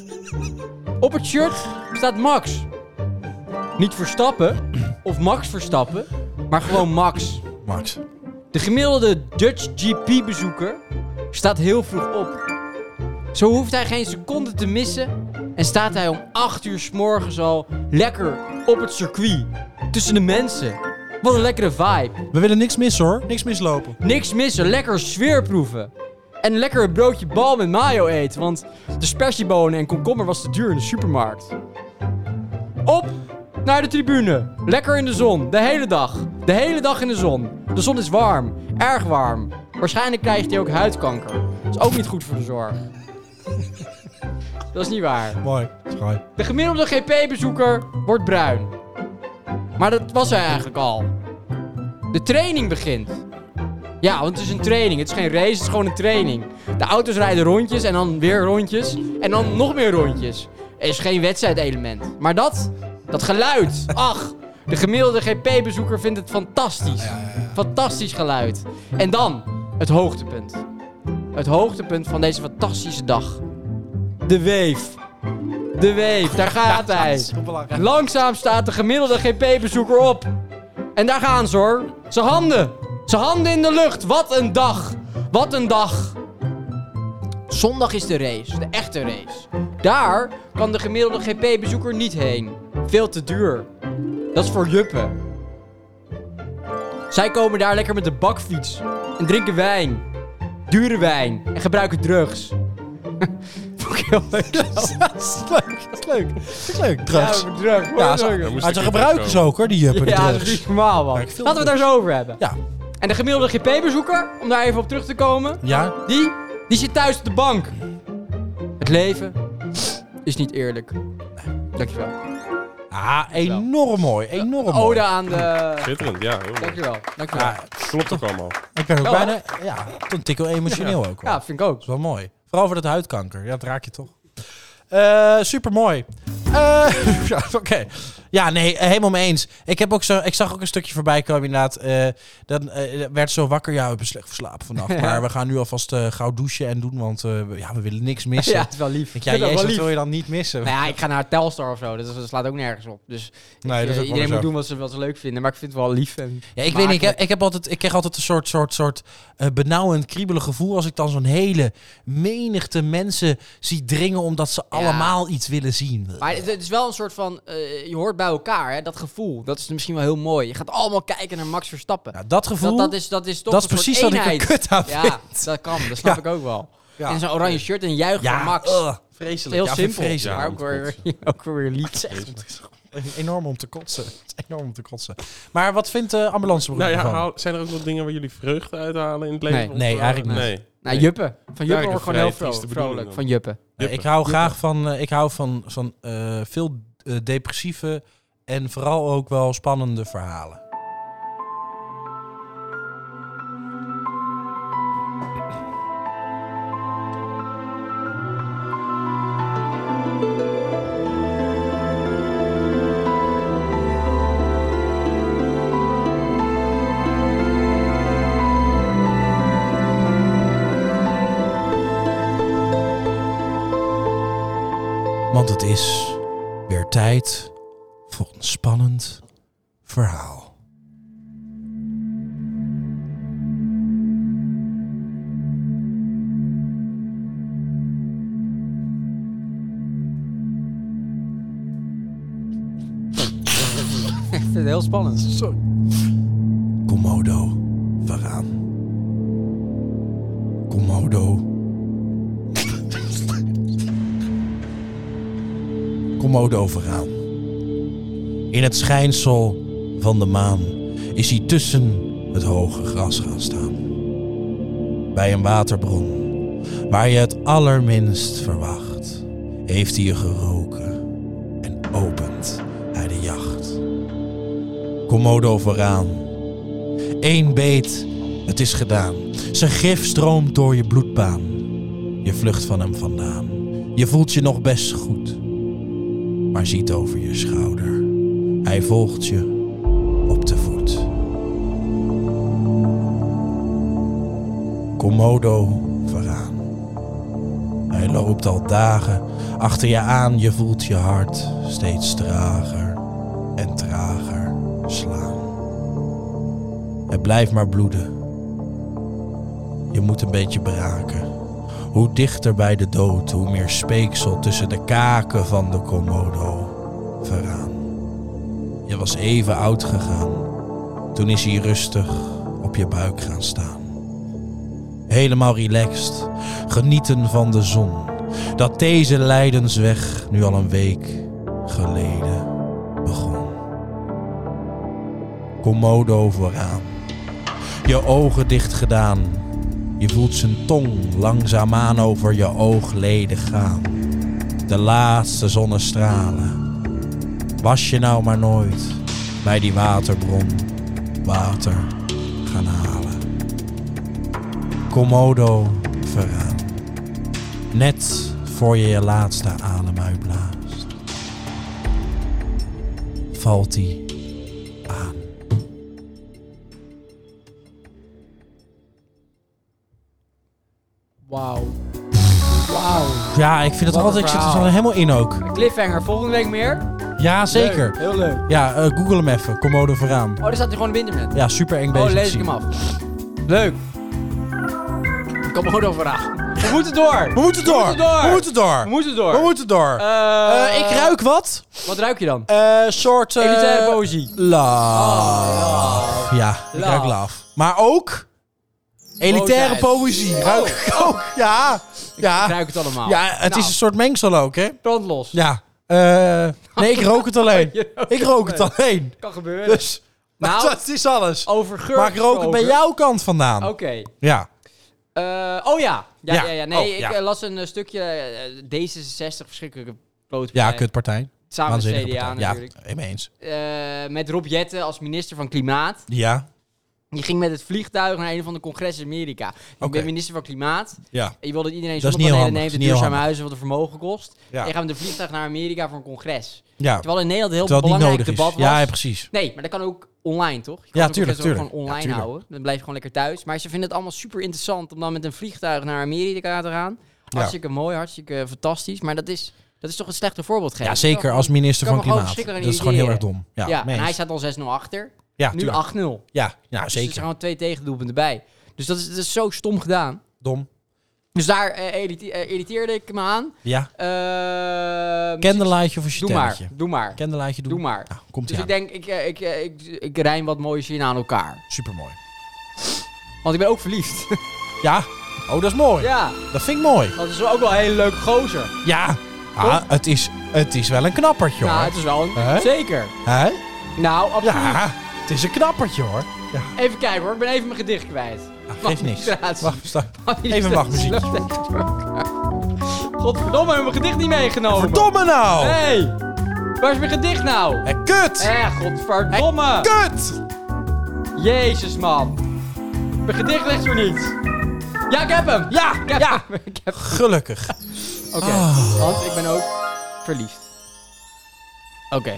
Speaker 2: Op het shirt staat Max. Niet Verstappen of Max Verstappen, maar gewoon Max.
Speaker 1: Max.
Speaker 2: De gemiddelde Dutch G P-bezoeker staat heel vroeg op. Zo hoeft hij geen seconde te missen en staat hij om acht uur 's morgens al lekker op het circuit. Tussen de mensen. Wat een lekkere vibe.
Speaker 1: We willen niks missen, hoor. Niks mislopen.
Speaker 2: Niks missen, lekker sfeer proeven. En een lekker broodje bal met mayo eten, want de spersiebonen en komkommer was te duur in de supermarkt. Op naar de tribune. Lekker in de zon, de hele dag. De hele dag in de zon. De zon is warm, erg warm. Waarschijnlijk krijgt hij ook huidkanker. Dat is ook niet goed voor de zorg. Dat is niet waar.
Speaker 1: Mooi. Dat is mooi.
Speaker 2: De gemiddelde G P-bezoeker wordt bruin. Maar dat was hij eigenlijk al. De training begint. Ja, want het is een training. Het is geen race, het is gewoon een training. De auto's rijden rondjes en dan weer rondjes. En dan nog meer rondjes. Er is geen wedstrijdelement. Maar dat, dat geluid. Ach, de gemiddelde G P-bezoeker vindt het fantastisch. Fantastisch geluid. En dan het hoogtepunt. Het hoogtepunt van deze fantastische dag. De weef. De weef, daar gaat hij. Langzaam staat de gemiddelde G P-bezoeker op. En daar gaan ze hoor. Zijn handen. Zijn handen in de lucht. Wat een dag. Wat een dag. Zondag is de race. De echte race. Daar kan de gemiddelde G P-bezoeker niet heen. Veel te duur. Dat is voor juppen. Zij komen daar lekker met de bakfiets. En drinken wijn. Dure wijn. En gebruiken drugs. Vond ik heel leuk.
Speaker 1: Dat is leuk. Dat is leuk. Dat is leuk. Drugs.
Speaker 2: Ja, drugs.
Speaker 1: Ja, ze,
Speaker 3: Daar moest
Speaker 1: maar
Speaker 3: ik
Speaker 1: ze
Speaker 3: in
Speaker 1: gebruiken ze
Speaker 3: terugkomen.
Speaker 1: ook, hoor, die juppen, de
Speaker 2: Ja, dat is
Speaker 1: drugs.
Speaker 2: niet normaal, man.
Speaker 1: Ja, ik veel
Speaker 2: Laten we het daar zo over hebben.
Speaker 1: Ja.
Speaker 2: En de gemiddelde G P-bezoeker, om daar even op terug te komen,
Speaker 1: Ja?
Speaker 2: die, die zit thuis op de bank. Het leven is niet eerlijk. Dankjewel.
Speaker 1: Ah, enorm mooi. Enorm mooi.
Speaker 2: Ode aan de...
Speaker 3: Schitterend, ja. Heel mooi.
Speaker 2: Dankjewel. Dankjewel.
Speaker 1: Ja,
Speaker 3: Klopt ook allemaal.
Speaker 1: ik ben ook
Speaker 2: Wel,
Speaker 1: bijna... Ja, een tikkel emotioneel ook wel.
Speaker 2: Ja, vind ik ook.
Speaker 1: Dat is wel mooi. Vooral voor dat huidkanker. Ja, dat raak je toch. Eh super mooi. ja, oké. Ja, nee, helemaal mee eens. Ik, heb ook zo, ik zag ook een stukje voorbij komen inderdaad. Uh, dan uh, werd zo wakker. Ja, we hebben slecht verslapen vannacht. Ja. Maar we gaan nu alvast uh, gauw douchen en doen. Want uh, we, ja, we willen niks missen.
Speaker 2: Ja, het is wel lief.
Speaker 1: Ik, ja, jezus, wat wil je dan niet missen?
Speaker 2: Nou ja, ik ga naar Telstar of zo. Dus dat slaat ook nergens op. Dus
Speaker 1: nee,
Speaker 2: ik,
Speaker 1: dat is
Speaker 2: uh, iedereen moet
Speaker 1: zo.
Speaker 2: doen wat ze, wat ze leuk vinden. Maar ik vind het wel lief. En
Speaker 1: ja, ik weet niet. Ik, heb, ik, heb altijd, ik krijg altijd een soort, soort, soort uh, benauwend, kriebelig gevoel. Als ik dan zo'n hele menigte mensen zie dringen. Omdat ze ja. allemaal iets willen zien.
Speaker 2: Maar het, het is wel een soort van... Uh, je hoort bij elkaar, hè, dat gevoel. Dat is misschien wel heel mooi. Je gaat allemaal kijken naar Max Verstappen.
Speaker 1: Ja, dat gevoel...
Speaker 2: Dat, dat, is, dat is toch
Speaker 1: dat
Speaker 2: een
Speaker 1: is precies
Speaker 2: soort
Speaker 1: wat
Speaker 2: eenheid.
Speaker 1: ik er kut aan vind.
Speaker 2: Ja, dat kan. Dat snap
Speaker 1: ja.
Speaker 2: ik ook wel.
Speaker 1: Ja.
Speaker 2: En zo'n oranje shirt en juichen
Speaker 1: ja,
Speaker 2: voor Max.
Speaker 1: Uh, vreselijk.
Speaker 2: Heel
Speaker 1: ja,
Speaker 2: simpel.
Speaker 1: Vreselijk.
Speaker 2: Maar ook weer, ook weer lief.
Speaker 1: Enorm om te kotsen. Enorm om te kotsen. Maar wat vindt de ambulancebroeder
Speaker 3: nou ja,
Speaker 1: ervan?
Speaker 3: haal, zijn er ook nog dingen waar jullie vreugde uithalen in het leven?
Speaker 1: Nee, nee eigenlijk niet.
Speaker 3: Nee.
Speaker 2: Nou, Juppen. Van Juppen
Speaker 3: Ja,
Speaker 2: word ik gewoon heel vrolijk. vrolijk. Van Juppen.
Speaker 1: Ja, ik hou Juppen. graag van, uh, ik hou van, van uh, veel uh, depressieve en vooral ook wel spannende verhalen. Want het is weer tijd voor een spannend verhaal.
Speaker 2: Ik vind het heel spannend.
Speaker 1: Sorry. Komodo Varaan. Komodo. Komodo Varaan. In het schijnsel van de maan is hij tussen het hoge gras gaan staan. Bij een waterbron, waar je het allerminst verwacht, heeft hij je geroken en opent hij de jacht. Komodo Varaan. Eén beet, het is gedaan. Zijn gif stroomt door je bloedbaan. Je vlucht van hem vandaan. Je voelt je nog best goed, maar ziet over je schouder. Hij volgt je op de voet. Komodo Varaan. Hij loopt al dagen achter je aan. Je voelt je hart steeds trager en trager slaan. Het blijft maar bloeden. Je moet een beetje braken. Hoe dichter bij de dood, hoe meer speeksel tussen de kaken van de Komodo Varaan. Je was even oud gegaan. Toen is hij rustig op je buik gaan staan. Helemaal relaxed, genieten van de zon. Dat deze lijdensweg nu al een week geleden begon. Komodo Varaan. Je ogen dicht gedaan. Je voelt zijn tong langzaamaan over je oogleden gaan. De laatste zonnestralen. Was je nou maar nooit bij die waterbron water gaan halen. Komodo Varaan. Net voor je je laatste adem uitblaast, valt hij aan.
Speaker 2: Wauw. Wauw.
Speaker 1: Ja, ik vind het
Speaker 2: Wat
Speaker 1: altijd,
Speaker 2: een
Speaker 1: ik zit er
Speaker 2: verhaal.
Speaker 1: zo helemaal in ook.
Speaker 2: Cliffhanger, volgende week meer?
Speaker 1: Ja, zeker.
Speaker 2: Leuk, heel leuk.
Speaker 1: Ja, uh, google hem even. Komodo Varaan.
Speaker 2: Oh, daar staat hij gewoon op internet.
Speaker 1: Ja, super eng
Speaker 2: Oh,
Speaker 1: bezig
Speaker 2: lees
Speaker 1: te
Speaker 2: ik hem
Speaker 1: zien.
Speaker 2: af. Leuk. Komodo Varaan. We moeten door.
Speaker 1: We moeten door.
Speaker 2: We moeten door.
Speaker 1: We moeten door.
Speaker 2: We moeten door.
Speaker 1: We moeten door.
Speaker 2: Eh,
Speaker 1: Uh, ik ruik wat.
Speaker 2: Wat ruik je dan?
Speaker 1: Eh, soort... Uh,
Speaker 2: Elitaire poëzie.
Speaker 1: Love.
Speaker 2: Oh,
Speaker 1: Ja, ik
Speaker 2: Love.
Speaker 1: ruik love. Maar ook elitaire
Speaker 2: Boosheid.
Speaker 1: poëzie. Ruik ik ook. Ja. Ja.
Speaker 2: Ik ruik het allemaal.
Speaker 1: Ja, het
Speaker 2: Nou,
Speaker 1: is een soort mengsel ook, hè?
Speaker 2: brand los.
Speaker 1: Ja. Uh, nee, ik rook het alleen.
Speaker 2: Je rookt
Speaker 1: Ik rook het alleen.
Speaker 2: Kan gebeuren.
Speaker 1: Dus,
Speaker 2: Nou,
Speaker 1: dat is alles.
Speaker 2: over geur
Speaker 1: Maar ik rook het bij
Speaker 2: gesproken.
Speaker 1: jouw kant vandaan.
Speaker 2: Oké.
Speaker 1: Ja.
Speaker 2: Eh, oh ja. Ja, ja.
Speaker 1: Ja.
Speaker 2: ja, Nee,
Speaker 1: Oh,
Speaker 2: ik
Speaker 1: ja.
Speaker 2: eh, las een eh, stukje eh, D zesenzestig, verschrikkelijke klote
Speaker 1: Ja,
Speaker 2: partij.
Speaker 1: kutpartij.
Speaker 2: Samen met
Speaker 1: Waanzinnige
Speaker 2: C D A
Speaker 1: partij.
Speaker 2: natuurlijk.
Speaker 1: Ja, mee eens.
Speaker 2: Eh, met Rob Jetten als minister van Klimaat.
Speaker 1: Ja.
Speaker 2: Je ging met het vliegtuig naar een van de congressen in Amerika. Ik
Speaker 1: Oké.
Speaker 2: ben minister van Klimaat.
Speaker 1: Ja.
Speaker 2: En je wilde dat iedereen
Speaker 1: Dat is niet heel
Speaker 2: zonnepanelen
Speaker 1: handig,
Speaker 2: neemt, de
Speaker 1: dat is niet heel
Speaker 2: duurzame huizen, wat een vermogen kost.
Speaker 1: Ja.
Speaker 2: En je gaat met een vliegtuig naar Amerika voor een congres.
Speaker 1: Ja.
Speaker 2: Terwijl in Nederland een heel
Speaker 1: Terwijl het niet
Speaker 2: belangrijk
Speaker 1: nodig is.
Speaker 2: debat was.
Speaker 1: Ja, ja, precies.
Speaker 2: Nee, maar dat kan ook online, toch? Je kan
Speaker 1: Ja,
Speaker 2: zo'n
Speaker 1: tuurlijk,
Speaker 2: congres ook
Speaker 1: tuurlijk.
Speaker 2: gewoon online
Speaker 1: Ja, tuurlijk.
Speaker 2: houden. Dan blijf je gewoon lekker thuis. Maar ze vinden het allemaal super interessant om dan met een vliegtuig naar Amerika te gaan. Hartstikke mooi, hartstikke fantastisch. Maar dat is, dat is toch een slechte voorbeeld geven.
Speaker 1: Ja, zeker als minister
Speaker 2: kan
Speaker 1: van
Speaker 2: me gewoon
Speaker 1: Klimaat. Dat
Speaker 2: verschrikkelijk
Speaker 1: is gewoon heel erg
Speaker 2: irriteren.
Speaker 1: dom. Ja,
Speaker 2: Ja,
Speaker 1: mee
Speaker 2: en hij
Speaker 1: eens.
Speaker 2: staat al zes nul achter.
Speaker 1: Ja,
Speaker 2: Nu
Speaker 1: tuurlijk.
Speaker 2: acht nul.
Speaker 1: Ja, ja,
Speaker 2: Dus er
Speaker 1: zeker.
Speaker 2: zijn gewoon twee tegendoelpunten bij. Dus dat is, dat is zo stom gedaan.
Speaker 1: Dom.
Speaker 2: Dus daar eh, irrite- eh, irriteerde ik me aan.
Speaker 1: Ja.
Speaker 2: Uh,
Speaker 1: Candlelightje of een
Speaker 2: Doe maar,
Speaker 1: sterretje?
Speaker 2: doe maar.
Speaker 1: Candlelightje doen.
Speaker 2: Doe maar.
Speaker 1: Nou, komt
Speaker 2: Dus
Speaker 1: ie
Speaker 2: ik
Speaker 1: aan.
Speaker 2: denk, ik, eh, ik, eh, ik, ik rijm wat mooie zinnen aan elkaar.
Speaker 1: Supermooi.
Speaker 2: Want ik ben ook verliefd.
Speaker 1: Ja. Oh, dat is mooi.
Speaker 2: Ja,
Speaker 1: Dat vind ik mooi.
Speaker 2: dat is ook wel een hele leuke gozer.
Speaker 1: Ja. Ah, het is, het is wel een knappertje, hoor.
Speaker 2: Nou, het is wel een...
Speaker 1: Hè?
Speaker 2: Zeker.
Speaker 1: Hè?
Speaker 2: Nou, absoluut.
Speaker 1: Ja, het is een knappertje, hoor. Ja.
Speaker 2: Even kijken hoor, ik ben even mijn gedicht kwijt.
Speaker 1: Ah, geeft niks.
Speaker 2: Administratie.
Speaker 1: Wacht, sta-
Speaker 2: Administratie.
Speaker 1: even wachtmuziek.
Speaker 2: Loopt even door elkaar. Godverdomme, we hebben mijn gedicht niet meegenomen.
Speaker 1: Verdomme nou!
Speaker 2: Hé, hey, waar is mijn gedicht nou?
Speaker 1: Hé, kut!
Speaker 2: Eh, godverdomme.
Speaker 1: Kut!
Speaker 2: Jezus, man. Mijn gedicht ligt er niet. Ja, ik heb hem.
Speaker 1: Ja,
Speaker 2: Ik heb
Speaker 1: ja.
Speaker 2: hem. Ik heb hem.
Speaker 1: Gelukkig.
Speaker 2: Oké,
Speaker 1: Ah.
Speaker 2: want ik ben ook verliefd. Oké.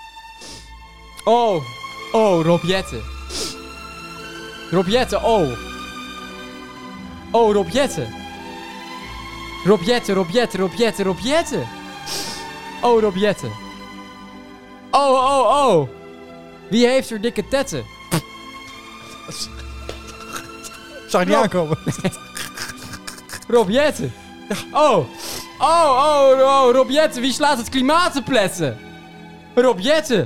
Speaker 2: Oh, oh, Rob Jetten. Rob Jetten, oh. Oh, Rob Jetten. Rob Jetten, Rob Jetten, Rob Jetten, Rob Jetten. Oh, Rob Jetten. Oh, oh, oh. Wie heeft er dikke tetten?
Speaker 1: Zag je niet
Speaker 2: Rob.
Speaker 1: aankomen?
Speaker 2: Rob Jetten. Oh. Oh, oh, oh, Rob Jetten. Wie slaat het klimaat te pletten? Rob Jetten.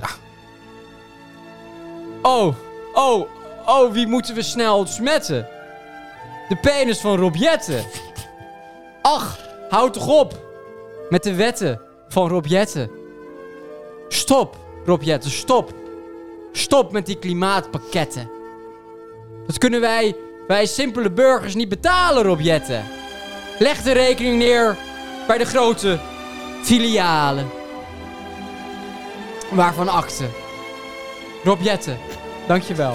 Speaker 2: Oh, oh, oh, wie moeten we snel smetten? De penis van Rob Jetten. Ach, houd toch op met de wetten van Rob Jetten. Stop, Rob Jetten, stop. Stop met die klimaatpakketten. Dat kunnen wij, wij simpele burgers niet betalen, Rob Jetten. Leg de rekening neer bij de grote filialen. Waarvan akte. Rob Jetten, dankjewel.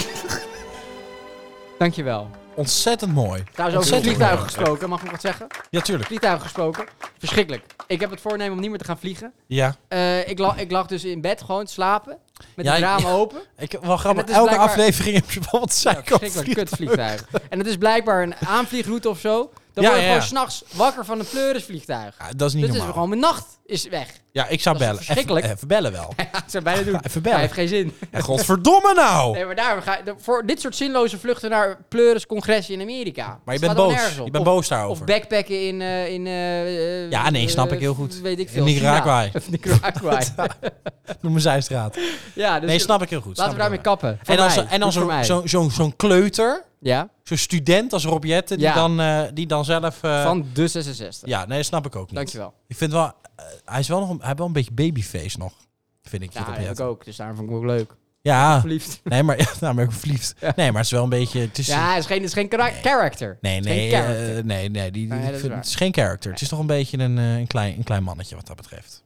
Speaker 2: Dankjewel.
Speaker 1: Ontzettend mooi.
Speaker 2: Trouwens, over
Speaker 1: Ontzettend
Speaker 2: vliegtuigen
Speaker 1: mooi.
Speaker 2: gesproken, mag ik wat zeggen?
Speaker 1: Ja, tuurlijk.
Speaker 2: Vliegtuigen gesproken. Verschrikkelijk. Ik heb het voornemen om niet meer te gaan vliegen.
Speaker 1: Ja.
Speaker 2: Uh, ik, lag, ik lag dus in bed gewoon te slapen. Met
Speaker 1: Ja,
Speaker 2: de ramen
Speaker 1: ja.
Speaker 2: open.
Speaker 1: Ik, wel grappig,
Speaker 2: En het is
Speaker 1: elke
Speaker 2: blijkbaar-
Speaker 1: aflevering heb je wel wat
Speaker 2: Ja,
Speaker 1: zeiken over
Speaker 2: verschrikkelijk
Speaker 1: vliegtuigen.
Speaker 2: kutvliegtuig. En het is blijkbaar een aanvliegroute of zo. Dan
Speaker 1: Ja,
Speaker 2: word je
Speaker 1: ja,
Speaker 2: gewoon
Speaker 1: ja.
Speaker 2: s'nachts wakker van een pleurisvliegtuig.
Speaker 1: Ja, dat is niet
Speaker 2: Dus is
Speaker 1: normaal.
Speaker 2: gewoon mijn nacht is weg.
Speaker 1: Ja, ik zou
Speaker 2: Dat is
Speaker 1: bellen.
Speaker 2: verschrikkelijk.
Speaker 1: Even, even bellen wel.
Speaker 2: Ja, ik zou bijna doen.
Speaker 1: Even
Speaker 2: Ja,
Speaker 1: bellen.
Speaker 2: heeft geen zin.
Speaker 1: Ja, godverdomme nou!
Speaker 2: Nee, maar daar ga je, voor dit soort zinloze vluchten naar pleuriscongressen in Amerika.
Speaker 1: Maar je
Speaker 2: Dat
Speaker 1: bent
Speaker 2: slaat dan
Speaker 1: boos.
Speaker 2: nergens op.
Speaker 1: Je bent
Speaker 2: Of-
Speaker 1: boos daarover.
Speaker 2: Of backpacken in... eh, in eh,
Speaker 1: Ja, nee, snap
Speaker 2: eh,
Speaker 1: ik heel goed.
Speaker 2: Weet ik
Speaker 1: In
Speaker 2: veel.
Speaker 1: Nicaragua.
Speaker 2: China. Of Nicaragua.
Speaker 1: Noem mijn zijstraat.
Speaker 2: Ja, dus
Speaker 1: Nee, snap ik heel goed.
Speaker 2: laten
Speaker 1: snap
Speaker 2: we
Speaker 1: ik
Speaker 2: daarmee
Speaker 1: heel
Speaker 2: kappen. Voor
Speaker 1: En dan,
Speaker 2: mij.
Speaker 1: zo, en dan
Speaker 2: Goed voor
Speaker 1: zo'n
Speaker 2: mij.
Speaker 1: zo, zo, zo'n kleuter,
Speaker 2: Ja,
Speaker 1: zo'n student als Rob Jetten, die,
Speaker 2: Ja.
Speaker 1: dan, eh, die dan zelf... eh,
Speaker 2: van de zesenzestig.
Speaker 1: Ja, nee, dat snap ik ook niet.
Speaker 2: Dankjewel.
Speaker 1: Ik vind wel... eh, hij, is wel nog een, hij heeft wel een beetje babyface nog, vind ik.
Speaker 2: Ja,
Speaker 1: Rob
Speaker 2: dat heb ik
Speaker 1: Jetten.
Speaker 2: ook. Dus daarom vond ik hem ook leuk.
Speaker 1: Ja,
Speaker 2: Verliefd.
Speaker 1: nee, maar, ja, nou, maar ik ben verliefd.
Speaker 2: Ja.
Speaker 1: Nee, maar het is wel een beetje... Het is,
Speaker 2: Ja, het is geen, het is geen kara- character.
Speaker 1: Nee,
Speaker 2: Het is
Speaker 1: nee,
Speaker 2: geen character.
Speaker 1: eh, nee, nee, die, die-
Speaker 2: Nee,
Speaker 1: ik
Speaker 2: dat is
Speaker 1: vind-
Speaker 2: waar.
Speaker 1: het is geen character. Het is toch een beetje een, eh, een, klein, een klein mannetje wat dat betreft.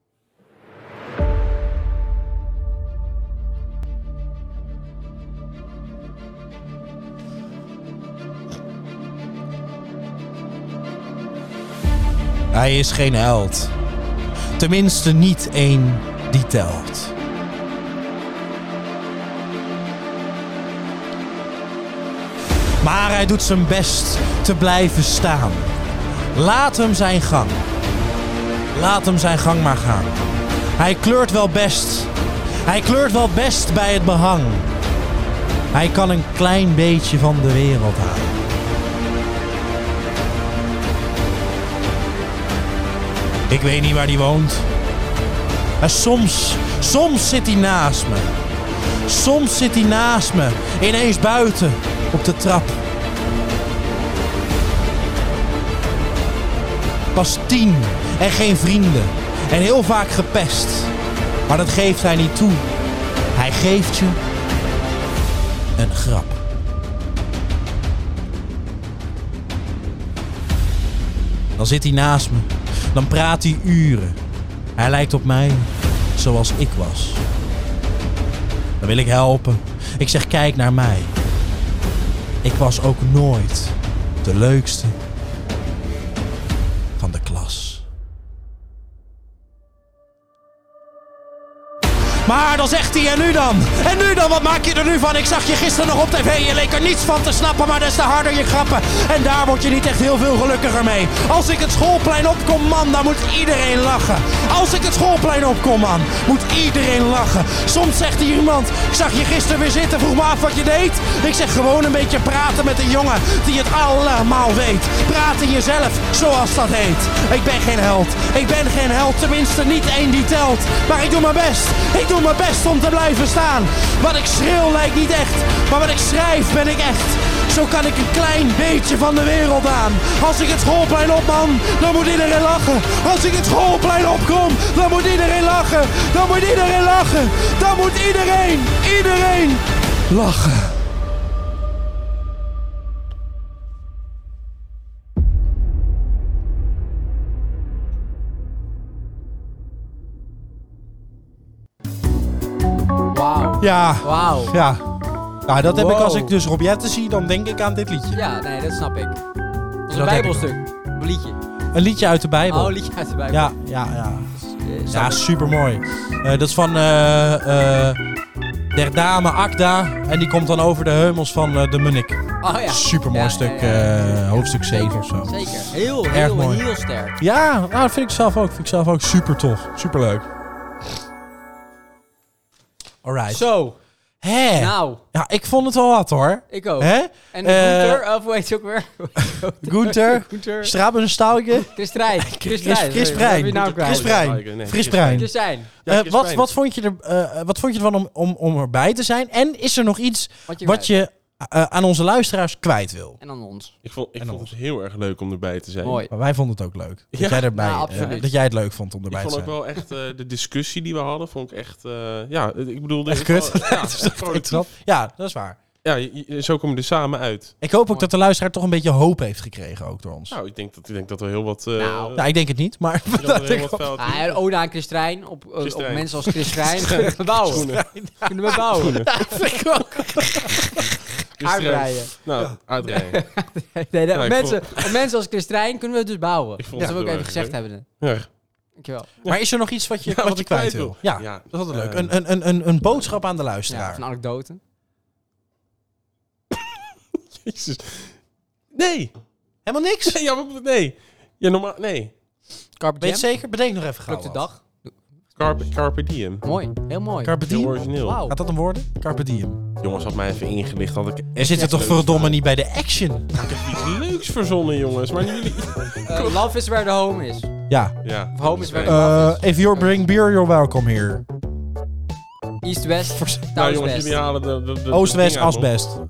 Speaker 1: Hij is geen held. Tenminste niet één die telt. Maar hij doet zijn best te blijven staan. Laat hem zijn gang. Laat hem zijn gang maar gaan. Hij kleurt wel best. Hij kleurt wel best bij het behang. Hij kan een klein beetje van de wereld halen. Ik weet niet waar hij woont. Maar soms, soms zit hij naast me. Soms zit hij naast me. Ineens buiten op de trap. Pas tien en geen vrienden. En heel vaak gepest. Maar dat geeft hij niet toe. Hij geeft je een grap. Dan zit hij naast me. Dan praat hij uren. Hij lijkt op mij zoals ik was. Dan wil ik helpen. Ik zeg, kijk naar mij. Ik was ook nooit de leukste van de klas. Maar dan zegt hij, en nu dan? En nu dan? Wat maak je er nu van? Ik zag je gisteren nog op tv. Je leek er niets van te snappen, maar des te harder je grappen. En daar word je niet echt heel veel gelukkiger mee. Als ik het schoolplein opkom, man, dan moet iedereen lachen. Als ik het schoolplein opkom, man, moet iedereen lachen. Soms zegt hier iemand, ik zag je gisteren weer zitten, vroeg me af wat je deed. Ik zeg gewoon een beetje praten met een jongen die het allemaal weet. Praat in jezelf, zoals dat heet. Ik ben geen held. Ik ben geen held, tenminste niet één die telt. Maar ik doe mijn best. Ik doe Ik doe mijn best om te blijven staan. Wat ik schreeuw lijkt niet echt, maar wat ik schrijf ben ik echt. Zo kan ik een klein beetje van de wereld aan. Als ik het schoolplein op, man, dan moet iedereen lachen. Als ik het schoolplein opkom, dan moet iedereen lachen. Dan moet iedereen lachen. Dan moet iedereen, iedereen lachen. Ja,
Speaker 2: Wauw.
Speaker 1: ja. Nou, dat heb ik
Speaker 2: Wow.
Speaker 1: als ik dus Rob Jetten zie, dan denk ik aan dit liedje.
Speaker 2: Ja, nee, dat snap ik. Dat is een
Speaker 1: Dat heb ik
Speaker 2: bijbelstuk. Een liedje.
Speaker 1: Een liedje uit de Bijbel.
Speaker 2: Oh, een liedje uit de Bijbel.
Speaker 1: Ja, ja, ja.
Speaker 2: Uh,
Speaker 1: Ja, supermooi. Uh, dat is van uh, uh, Der Dame Akda. En die komt dan over de heumels van uh, de Munnik.
Speaker 2: Oh ja.
Speaker 1: Supermooi
Speaker 2: Ja,
Speaker 1: stuk,
Speaker 2: ja, ja.
Speaker 1: Uh, hoofdstuk zeven
Speaker 2: Zeker,
Speaker 1: of zo.
Speaker 2: Zeker. Heel,
Speaker 1: Erg
Speaker 2: heel,
Speaker 1: mooi.
Speaker 2: heel sterk.
Speaker 1: Ja, nou, dat vind ik zelf ook. Vind ik zelf ook super tof. Super leuk. Alright.
Speaker 2: Zo.
Speaker 1: Hè?
Speaker 2: Nou,
Speaker 1: Ja, ik vond het wel wat hoor.
Speaker 2: ik ook.
Speaker 1: Hè?
Speaker 2: En
Speaker 1: Eh,
Speaker 2: Gunther, of hoe heet ze ook weer?
Speaker 1: Gunther.
Speaker 2: Gunther.
Speaker 1: Straben een stouwtje.
Speaker 2: Chris Trein. Chris
Speaker 1: Chris,
Speaker 2: Trein.
Speaker 1: Chris
Speaker 2: Heb
Speaker 1: Prijn.
Speaker 2: je nou kwijt?
Speaker 1: Chris Prijn.
Speaker 3: Nee,
Speaker 1: Fris Prijn.
Speaker 2: Chris Trein.
Speaker 3: Ja,
Speaker 1: Eh,
Speaker 3: Chris
Speaker 1: wat,
Speaker 3: Prijn.
Speaker 1: wat, vond je er, eh, wat vond je ervan om, om, om erbij te zijn? En is er nog iets
Speaker 2: Wat je,
Speaker 1: wat je uh, aan onze luisteraars kwijt wil?
Speaker 2: En aan ons.
Speaker 3: Ik vond, ik
Speaker 1: En
Speaker 3: vond
Speaker 1: ons.
Speaker 3: het heel erg leuk om erbij te zijn.
Speaker 2: Mooi.
Speaker 1: Maar wij vonden het ook leuk. Dat,
Speaker 3: Ja.
Speaker 1: jij, erbij,
Speaker 2: Ja,
Speaker 1: eh,
Speaker 2: absoluut.
Speaker 1: dat jij het leuk vond om
Speaker 3: Ik
Speaker 1: erbij te
Speaker 3: vond ook
Speaker 1: zijn.
Speaker 3: wel echt uh, de discussie die we hadden, vond ik echt... Uh, ja, ik bedoel...
Speaker 1: Echt
Speaker 3: dit is
Speaker 1: kut.
Speaker 3: wel- Ja,
Speaker 1: Dat is toch
Speaker 3: gewoon-
Speaker 1: interessant? Ja, dat is waar.
Speaker 3: ja, je- je- zo komen we er samen uit.
Speaker 1: Ik hoop ook
Speaker 2: Mooi.
Speaker 1: dat de luisteraar toch een beetje hoop heeft gekregen ook door ons.
Speaker 3: Nou, ik denk dat, ik denk dat we heel wat... Uh,
Speaker 2: Nou.
Speaker 1: Nou, ik denk het niet, maar...
Speaker 3: dat we
Speaker 1: dat
Speaker 3: heel
Speaker 1: denk
Speaker 3: wat
Speaker 1: ik wel.
Speaker 3: fout
Speaker 2: Ah, en ode aan Chris Trein. Op,
Speaker 3: Chris
Speaker 2: op
Speaker 3: Trein.
Speaker 2: mensen als Chris Trein kunnen we bouwen.
Speaker 3: Schoenen.
Speaker 2: Kunnen we bouwen.
Speaker 1: vind ik ook.
Speaker 3: Chris
Speaker 2: Aardbeien.
Speaker 3: Nou, uitrijden.
Speaker 2: Nee,
Speaker 3: Ja,
Speaker 2: op,
Speaker 3: ik
Speaker 2: mensen, op mensen als Chris Trein kunnen we het dus bouwen.
Speaker 3: Ik vond
Speaker 2: Dat
Speaker 3: het
Speaker 2: we ook
Speaker 3: heel
Speaker 2: even
Speaker 3: erg
Speaker 2: gezegd
Speaker 3: leuk.
Speaker 2: hebben.
Speaker 3: Ja.
Speaker 2: Dankjewel.
Speaker 1: Maar is er nog iets wat je,
Speaker 3: Ja,
Speaker 1: wat
Speaker 3: wat
Speaker 1: je
Speaker 3: ik
Speaker 1: kwijt
Speaker 3: kwijt
Speaker 1: wil?
Speaker 3: wil.
Speaker 1: Ja,
Speaker 3: Ja.
Speaker 1: dat is altijd leuk.
Speaker 3: Eh.
Speaker 1: Een, een, een, een, een boodschap aan de
Speaker 2: Ja,
Speaker 1: luisteraar.
Speaker 2: of een anekdote.
Speaker 3: Jezus. Nee.
Speaker 1: Helemaal niks?
Speaker 3: Nee, ja, maar- nee. Ja, normaal... Nee.
Speaker 2: Carpe
Speaker 1: Weet je
Speaker 2: diem.
Speaker 1: zeker? Bedenk nog even gauw
Speaker 2: Pluk de
Speaker 1: wat.
Speaker 2: dag.
Speaker 3: Carpe, carpe diem.
Speaker 2: Mooi. Heel mooi.
Speaker 1: Carpe
Speaker 3: Heel
Speaker 1: diem?
Speaker 3: origineel.
Speaker 2: Wauw.
Speaker 1: Gaat dat een worden? Carpe diem.
Speaker 3: Jongens, had mij even ingelicht. Had ik
Speaker 1: We zitten toch verdomme niet bij de action?
Speaker 3: Ik heb iets leuks verzonnen, jongens. Maar jullie...
Speaker 2: Uh, love is where the home is.
Speaker 1: Ja.
Speaker 3: Ja.
Speaker 2: Of home is where the
Speaker 1: Uh,
Speaker 2: love is.
Speaker 1: if you bring beer, you're welcome here.
Speaker 2: East, west,
Speaker 3: Nou
Speaker 2: south,
Speaker 3: jongens,
Speaker 2: west.
Speaker 3: jullie halen de... de, de
Speaker 1: Oost-West,
Speaker 3: de dingen
Speaker 1: asbest.
Speaker 3: aan,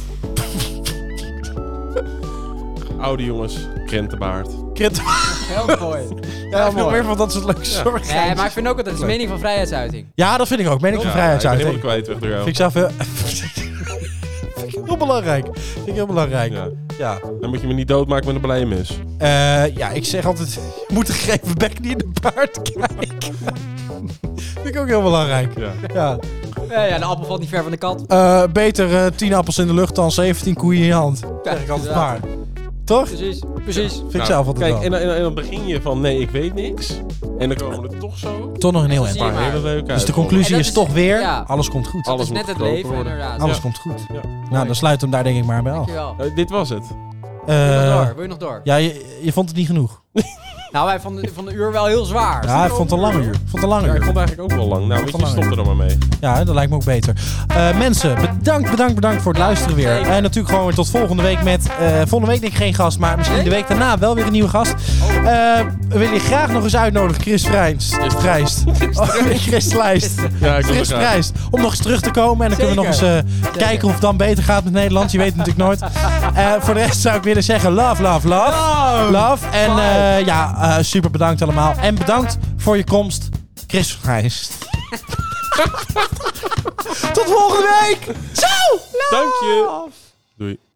Speaker 3: hoor. Oude jongens. Krentenbaard.
Speaker 1: Krit.
Speaker 2: Heel mooi.
Speaker 1: Ja,
Speaker 2: Heel
Speaker 1: nog
Speaker 2: mooi.
Speaker 1: meer van dat soort leuke soort.
Speaker 2: Nee, maar ik vind ook dat het is de mening van vrijheidsuiting.
Speaker 1: Ja, dat vind ik ook. Ben ik van
Speaker 3: Ja,
Speaker 1: vrijheidsuiting.
Speaker 3: ik ben helemaal kwijt weg door jou.
Speaker 1: Vind ik zelf heel... vind ik heel belangrijk. Vind ik heel belangrijk.
Speaker 3: Ja.
Speaker 1: Ja.
Speaker 3: Dan moet je me niet doodmaken met een blijmis.
Speaker 1: Eh, ja, ik zeg altijd... Je moet de gegeven bek niet in de baard kijken. Vind ik ook heel belangrijk.
Speaker 3: Ja.
Speaker 1: Ja.
Speaker 2: Ja, ja, de appel valt niet ver van de kat.
Speaker 1: Eh, beter eh, tien appels in de lucht dan zeventien koeien in je hand. Zeg ik altijd maar. Toch?
Speaker 2: Precies, precies.
Speaker 1: Vind ik
Speaker 3: Nou,
Speaker 1: zelf altijd
Speaker 3: Kijk,
Speaker 1: wel.
Speaker 3: en, dan- en, dan- en dan begin je van nee, ik weet niks. En dan komen er toch zo
Speaker 1: Toch nog een heel
Speaker 2: Zo
Speaker 1: eind.
Speaker 2: zie je
Speaker 3: een paar
Speaker 2: maar.
Speaker 3: hele leuke
Speaker 1: Dus de
Speaker 3: uit.
Speaker 1: conclusie
Speaker 2: En
Speaker 1: is,
Speaker 2: dat is-
Speaker 1: toch weer,
Speaker 2: ja.
Speaker 1: alles komt goed.
Speaker 3: Alles
Speaker 2: Dat is net
Speaker 3: moet
Speaker 2: het
Speaker 3: gekropen
Speaker 2: leven
Speaker 3: worden.
Speaker 2: inderdaad.
Speaker 1: Alles
Speaker 3: Ja.
Speaker 1: komt goed.
Speaker 3: Ja.
Speaker 1: Nou, dan sluit hem daar denk ik maar bij af.
Speaker 2: Dankjewel.
Speaker 3: Eh, dit was het.
Speaker 2: Wil je nog
Speaker 1: Eh,
Speaker 2: door? Wil je nog door?
Speaker 1: ja, je, je vond het niet genoeg.
Speaker 2: Nou, wij vonden van de uur wel heel zwaar.
Speaker 1: Ja, ik vond het een lange uur. Ik vond het een lange
Speaker 3: Ja, ik
Speaker 1: uur.
Speaker 3: vond het eigenlijk ook wel lang. Nou, weet je,
Speaker 1: lang.
Speaker 3: stop er dan maar mee.
Speaker 1: Ja, dat lijkt me ook beter. Eh, mensen, bedankt, bedankt, bedankt voor het luisteren weer.
Speaker 2: Zeker.
Speaker 1: En natuurlijk gewoon weer tot volgende week met... eh, volgende week denk ik geen gast, maar misschien de week daarna wel weer een nieuwe gast. Eh, we willen je graag nog eens uitnodigen, Chris Vrijst. Vrijst. Oh, Chris Vrijst.
Speaker 3: Ja, ik wil
Speaker 1: Chris
Speaker 3: er graag.
Speaker 1: Vrijst. Om nog eens terug te komen. En dan kunnen we nog eens eh, kijken of het dan beter gaat met Nederland. Je weet het natuurlijk nooit. Eh, voor de rest zou ik willen zeggen love, love, love. Love. En eh, ja, eh, super bedankt allemaal. En bedankt voor je komst, Chris Vrijst. Tot volgende week. Zo!
Speaker 3: Dank je. Doei.